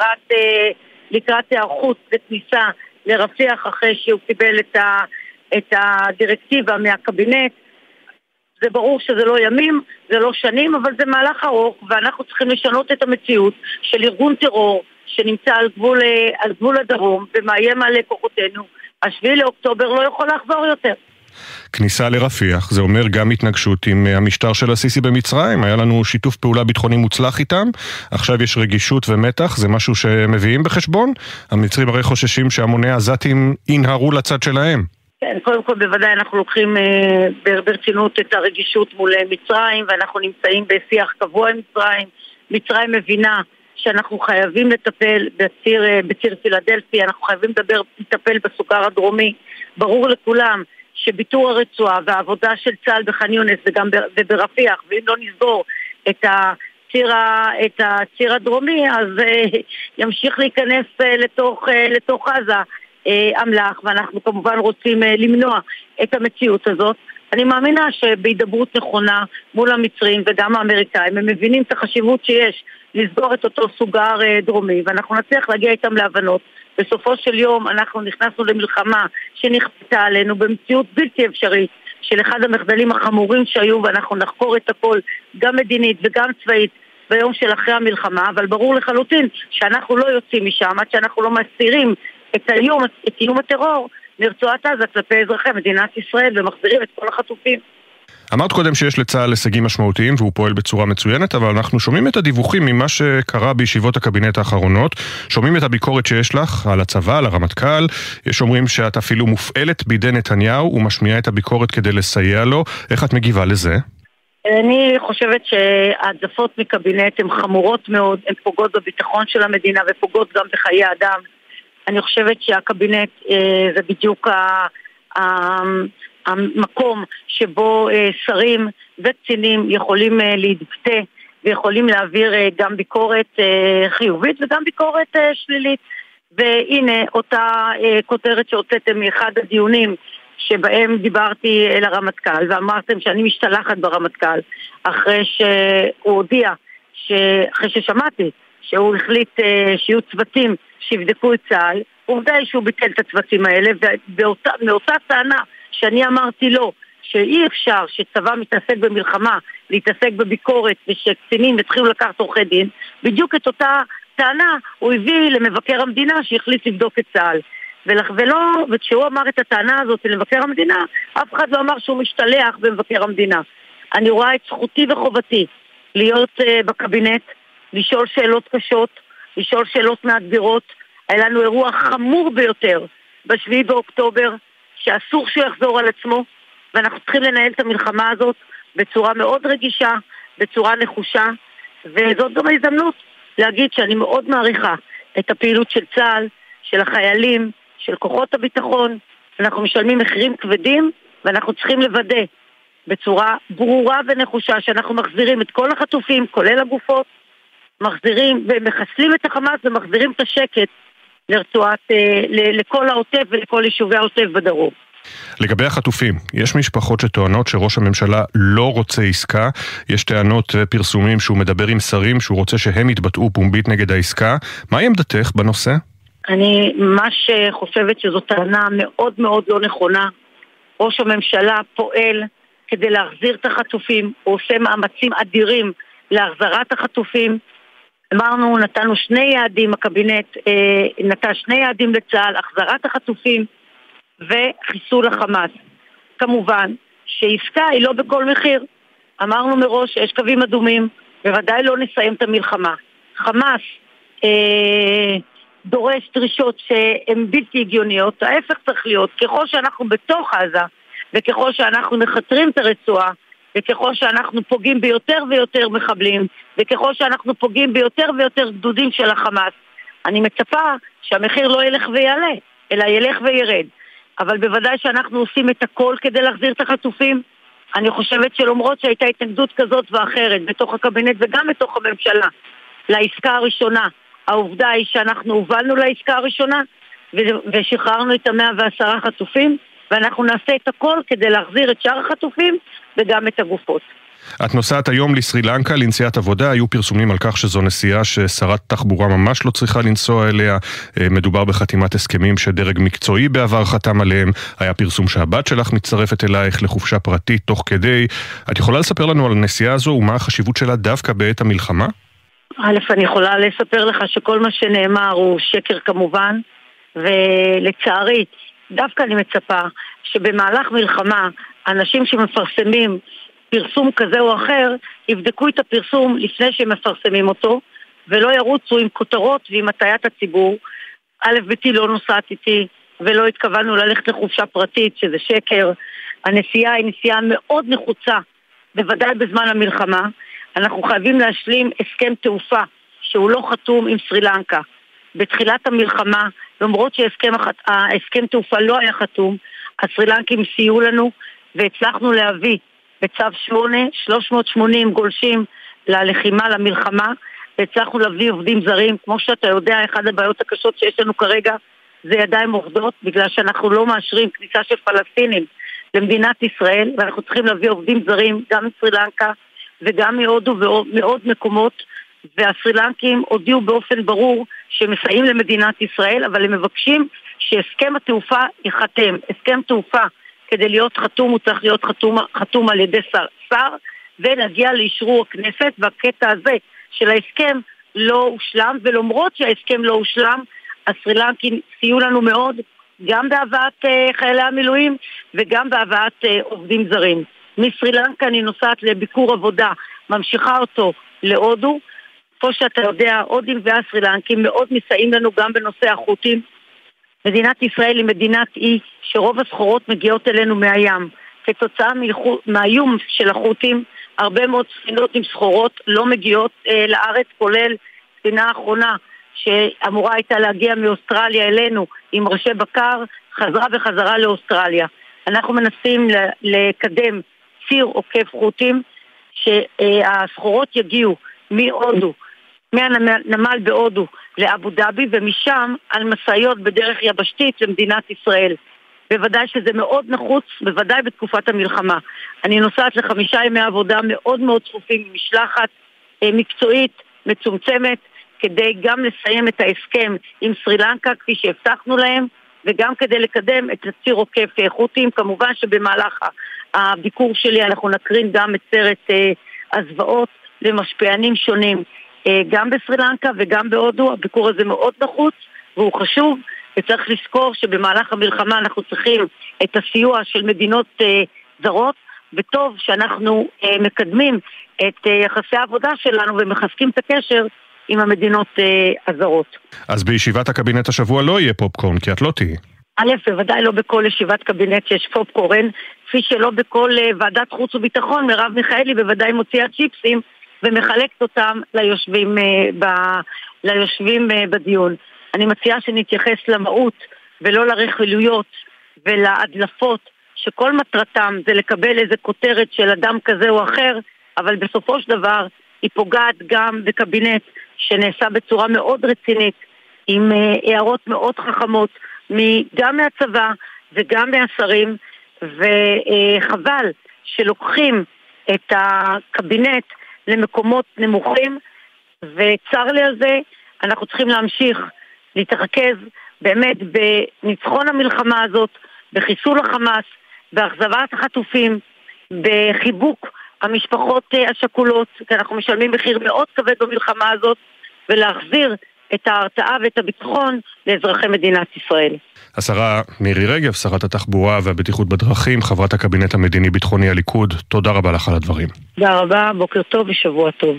[SPEAKER 8] ולקראת היערכות לכניסה לרפיח אחרי שהוא קיבל את הדירקטיבה מהקבינט. זה ברור שזה לא ימים, זה לא שנים, אבל זה מהלך ארוך, ואנחנו צריכים לשנות את המציאות של ארגון טרור שנמצא על גבול הדרום ומאיים על כוחותינו. 7 לאוקטובר לא יכול לחזור יותר.
[SPEAKER 2] כניסה לרפיח, זה אומר גם התנגשות עם המשטר של הסיסי במצרים. היה לנו שיתוף פעולה ביטחוני מוצלח איתם, עכשיו יש רגישות ומתח, זה משהו שמביאים בחשבון. המצרים הרי חוששים שהמוני העזתים ינהרו לצד שלהם.
[SPEAKER 8] כן, קודם כל בוודאי אנחנו לוקחים ברצינות את הרגישות מול מצרים, ואנחנו נמצאים בשיח קבוע עם מצרים. מצרים מבינה שאנחנו חייבים לטפל בציר פילדלפי, אנחנו חייבים לטפל בסוכר הדרומי. ברור לכולם שביטור הרצועה והעבודה של צה"ל בח'אן יונס וגם ברפיח, ואם לא נסגור את הציר הדרומי, אז ימשיך להיכנס לתוך עזה אמל"ח, ואנחנו כמובן רוצים למנוע את המציאות הזאת. אני מאמינה שבהידברות נכונה מול המצרים וגם האמריקאים, הם מבינים את החשיבות שיש לסגור את אותו סוגר דרומי, ואנחנו נצליח להגיע איתם להבנות. בסופו של יום אנחנו נכנסנו למלחמה שנכפתה עלינו במציאות בלתי אפשרית של אחד המחדלים החמורים שהיו, ואנחנו נחקור את הכל גם מדינית וגם צבאית ביום של אחרי המלחמה, אבל ברור לחלוטין שאנחנו לא יוצאים משם עד שאנחנו לא מסירים את איום הטרור מרצועת עזה כלפי אזרחי מדינת ישראל ומחזירים את כל החטופים.
[SPEAKER 2] אמרת קודם שיש לצה"ל הישגים משמעותיים והוא פועל בצורה מצוינת, אבל אנחנו שומעים את הדיווחים ממה שקרה בישיבות הקבינט האחרונות, שומעים את הביקורת שיש לך על הצבא, על הרמטכ"ל, יש אומרים שאת אפילו מופעלת בידי נתניהו ומשמיעה את הביקורת כדי לסייע לו. איך את מגיבה לזה?
[SPEAKER 8] אני חושבת שההדלפות מקבינט הן חמורות מאוד, הן פוגעות בביטחון של המדינה ופוגעות גם בחיי אדם. אני חושבת שהקבינט זה בדיוק המקום שבו שרים וקצינים יכולים להתבטא ויכולים להעביר גם ביקורת חיובית וגם ביקורת שלילית. והנה אותה כותרת שהוצאתם מאחד הדיונים שבהם דיברתי אל הרמטכ"ל ואמרתם שאני משתלחת ברמטכ"ל אחרי שהוא הודיע, אחרי ששמעתי שהוא החליט שיהיו צוותים שיבדקו את צה"ל. עובדה היא שהוא ביטל את הצוותים האלה, ומאותה טענה שאני אמרתי לו שאי אפשר שצבא מתעסק במלחמה, להתעסק בביקורת ושקצינים יתחילו לקחת עורכי דין, בדיוק את אותה טענה הוא הביא למבקר המדינה שהחליט לבדוק את צה"ל. וכשהוא אמר את הטענה הזאת למבקר המדינה, אף אחד לא אמר שהוא משתלח במבקר המדינה. אני רואה את זכותי וחובתי להיות בקבינט, לשאול שאלות קשות, לשאול שאלות מאתגרות. היה לנו אירוע חמור ביותר ב7 באוקטובר, שאסור שהוא יחזור על עצמו, ואנחנו צריכים לנהל את המלחמה הזאת בצורה מאוד רגישה, בצורה נחושה, וזאת גם ההזדמנות להגיד שאני מאוד מעריכה את הפעילות של צה"ל, של החיילים, של כוחות הביטחון. אנחנו משלמים מחירים כבדים, ואנחנו צריכים לוודא בצורה ברורה ונחושה שאנחנו מחזירים את כל החטופים, כולל הגופות, מחזירים ומחסלים את החמאס ומחזירים את השקט לכל העוטף ולכל יישובי העוטף בדרום.
[SPEAKER 2] לגבי החטופים, יש משפחות שטוענות שראש הממשלה לא רוצה עסקה, יש טענות ופרסומים שהוא מדבר עם שרים שהוא רוצה שהם יתבטאו פומבית נגד העסקה. מהי עמדתך בנושא?
[SPEAKER 8] אני ממש חושבת שזו טענה מאוד מאוד לא נכונה. ראש הממשלה פועל כדי להחזיר את החטופים, הוא עושה מאמצים אדירים להחזרת החטופים. אמרנו, נתנו 2 יעדים, הקבינט נתן 2 יעדים לצה"ל, החזרת החטופים וחיסול החמאס. כמובן שעסקה היא לא בכל מחיר. אמרנו מראש שיש קווים אדומים, בוודאי לא נסיים את המלחמה. חמאס דורש דרישות שהן בלתי הגיוניות, ההפך צריך להיות, ככל שאנחנו בתוך עזה וככל שאנחנו מחתרים את הרצועה וככל שאנחנו פוגעים ביותר ויותר מחבלים, וככל שאנחנו פוגעים ביותר ויותר גדודים של החמאס, אני מצפה שהמחיר לא ילך ויעלה, אלא ילך וירד. אבל בוודאי שאנחנו עושים את הכל כדי להחזיר את החטופים. אני חושבת שלמרות שהייתה התנגדות כזאת ואחרת בתוך הקבינט וגם בתוך הממשלה לעסקה הראשונה, העובדה היא שאנחנו הובלנו לעסקה הראשונה ושחררנו את 110 חטופים, ואנחנו נעשה את הכל כדי להחזיר את שאר החטופים וגם את הגופות.
[SPEAKER 2] את נוסעת היום לסרי לנקה לנסיעת עבודה, היו פרסומים על כך שזו נסיעה ששרת תחבורה ממש לא צריכה לנסוע אליה, מדובר בחתימת הסכמים שדרג מקצועי בעבר חתם עליהם, היה פרסום שהבת שלך מצטרפת אלייך לחופשה פרטית תוך כדי. את יכולה לספר לנו על הנסיעה הזו ומה החשיבות שלה דווקא בעת המלחמה?
[SPEAKER 8] אני יכולה לספר לך שכל מה שנאמר הוא שקר כמובן, ולצערי דווקא אני מצפה שבמהלך מלחמה אנשים שמפרסמים פרסום כזה או אחר יבדקו את הפרסום לפני שהם מפרסמים אותו, ולא ירוצו עם כותרות ועם הטיית הציבור. א' ביתי לא נוסעת איתי ולא התכוונו ללכת לחופשה פרטית, שזה שקר. הנסיעה היא נסיעה מאוד נחוצה, בוודאי בזמן המלחמה. אנחנו חייבים להשלים הסכם תעופה שהוא לא חתום עם סרי לנקה. בתחילת המלחמה, למרות שהסכם תעופה לא היה חתום, הסרילנקים סייעו לנו והצלחנו להביא בצו 8 380 גולשים ללחימה, למלחמה, והצלחנו להביא עובדים זרים. כמו שאתה יודע, אחד הבעיות הקשות שיש לנו כרגע זה ידיים עובדות, בגלל שאנחנו לא מאשרים כניסה של פלסטינים למדינת ישראל, ואנחנו צריכים להביא עובדים זרים גם מסרילנקה וגם מהודו ומעוד מקומות, והסרילנקים הודיעו באופן ברור שמסייעים למדינת ישראל, אבל הם מבקשים שהסכם התעופה ייחתם. הסכם תעופה כדי להיות חתום הוא צריך להיות חתום על ידי שר ולהגיע לאישור הכנסת, והקטע הזה של ההסכם לא הושלם, ולמרות שההסכם לא הושלם, הסרילנקים סייעו לנו מאוד, גם בהבאת חיילי המילואים וגם בהבאת עובדים זרים. מסרילנקה אני נוסעת לביקור עבודה, ממשיכה אותו להודו, פה שאתה יודע, הודים והסרילנקים מאוד מסייעים לנו גם בנושא החות'ים. מדינת ישראל היא מדינת אי שרוב הסחורות מגיעות אלינו מהים. כתוצאה מהאיום של החות'ים, הרבה מאוד ספינות עם סחורות לא מגיעות לארץ, כולל ספינה האחרונה שאמורה הייתה להגיע מאוסטרליה אלינו עם ראשי בקר, חזרה וחזרה לאוסטרליה. אנחנו מנסים לקדם ציר עוקף חות'ים, שהסחורות יגיעו מהודו, מהנמל בהודו לאבו דאבי, ומשם על מסעיות בדרך יבשתית למדינת ישראל. בוודאי שזה מאוד נחוץ, בוודאי בתקופת המלחמה. אני נוסעת ל5 ימי עבודה מאוד מאוד צפופים, משלחת מקצועית, מצומצמת, כדי גם לסיים את ההסכם עם סרילנקה, כפי שהבטחנו להם, וגם כדי לקדם את הציר עוקף חות'ים. כמובן שבמהלך הביקור שלי אנחנו נקרין גם את סרט הזוועות למשפיענים שונים, גם בסרילנקה וגם בהודו. הביקור הזה מאוד נחוץ והוא חשוב, וצריך לזכור שבמהלך המלחמה אנחנו צריכים את הסיוע של מדינות זרות, וטוב שאנחנו מקדמים את יחסי העבודה שלנו ומחזקים את הקשר עם המדינות הזרות.
[SPEAKER 2] אז בישיבת הקבינט השבוע לא יהיה פופקורן, כי את לא תהיי.
[SPEAKER 8] א', בוודאי לא בכל ישיבת קבינט שיש פופקורן, כפי שלא בכל ועדת חוץ וביטחון. מרב מיכאלי בוודאי מוציאה צ'יפסים ומחלקת אותם ליושבים בדיון. אני מציעה שנתייחס למהות ולא לרכילויות ולהדלפות, שכל מטרתם זה לקבל איזה כותרת של אדם כזה או אחר, אבל בסופו של דבר היא פוגעת גם בקבינט שנעשה בצורה מאוד רצינית, עם הערות מאוד חכמות, גם מהצבא וגם מהשרים, וחבל שלוקחים את הקבינט למקומות נמוכים, וצר לי על זה. אנחנו צריכים להמשיך להתרכז באמת בניצחון המלחמה הזאת, בחיסול החמאס, בהחזרת החטופים, בחיבוק המשפחות השכולות, כי אנחנו משלמים מחיר מאוד כבד במלחמה הזאת, ולהחזיר את ההרתעה ואת הביטחון לאזרחי מדינת ישראל.
[SPEAKER 2] השרה מירי רגב, שרת התחבורה והבטיחות בדרכים, חברת הקבינט המדיני-ביטחוני הליכוד, תודה רבה לך על הדברים.
[SPEAKER 8] תודה רבה, בוקר טוב ושבוע טוב.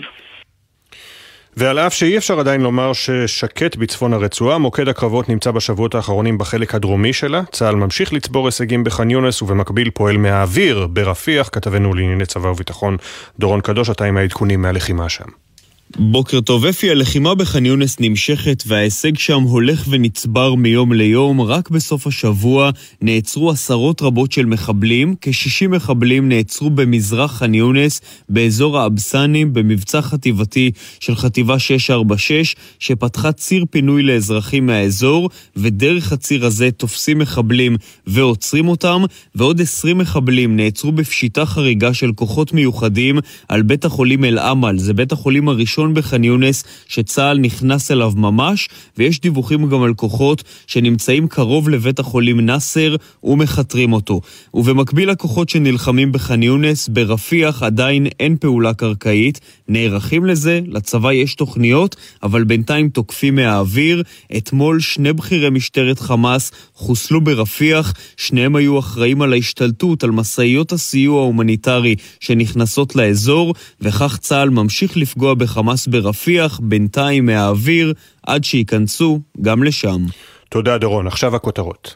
[SPEAKER 2] ועל אף שאי אפשר עדיין לומר ששקט בצפון הרצועה, מוקד הקרבות נמצא בשבועות האחרונים בחלק הדרומי שלה. צה"ל ממשיך לצבור הישגים בח'אן יונס ובמקביל פועל מהאוויר ברפיח. כתבנו לענייני צבא וביטחון דורון קדוש, אתה עם העדכונים מהלחימה שם.
[SPEAKER 7] בוקר טוב אפי, הלחימה בח'אן יונס נמשכת וההישג שם הולך ונצבר מיום ליום. רק בסוף השבוע נעצרו עשרות רבות של מחבלים, כ-60 מחבלים נעצרו במזרח ח'אן יונס באזור האבסנים במבצע חטיבתי של חטיבה 646 שפתחה ציר פינוי לאזרחים מהאזור, ודרך הציר הזה תופסים מחבלים ועוצרים אותם, ועוד 20 מחבלים נעצרו בפשיטה חריגה של כוחות מיוחדים על בית החולים אל-עמל, זה בית החולים הראשון בח'אן יונס שצה"ל נכנס אליו ממש, ויש דיווחים גם על כוחות שנמצאים קרוב לבית החולים נאסר ומחתרים אותו. ובמקביל הכוחות שנלחמים בח'אן יונס, ברפיח עדיין אין פעולה קרקעית, נערכים לזה, לצבא יש תוכניות, אבל בינתיים תוקפים מהאוויר. אתמול 2 בכירי משטרת חמאס חוסלו ברפיח, שניהם היו אחראים על ההשתלטות על מסעיות הסיוע ההומניטרי שנכנסות לאזור, וכך צה"ל ממשיך לפגוע בחמאס ברפיח, בינתיים מהאוויר, עד שיכנסו גם לשם.
[SPEAKER 2] תודה דורון, עכשיו הכותרות.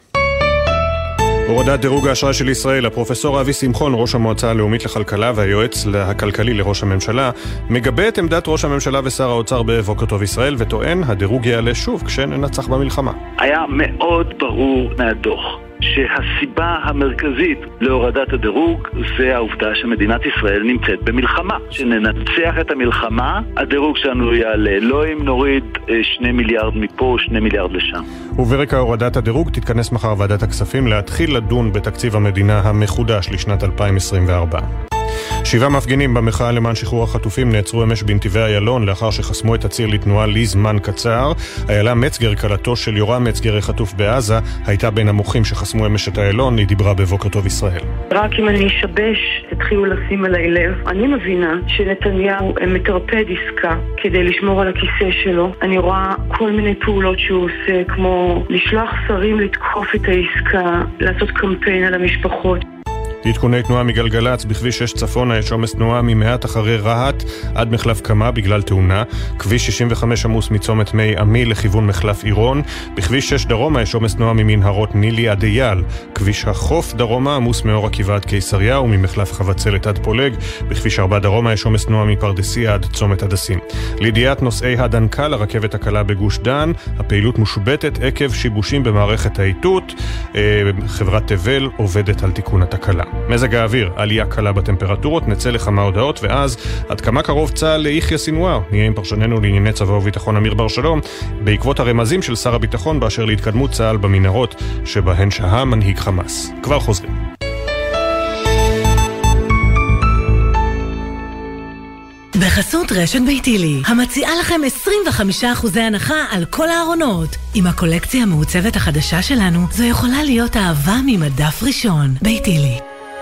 [SPEAKER 2] הורדת דירוג האשראי של ישראל, הפרופסור אבי שמחון, ראש המועצה הלאומית לכלכלה והיועץ הכלכלי לראש הממשלה, מגבה את עמדת ראש הממשלה ושר האוצר בבוקר טוב ישראל, וטוען הדירוג יעלה שוב כשננצח במלחמה.
[SPEAKER 10] היה מאוד ברור מהדוח שהסיבה המרכזית להורדת הדירוג זה העובדה שמדינת ישראל נמצאת במלחמה. שננצח את המלחמה, הדירוג שלנו יעלה. לא אם נוריד 2 מיליארד מפה, 2 מיליארד לשם.
[SPEAKER 2] וברקע הורדת הדירוג תתכנס מחר ועדת הכספים להתחיל לדון בתקציב המדינה המחודש לשנת 2024. 7 מפגינים במחאה למען שחרור החטופים נעצרו אמש בנתיבי איילון לאחר שחסמו את הציר לתנועה לזמן קצר. איילה מצגר, כלתו של יורם מצגר החטוף בעזה, הייתה בין המוחים שחסמו אמש את איילון. היא דיברה בבוקר טוב ישראל.
[SPEAKER 24] רק אם אני אשבש, תתחילו לשים עליי לב. אני מבינה שנתניהו מטרפד עסקה כדי לשמור על הכיסא שלו. אני רואה כל מיני פעולות שהוא עושה, כמו לשלוח שרים לתקוף את העסקה, לעשות קמפיין על המשפחות.
[SPEAKER 2] עדכוני תנועה מגלגלץ: בכביש 6 צפונה יש עומס תנועה ממעט אחרי רהט עד מחלף קמה בגלל תאונה. כביש 65 עמוס מצומת מי עמי לכיוון מחלף עירון. בכביש 6 דרומה יש עומס תנועה ממנהרות נילי עד אייל. כביש החוף דרומה עמוס מאור עקיבא עד קיסריה וממחלף חבצלת עד פולג. בכביש 4 דרומה יש עומס תנועה מפרדסיה עד צומת הדסים. לידיעת נוסעי הדנקה לרכבת הקלה בגוש דן, הפעילות מושבתת עקב שיבושים במערכת האיתות. חברת תבל עובדת על תיקון התקלה. מזג האוויר, עלייה קלה בטמפרטורות, נצא לכמה הודעות, ואז עד כמה קרוב צה"ל ליחיא סינואר. נהיה עם פרשננו לענייני צבא וביטחון אמיר בר שלום, בעקבות הרמזים של שר הביטחון באשר להתקדמות צה"ל במנהרות שבהן שהה מנהיג חמאס. כבר חוזרים.
[SPEAKER 3] בחסות רשת ביתילי, המציעה לכם 25% הנחה על כל הארונות. עם הקולקציה המעוצבת החדשה שלנו, זו יכולה להיות אהבה ממדף ראשון. ביתילי.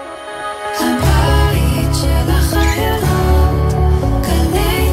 [SPEAKER 11] הבית של החברות, גלי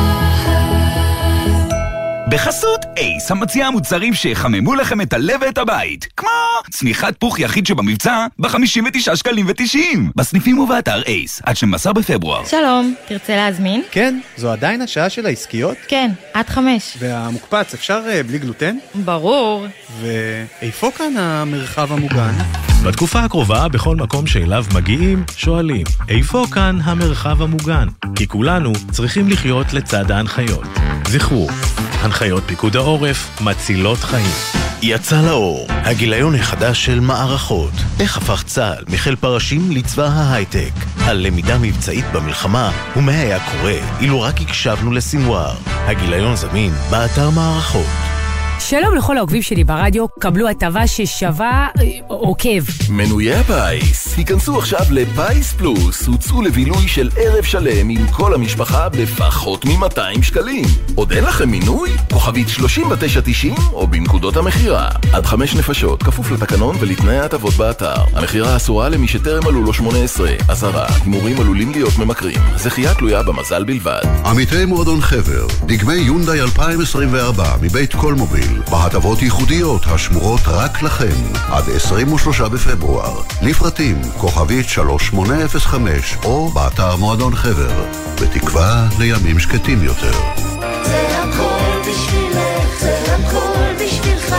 [SPEAKER 11] צהל.
[SPEAKER 13] בחסות אייס, המציעה מוצרים שיחממו לכם את הלב ואת הבית, כמו צניחת פוך יחיד שבמבצע ב-59 שקלים ו90 בסניפים ובאתר אייס, עד 12 בפברואר.
[SPEAKER 17] שלום, תרצה להזמין?
[SPEAKER 18] כן, זו עדיין השעה של העסקיות?
[SPEAKER 17] כן, עד 5.
[SPEAKER 18] והמוקפץ אפשר בלי גלוטן?
[SPEAKER 17] ברור.
[SPEAKER 18] ואיפה כאן המרחב המוגן?
[SPEAKER 1] בתקופה הקרובה, בכל מקום שאליו מגיעים, שואלים, איפה כאן המרחב המוגן? כי כולנו צריכים לחיות לצד ההנחיות. זכרו, הנחיות פיקוד העורף מצילות חיים. יצא לאור, הגיליון החדש של מערכות. איך הפך צה"ל מחיל פרשים לצבא ההייטק. על למידה מבצעית במלחמה, ומה היה קורה אילו רק הקשבנו לסינואר. הגיליון זמין באתר מערכות.
[SPEAKER 19] שלום לכל העוקבים שלי ברדיו, קבלו הטבה ששווה עוקב.
[SPEAKER 20] מנויי הפיס, היכנסו עכשיו לפייס פלוס, הוצאו לבילוי של ערב שלם עם כל המשפחה בפחות מ-200 שקלים. עוד אין לכם מינוי? כוכבית 3990 או בנקודות המחירה. עד 5 נפשות, כפוף לתקנון ולתנאי ההטבות באתר. המחירה אסורה למי שטרם מלאו לו 18. אזהרה, הימורים עלולים להיות ממכרים. זכייה תלויה במזל בלבד.
[SPEAKER 21] עמיתי מועדון חבר, דגמי יונדאי 2024 מבית כל מוביל. בהטבות ייחודיות השמורות רק לכם עד 23 בפברואר. לפרטים כוכבית 3805 או באתר מועדון חבר. בתקווה לימים שקטים יותר.
[SPEAKER 11] זה הכל בשבילך, זה הכל בשבילך,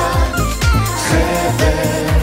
[SPEAKER 11] חבר.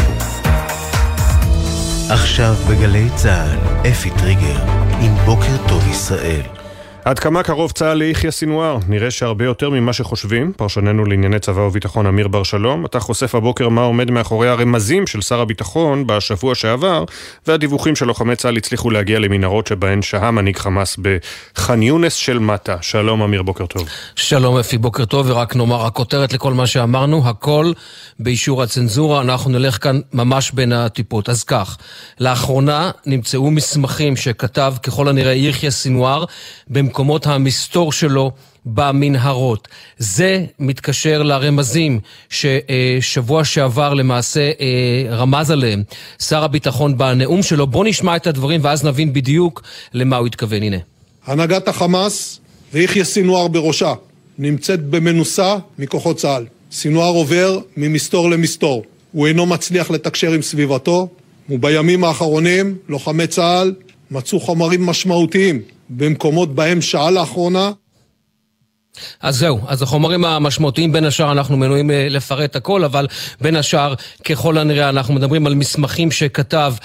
[SPEAKER 1] עכשיו בגלי צה"ל, אפי טריגר עם בוקר טוב ישראל.
[SPEAKER 2] עד כמה קרוב צה"ל ליחיא סינואר? נראה שהרבה יותר ממה שחושבים. פרשננו לענייני צבא וביטחון אמיר בר שלום, אתה חושף הבוקר מה עומד מאחורי הרמזים של שר הביטחון בשבוע שעבר, והדיווחים של לוחמי צה"ל הצליחו להגיע למנהרות שבהן שהה מנהיג חמאס בח'אן יונס של מטה. שלום אמיר, בוקר טוב.
[SPEAKER 22] שלום אפי, בוקר טוב, ורק נאמר הכותרת לכל מה שאמרנו, הכל באישור הצנזורה, אנחנו נלך כאן ממש בין הטיפות. אז כך, לאחרונה נמצאו מסמכים שכתב ככל הנראה יחיא סינואר במקומות המסתור שלו במנהרות. זה מתקשר לרמזים ששבוע שעבר למעשה רמז עליהם שר הביטחון בנאום שלו. בוא נשמע את הדברים ואז נבין בדיוק למה הוא התכוון. הנה.
[SPEAKER 25] הנהגת החמאס ויחיא סינואר בראשה נמצאת במנוסה מכוחות צה"ל. סינואר עובר ממסתור למסתור. הוא אינו מצליח לתקשר עם סביבתו, ובימים האחרונים לוחמי צה"ל מצאו חומרים משמעותיים במקומות בהם שעה לאחרונה.
[SPEAKER 22] אז זהו, אז החומרים המשמעותיים בין השאר אנחנו מנועים לפרט הכל, אבל בין השאר ככל הנראה אנחנו מדברים על מסמכים שכתב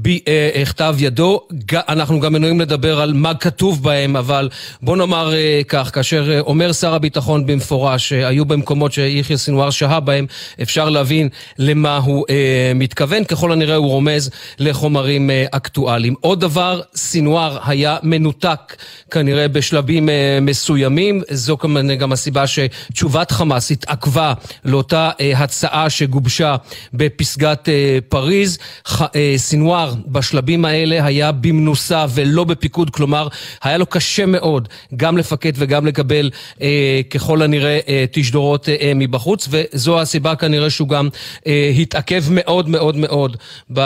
[SPEAKER 22] בכתב ידו, אנחנו גם מנועים לדבר על מה כתוב בהם, אבל בוא נאמר כך, כאשר אומר שר הביטחון במפורש שהיו במקומות שיחיא סינואר שהה בהם, אפשר להבין למה הוא מתכוון, ככל הנראה הוא רומז לחומרים אקטואליים. עוד דבר, סינואר היה מנותק כנראה בשלבים מסוימים, זו גם הסיבה שתשובת חמאס התעכבה לאותה הצעה שגובשה בפסגת פריז. סינואר בשלבים האלה היה במנוסה ולא בפיקוד, כלומר היה לו קשה מאוד גם לפקד וגם לקבל ככל הנראה תשדורות מבחוץ, וזו הסיבה כנראה שהוא גם התעכב מאוד מאוד מאוד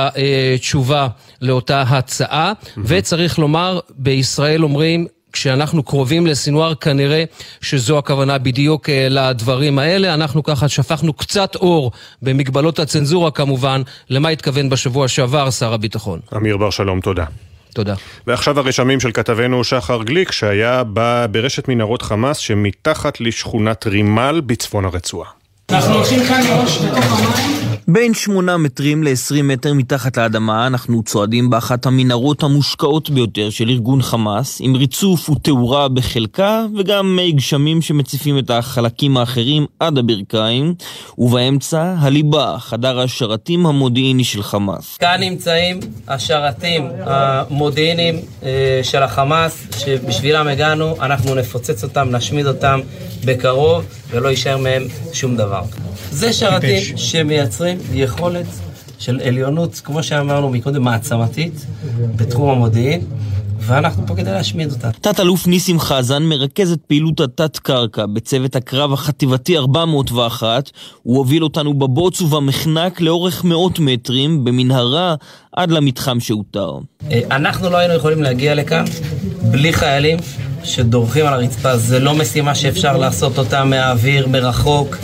[SPEAKER 22] בתשובה לאותה הצעה. וצריך לומר, בישראל אומרים כשאנחנו קרובים לסינואר, כנראה שזו הכוונה בדיוק לדברים האלה. אנחנו ככה שפכנו קצת אור במגבלות הצנזורה כמובן, למה התכוון בשבוע שעבר שר הביטחון.
[SPEAKER 2] אמיר בר שלום, תודה.
[SPEAKER 22] תודה.
[SPEAKER 2] ועכשיו הרשמים של כתבנו שחר גליק, שהיה ברשת מנהרות חמאס שמתחת לשכונת רימל בצפון הרצועה.
[SPEAKER 5] אנחנו הולכים כאן מראש בתוך המים.
[SPEAKER 14] בין 8 מטרים ל-20 מטר מתחת לאדמה אנחנו צועדים באחת המנהרות המושקעות ביותר של ארגון חמאס, עם ריצוף ותאורה בחלקה וגם מי גשמים שמציפים את החלקים האחרים עד הברכיים, ובאמצע הליבה, חדר השרתים המודיעיני של חמאס.
[SPEAKER 15] כאן נמצאים השרתים המודיעיניים של החמאס, שבשבילם הגענו, אנחנו נפוצץ אותם, נשמיד אותם בקרוב ולא יישאר מהם שום דבר. זה שרתים שמייצרים יכולת של עליונות, כמו שאמרנו מקודם, מעצמתית בתחום המודיעין, ואנחנו פה כדי להשמיד אותה.
[SPEAKER 14] תת אלוף ניסים חזן מרכז את פעילות התת קרקע בצוות הקרב החטיבתי 401. הוא הוביל אותנו בבוץ ובמחנק לאורך 100 מטרים במנהרה עד למתחם שהותר.
[SPEAKER 15] אנחנו לא היינו יכולים להגיע לכאן בלי חיילים שדורכים על הרצפה. זה לא משימה שאפשר לעשות אותה מהאוויר, מרחוק,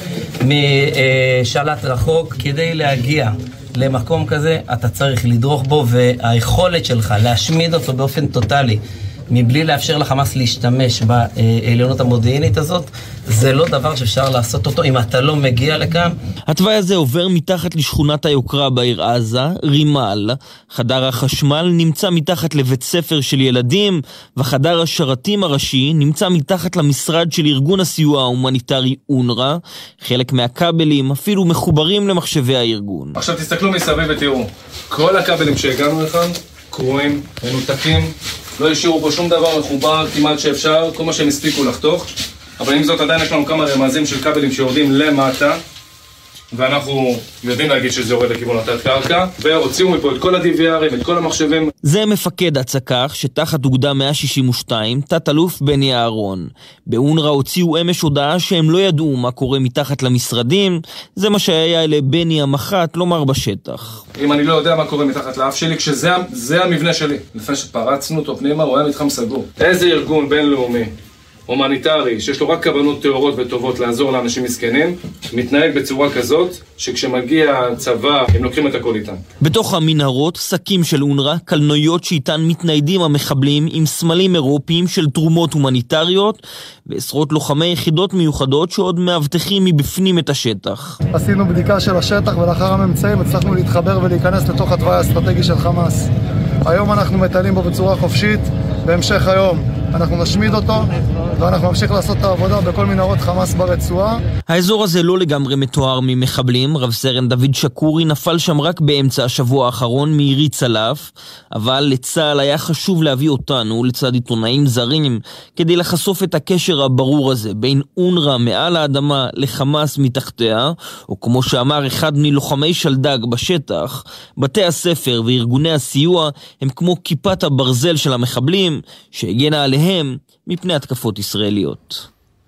[SPEAKER 15] משלט רחוק. כדי להגיע למקום כזה אתה צריך לדרוך בו, והיכולת שלך להשמיד אותו באופן טוטלי מבלי לאפשר לחמאס להשתמש בעליונות המודיעינית הזאת, זה לא דבר שאפשר לעשות אותו אם אתה לא מגיע לכאן.
[SPEAKER 14] התוואי הזה עובר מתחת לשכונת היוקרה בעיר עזה, רימל. חדר החשמל נמצא מתחת לבית ספר של ילדים, וחדר השרתים הראשי נמצא מתחת למשרד של ארגון הסיוע ההומניטרי אונר"א. חלק מהכבלים אפילו מחוברים למחשבי הארגון.
[SPEAKER 16] עכשיו תסתכלו מסביב ותראו, כל הכבלים שהגענו לכאן קרועים, מנותקים, לא השאירו פה שום דבר מחובר כמעט שאפשר, כל מה שהם הספיקו לחתוך. אבל עם זאת עדיין יש לנו כמה רמזים של כבלים שיורדים למטה, ואנחנו יודעים להגיד שזה יורד לכיוון התת קרקע, והוציאו מפה את כל ה-DVRים, את כל המחשבים.
[SPEAKER 14] זה מפקד הצק"ח שתחת אוגדה 162, תת אלוף בני אהרון. באונר"א הוציאו אמש הודעה שהם לא ידעו מה קורה מתחת למשרדים. זה מה שהיה לבני המח"ט לומר בשטח.
[SPEAKER 16] אם אני לא יודע מה קורה מתחת לאף שלי, כשזה המבנה שלי, לפני שפרצנו אותו פנימה, הוא היה מתחם סגור. איזה ארגון בינלאומי הומניטרי, שיש לו רק כוונות טהורות וטובות לעזור לאנשים מסכנים, מתנהג בצורה כזאת, שכשמגיע צבא, הם לוקחים את הכל איתם.
[SPEAKER 14] בתוך המנהרות, שקים של אונר"א, קלנועיות שאיתן מתניידים המחבלים עם סמלים אירופיים של תרומות הומניטריות, ועשרות לוחמי יחידות מיוחדות שעוד מאבטחים מבפנים את השטח.
[SPEAKER 23] עשינו בדיקה של השטח, ולאחר הממצאים הצלחנו להתחבר ולהיכנס לתוך התוואי האסטרטגי של חמאס. היום אנחנו מטיילים בו בצורה חופשית, בהמשך היום אנחנו נשמיד אותו, ואנחנו נמשיך לעשות את העבודה בכל מנהרות חמאס ברצועה.
[SPEAKER 14] האזור הזה לא לגמרי מתואר ממחבלים. רב סרן דוד שקורי נפל שם רק באמצע השבוע האחרון מירי צלף, אבל לצה"ל היה חשוב להביא אותנו לצד עיתונאים זרים, כדי לחשוף את הקשר הברור הזה בין אונר"א מעל האדמה לחמאס מתחתיה, או כמו שאמר אחד מלוחמי שלדג בשטח, בתי הספר וארגוני הסיוע הם כמו כיפת הברזל של המחבלים, שהגנה עליהם מפני התקפות ישראליות.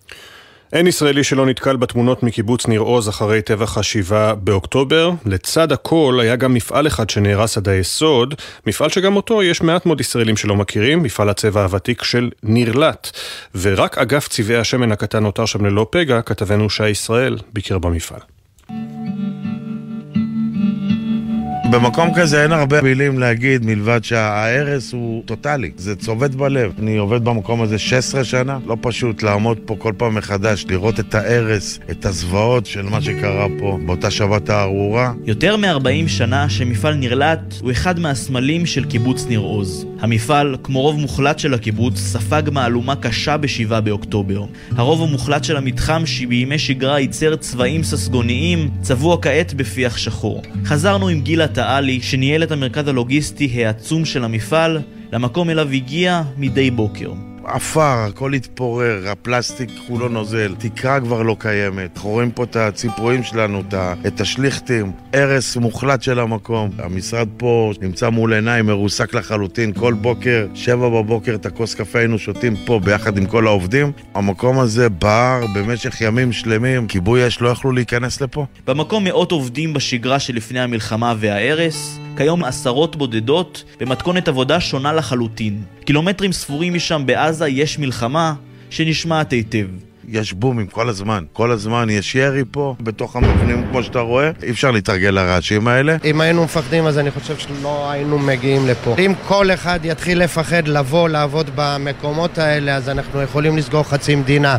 [SPEAKER 2] אין ישראלי שלא נתקל בתמונות מקיבוץ ניר עוז אחרי טבח ה7 באוקטובר. לצד הכל היה גם מפעל אחד שנהרס עד היסוד, מפעל שגם אותו יש מעט מאוד ישראלים שלא מכירים, מפעל הצבע הוותיק של ניר-לט, ורק אגף צבעי השמן הקטן נותר שם ללא פגע. כתבנו שי ישראל ביקר במפעל.
[SPEAKER 4] במקום כזה אין הרבה מילים להגיד מלבד שההרס הוא טוטלי, זה צובט בלב. אני עובד במקום הזה 16 שנה, לא פשוט לעמוד פה כל פעם מחדש, לראות את ההרס, את הזוועות של מה שקרה פה באותה שבת הארורה.
[SPEAKER 6] יותר מ-40 שנה שמפעל נרלט הוא אחד מהסמלים של קיבוץ ניר עוז. המפעל, כמו רוב מוחלט של הקיבוץ, ספג מהלומה קשה ב7 באוקטובר. הרוב המוחלט של המתחם שבימי שגרה ייצר צבעים ססגוניים, צבוע כעת בפיח שחור. חזרנו עם גילה תאלי, שניהל את המרכז הלוגיסטי העצום של המפעל, למקום אליו הגיע מדי בוקר.
[SPEAKER 4] אפר, הכל התפורר, הפלסטיק כולו נוזל, תקרה כבר לא קיימת. אנחנו רואים פה את הציפורים שלנו, את השליכטים, הרס מוחלט של המקום. המשרד פה נמצא מול עיניים, מרוסק לחלוטין. כל בוקר, 7 בבוקר, את הכוס קפה היינו שותים פה ביחד עם כל העובדים. המקום הזה בער במשך ימים שלמים, כיבוי אש לא יכלו להיכנס לפה.
[SPEAKER 6] במקום מאות עובדים בשגרה שלפני המלחמה וההרס, כיום עשרות בודדות במתכונת עבודה שונה לחלוטין. קילומטרים ספורים משם בעזה יש מלחמה שנשמעת היטב.
[SPEAKER 4] יש בומים כל הזמן יש ירי פה בתוך המבנים כמו שאתה רואה, אי אפשר להתרגל לרעשים האלה.
[SPEAKER 8] אם היינו מפחדים אז אני חושב שלא היינו מגיעים לפה. אם כל אחד יתחיל לפחד לבוא לעבוד במקומות האלה אז אנחנו יכולים לסגור חצי מדינה.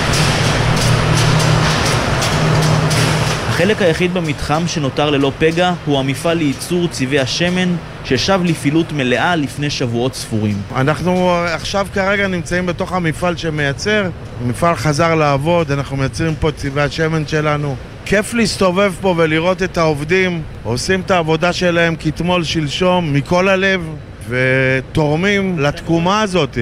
[SPEAKER 6] החלק היחיד במתחם שנותר ללא פגע הוא המפעל לייצור צבעי השמן ששב לפעילות מלאה לפני שבועות ספורים.
[SPEAKER 4] אנחנו עכשיו כרגע נמצאים בתוך המפעל שמייצר, המפעל חזר לעבוד, אנחנו מייצרים פה צבעי השמן שלנו. כיף להסתובב פה ולראות את העובדים, עושים את העבודה שלהם כתמול שלשום מכל הלב ותורמים לתקומה הזאת.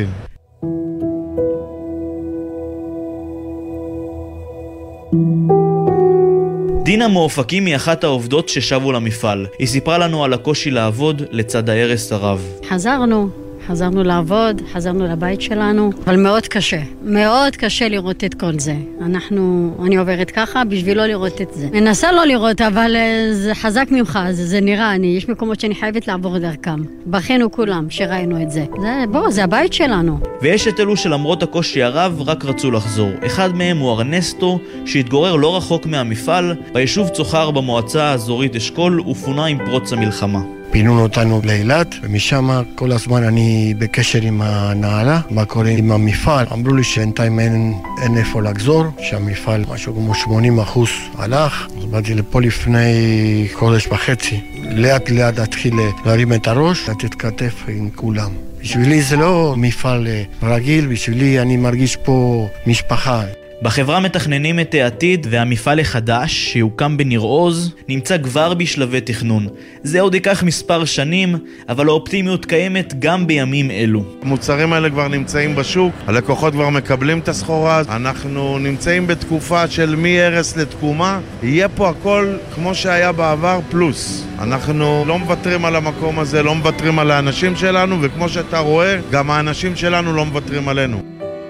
[SPEAKER 6] דינה מאופקים היא אחת העובדות ששבו למפעל. היא סיפרה לנו על הקושי לעבוד לצד ההרס הרב.
[SPEAKER 9] חזרנו לעבוד, חזרנו לבית שלנו, אבל מאוד קשה לראות את כל זה. אני עוברת ככה בשביל לא לראות את זה. מנסה לא לראות, אבל זה חזק ממך, זה נראה, יש מקומות שאני חייבת לעבור דרכם. בכינו כולם שראינו את זה. זה הבית שלנו.
[SPEAKER 6] ויש את אלו שלמרות הקושי הרב רק רצו לחזור. אחד מהם הוא ארנסטו, שהתגורר לא רחוק מהמפעל, ביישוב צוחר במועצה האזורית אשכול, ופונה עם פרוץ המלחמה.
[SPEAKER 8] פינו אותנו לאילת, ומשם כל הזמן אני בקשר עם הנהלה, מה קורה עם המפעל. אמרו לי שאינתיים אין איפה לחזור, שהמפעל משהו כמו 80% הלך. אז באתי לפה לפני חודש וחצי. לאט התחיל להרים את הראש, לתת כתף עם כולם. בשבילי זה לא מפעל רגיל, בשבילי אני מרגיש פה משפחה.
[SPEAKER 6] בחברה מתכננים את העתיד והמפעל החדש שיוקם בניר עוז נמצא כבר בשלבי תכנון. זה עוד ייקח מספר שנים, אבל האופטימיות קיימת גם בימים אלו.
[SPEAKER 4] המוצרים האלה כבר נמצאים בשוק, הלקוחות כבר מקבלים את הסחורה, אנחנו נמצאים בתקופה של מהרס לתקומה, יהיה פה הכל כמו שהיה בעבר פלוס. אנחנו לא מוותרים על המקום הזה, לא מוותרים על האנשים שלנו, וכמו שאתה רואה, גם האנשים שלנו לא מוותרים עלינו.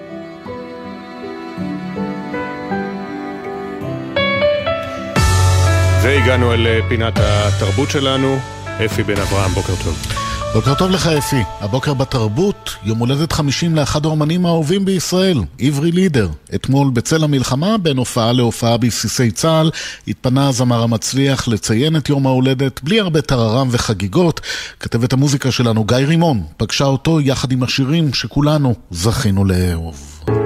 [SPEAKER 2] והגענו אל פינת התרבות שלנו. אפי בן אברהם, בוקר טוב.
[SPEAKER 12] בוקר טוב לך אפי. הבוקר בתרבות, יום הולדת 50 לאחד האומנים האהובים בישראל, עברי לידר. אתמול בצל המלחמה, בין הופעה להופעה בבסיסי צה"ל, התפנה הזמר המצליח לציין את יום ההולדת בלי הרבה טררם וחגיגות. כתבת המוזיקה שלנו גיא רימון פגשה אותו יחד עם השירים שכולנו זכינו לאהוב.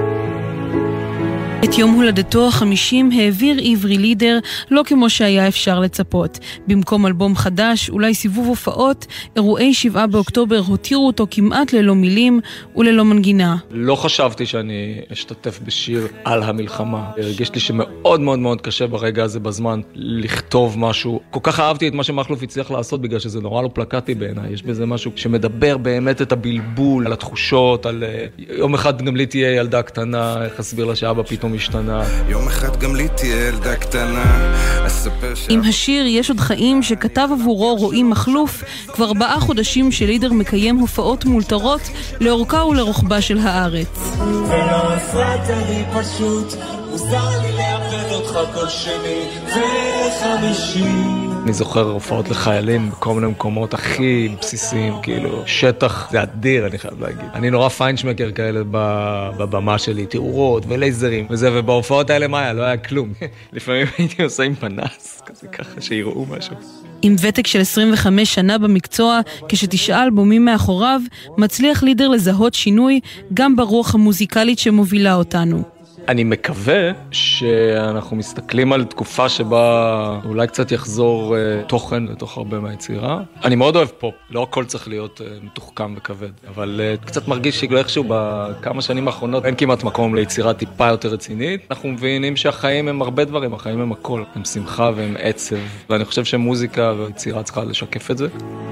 [SPEAKER 26] את יום הולדתו ה-50 העביר עברי לידר לא כמו שהיה אפשר לצפות. במקום אלבום חדש, אולי סיבוב הופעות, אירועי 7 באוקטובר הותירו אותו כמעט ללא מילים וללא מנגינה.
[SPEAKER 16] לא חשבתי שאני אשתתף בשיר על המלחמה. הרגיש לי שמאוד מאוד מאוד קשה ברגע הזה בזמן לכתוב משהו. כל כך אהבתי את מה שמחלוף הצליח לעשות בגלל שזה נורא לא פלקטי בעיניי. יש בזה משהו שמדבר באמת את הבלבול, על התחושות, על יום אחד גם לי תהיה ילדה קטנה, איך אסביר לה שאבא פתאום השתנה.
[SPEAKER 27] יום אחד גם לי תהיה ילדה קטנה.
[SPEAKER 26] עם השיר יש עוד חיים שכתב עבורו רועי מחלוף, כבר 4 חודשים שלידר מקיים הופעות מולתרות לאורכה ולרוחבה של הארץ.
[SPEAKER 11] ולא הפרעת לי פשוט, מוזר לי לאבד אותך כל שני וחמישי.
[SPEAKER 3] אני זוכר הופעות לחיילים בכל מיני מקומות הכי בסיסיים, כאילו, שטח זה אדיר, אני חייב להגיד. אני נורא פיינשמקר כאלה בבמה שלי, תאורות ולייזרים וזה, ובהופעות האלה מה היה? לא היה כלום. לפעמים הייתי עושה עם פנס, כזה ככה שיראו משהו.
[SPEAKER 26] עם ותק של 25 שנה במקצוע, כש9 אלבומים מאחוריו, מצליח לידר לזהות שינוי גם ברוח המוזיקלית שמובילה אותנו.
[SPEAKER 3] אני מקווה שאנחנו מסתכלים על תקופה שבה אולי קצת יחזור תוכן לתוך הרבה מהיצירה. אני מאוד אוהב פופ, לא הכל צריך להיות מתוחכם וכבד, אבל קצת מרגיש שכאילו איכשהו בכמה שנים האחרונות אין כמעט מקום ליצירה טיפה יותר רצינית. אנחנו מבינים שהחיים הם הרבה דברים, החיים הם הכל, הם שמחה והם עצב, ואני חושב שמוזיקה ויצירה צריכה לשקף את זה.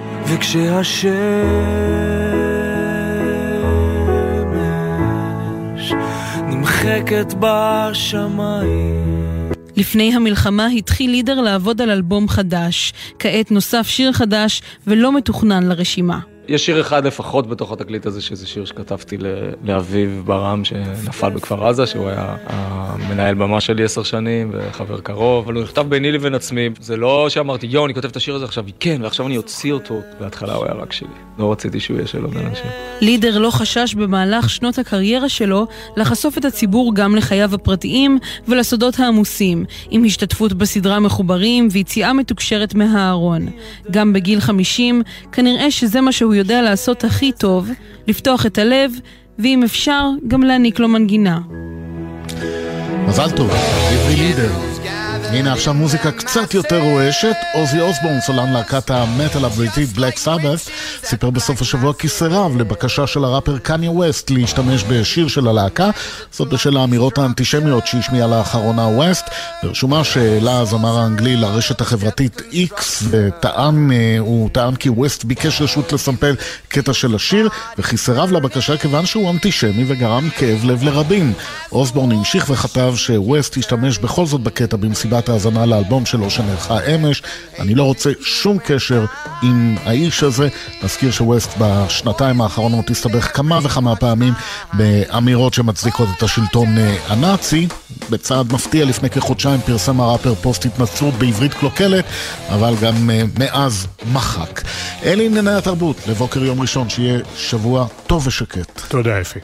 [SPEAKER 11] נמחקת בשמיים.
[SPEAKER 26] לפני המלחמה התחיל לידר לעבוד על אלבום חדש. כעת נוסף שיר חדש ולא מתוכנן לרשימה.
[SPEAKER 3] יש שיר אחד לפחות בתוך התקליט הזה, שזה שיר שכתבתי לאביב ברם שנפל בכפר עזה, שהוא היה המנהל במה שלי 10 שנים וחבר קרוב, אבל הוא נכתב ביני לבין עצמי. זה לא שאמרתי, יו, אני כותב את השיר הזה עכשיו, כן, ועכשיו אני אוציא אותו. בהתחלה הוא היה רק שלי. לא רציתי שהוא יהיה של עוד אנשים.
[SPEAKER 26] לידר לא חשש במהלך שנות הקריירה שלו לחשוף את הציבור גם לחייו הפרטיים ולסודות העמוסים, עם השתתפות בסדרה מחוברים ויציאה מתוקשרת מהארון. גם בגיל 50, כנראה שזה מה שהוא יודע לעשות הכי טוב, לפתוח את הלב, ואם אפשר, גם להעניק לו מנגינה.
[SPEAKER 12] מזל טוב, עברי לידר. הנה עכשיו מוזיקה קצת יותר רועשת. עוזי אוסבורן, סולן להקת המטל הבריטית בלק סאבת, סיפר בסוף השבוע כי סירב לבקשה של הראפר קניה ווסט להשתמש בשיר של הלהקה, זאת בשל האמירות האנטישמיות שהשמיע לאחרונה ווסט. ברשומה שהעלה הזמר האנגלי לרשת החברתית X, הוא טען כי ווסט ביקש רשות לסמפל קטע של השיר, וכי סירב לבקשה כיוון שהוא אנטישמי וגרם כאב לב לרבים. אוסבורן המשיך וכתב שווסט השתמש בכל זאת בקטע במסיבת ההזנה לאלבום שלו שנערכה אמש. אני לא רוצה שום קשר עם האיש הזה. נזכיר שווסט בשנתיים האחרונות הסתבך כמה וכמה פעמים באמירות שמצדיקות את השלטון הנאצי. בצעד מפתיע לפני כחודשיים פרסם הראפר פוסט התנצלות בעברית קלוקלת, אבל גם מאז מחק. אלה ענייני התרבות לבוקר יום ראשון, שיהיה שבוע טוב ושקט.
[SPEAKER 2] תודה אפי.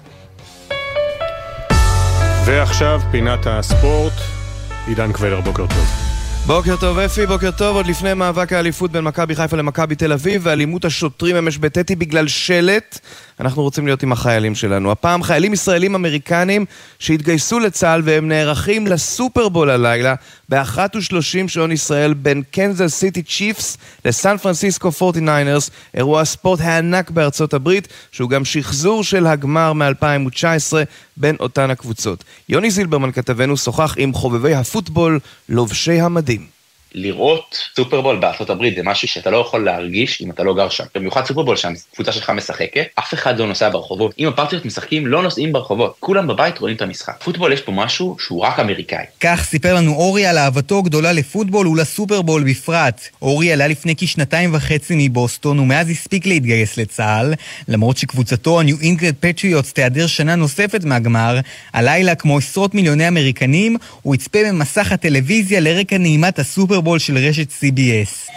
[SPEAKER 2] ועכשיו פינת הספורט, עידן קבלר, בוקר טוב.
[SPEAKER 7] בוקר טוב אפי, בוקר טוב. עוד לפני מאבק האליפות בין מכבי חיפה למכבי תל אביב ואלימות השוטרים אמש בטדי בגלל שלט, אנחנו רוצים להיות עם החיילים שלנו. הפעם חיילים ישראלים אמריקנים שהתגייסו לצה"ל והם נערכים לסופרבול הלילה ב-1:30 שעון ישראל בין קנזס סיטי צ'יפס לסן פרנסיסקו 49ers, אירוע ספורט הענק בארצות הברית שהוא גם שחזור של הגמר מ-2019 בין אותן הקבוצות. יוני זילברמן כתבנו שוחח עם חובבי הפוטבול לובשי המדים.
[SPEAKER 10] לראות סופרבול בארצות הברית זה משהו שאתה לא יכול להרגיש אם אתה לא גר שם. במיוחד סופרבול שהקבוצה שלך משחקת, אף אחד לא נוסע ברחובות. אם הפרטיות משחקים, לא נוסעים ברחובות. כולם בבית רואים את המשחק. פוטבול יש פה משהו שהוא רק אמריקאי.
[SPEAKER 13] כך סיפר לנו אורי על אהבתו גדולה לפוטבול ולסופרבול בפרט. אורי עלה לפני כ2.5 מבוסטון ומאז הספיק להתגייס לצה"ל. למרות שקבוצתו הניו אינגלנד פטריוטס תיעדר שנה נוספת מהגמר, הלילה כמו עשרות מיליוני אמריקנים הוא יצפה במסך הטלוויזיה לרקע נעימת הסופרבול של רשת CBS.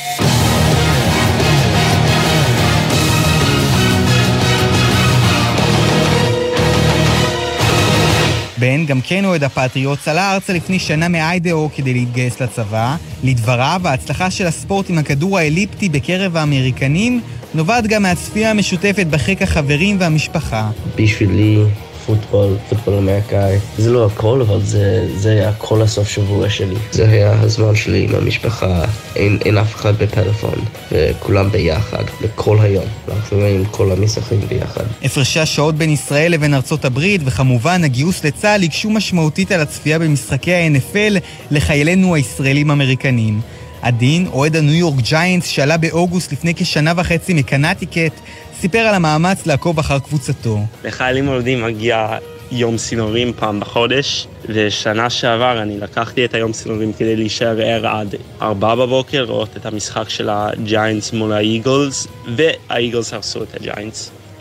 [SPEAKER 13] בן, גם כן אוהד הפטריוטס, עלה ארצה לפני שנה מאיידאו כדי להתגייס לצבא. לדבריו, ההצלחה של הספורט עם הכדור האליפטי בקרב האמריקנים נובעת גם מהצפייה המשותפת בחיק החברים והמשפחה.
[SPEAKER 17] בשבילי פוטבול אמריקאי, זה לא הכל, אבל זה היה כל הסוף שבוע שלי. זה היה הזמן שלי עם המשפחה, אין אף אחד בפלאפון, וכולם ביחד, לכל היום. אנחנו רואים כל המשחקים ביחד.
[SPEAKER 13] הפרשי השעות בין ישראל לבין ארצות הברית, וכמובן הגיוס לצה"ל, הקשו משמעותית על הצפייה במשחקי ה-NFL לחיילינו הישראלים אמריקנים. עדין, אוהד הניו יורק ג'יינטס, שעלה באוגוסט לפני כ1.5 מקנטיקט, סיפר על המאמץ לעקוב אחר קבוצתו.
[SPEAKER 18] לחיילים מולדים מגיע יום סינורים פעם בחודש, ושנה שעבר אני לקחתי את היום סינורים כדי להישאר ער עד 4 בבוקר, לראות את המשחק של הג'יינטס מול האיגלס, והאיגלס הרסו את הג'יינטס.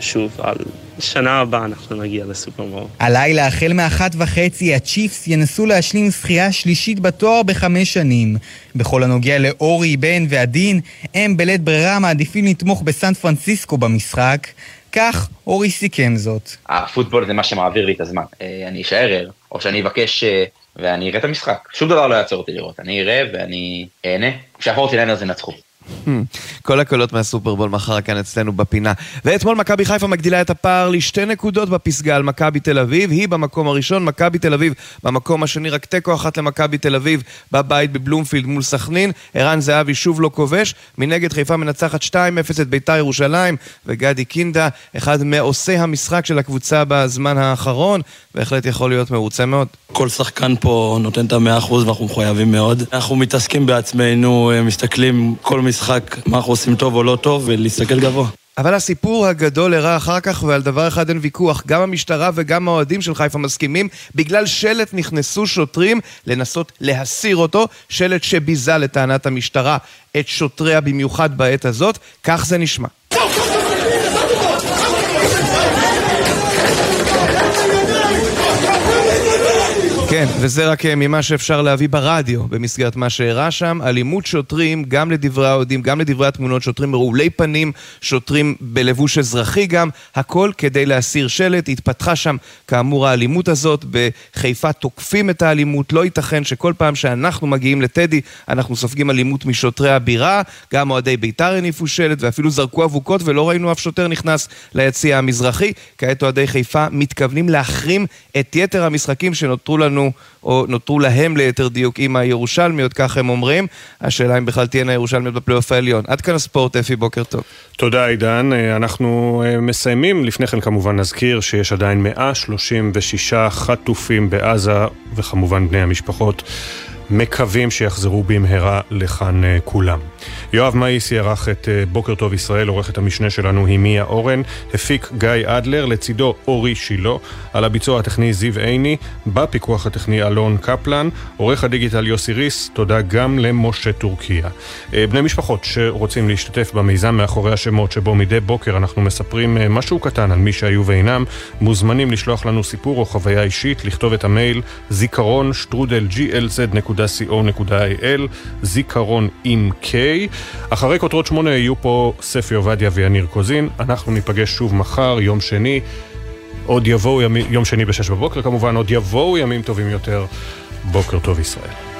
[SPEAKER 18] שוב, על שנה הבאה אנחנו נגיע לסופרבול.
[SPEAKER 13] הלילה, החל מ-1:30, הצ'יפס ינסו להשלים זכייה שלישית בתואר ב5 שנים. בכל הנוגע לאורי, בן ועדין, הם בלית ברירה מעדיפים לתמוך בסן פרנסיסקו במשחק. כך אורי סיכם זאת.
[SPEAKER 10] הפוטבול זה מה שמעביר לי את הזמן. אני אשאר ער, או שאני אבקש ואני אראה את המשחק. שום דבר לא יעצור אותי לראות. אני אראה ואני אהנה. כשהפורטינאינרס זה נצחו.
[SPEAKER 7] כל הקולות מהסופרבול מחר כאן אצלנו בפינה. ואתמול מכבי חיפה מגדילה את הפער ל2 נקודות בפסגה על מכבי תל אביב. היא במקום הראשון, מכבי תל אביב במקום השני, רק תיקו אחת למכבי תל אביב בבית בבלומפילד מול סכנין. ערן זהבי שוב לא כובש. מנגד חיפה מנצחת 2-0 את בית"ר ירושלים, וגדי קינדה, אחד מעושי המשחק של הקבוצה בזמן האחרון, בהחלט יכול להיות מרוצה מאוד.
[SPEAKER 1] כל שחקן פה נותן את 100% ואנחנו מחויבים מאוד. אנחנו מתעסקים בעצמנו, מסתכלים כל משחק מה אנחנו עושים טוב או לא טוב, ולהסתכל גבוה.
[SPEAKER 7] אבל הסיפור הגדול הראה אחר כך, ועל דבר אחד אין ויכוח. גם המשטרה וגם האוהדים של חיפה מסכימים. בגלל שלט נכנסו שוטרים לנסות להסיר אותו, שלט שביזה לטענת המשטרה את שוטריה במיוחד בעת הזאת. כך זה נשמע. כן, וזה רק ממה שאפשר להביא ברדיו במסגרת מה שהראה שם. אלימות שוטרים, גם לדברי האוהדים, גם לדברי התמונות, שוטרים מרעולי פנים, שוטרים בלבוש אזרחי גם, הכל כדי להסיר שלט. התפתחה שם כאמור האלימות הזאת. בחיפה תוקפים את האלימות. לא ייתכן שכל פעם שאנחנו מגיעים לטדי אנחנו סופגים אלימות משוטרי הבירה. גם אוהדי בית"ר הניפו שלט ואפילו זרקו אבוקות, ולא ראינו אף שוטר נכנס ליציע המזרחי. כעת אוהדי חיפה מתכוונים להחרים את יתר המשחקים שנותרו לנו, או נותרו להם ליתר דיוק עם הירושלמיות, כך הם אומרים. השאלה אם בכלל תהיינה הירושלמיות בפלייאוף העליון. עד כאן הספורט, אפי, בוקר טוב.
[SPEAKER 2] תודה עידן, אנחנו מסיימים. לפני כן כמובן נזכיר שיש עדיין 136 חטופים בעזה, וכמובן בני המשפחות מקווים שיחזרו במהרה לכאן כולם. יואב מאיס יערך את בוקר טוב ישראל, עורכת המשנה שלנו היא מיה אורן, הפיק גיא אדלר, לצידו אורי שילו, על הביצוע הטכני זיו עיני, בפיקוח הטכני אלון קפלן, עורך הדיגיטל יוסי ריס, תודה גם למשה טורקיה. בני משפחות שרוצים להשתתף במיזם מאחורי השמות, שבו מדי בוקר אנחנו מספרים משהו קטן על מי שהיו ואינם, מוזמנים לשלוח לנו סיפור או חוויה אישית, לכתוב את המייל zikaron@glz.co.il, זיכרון עם K. אחרי כותרות 8 יהיו פה ספי עובדיה ויניר קוזין. אנחנו ניפגש שוב מחר, יום שני. עוד יבואו יום שני ב6 בבוקר, כמובן עוד יבואו ימים טובים יותר. בוקר טוב ישראל.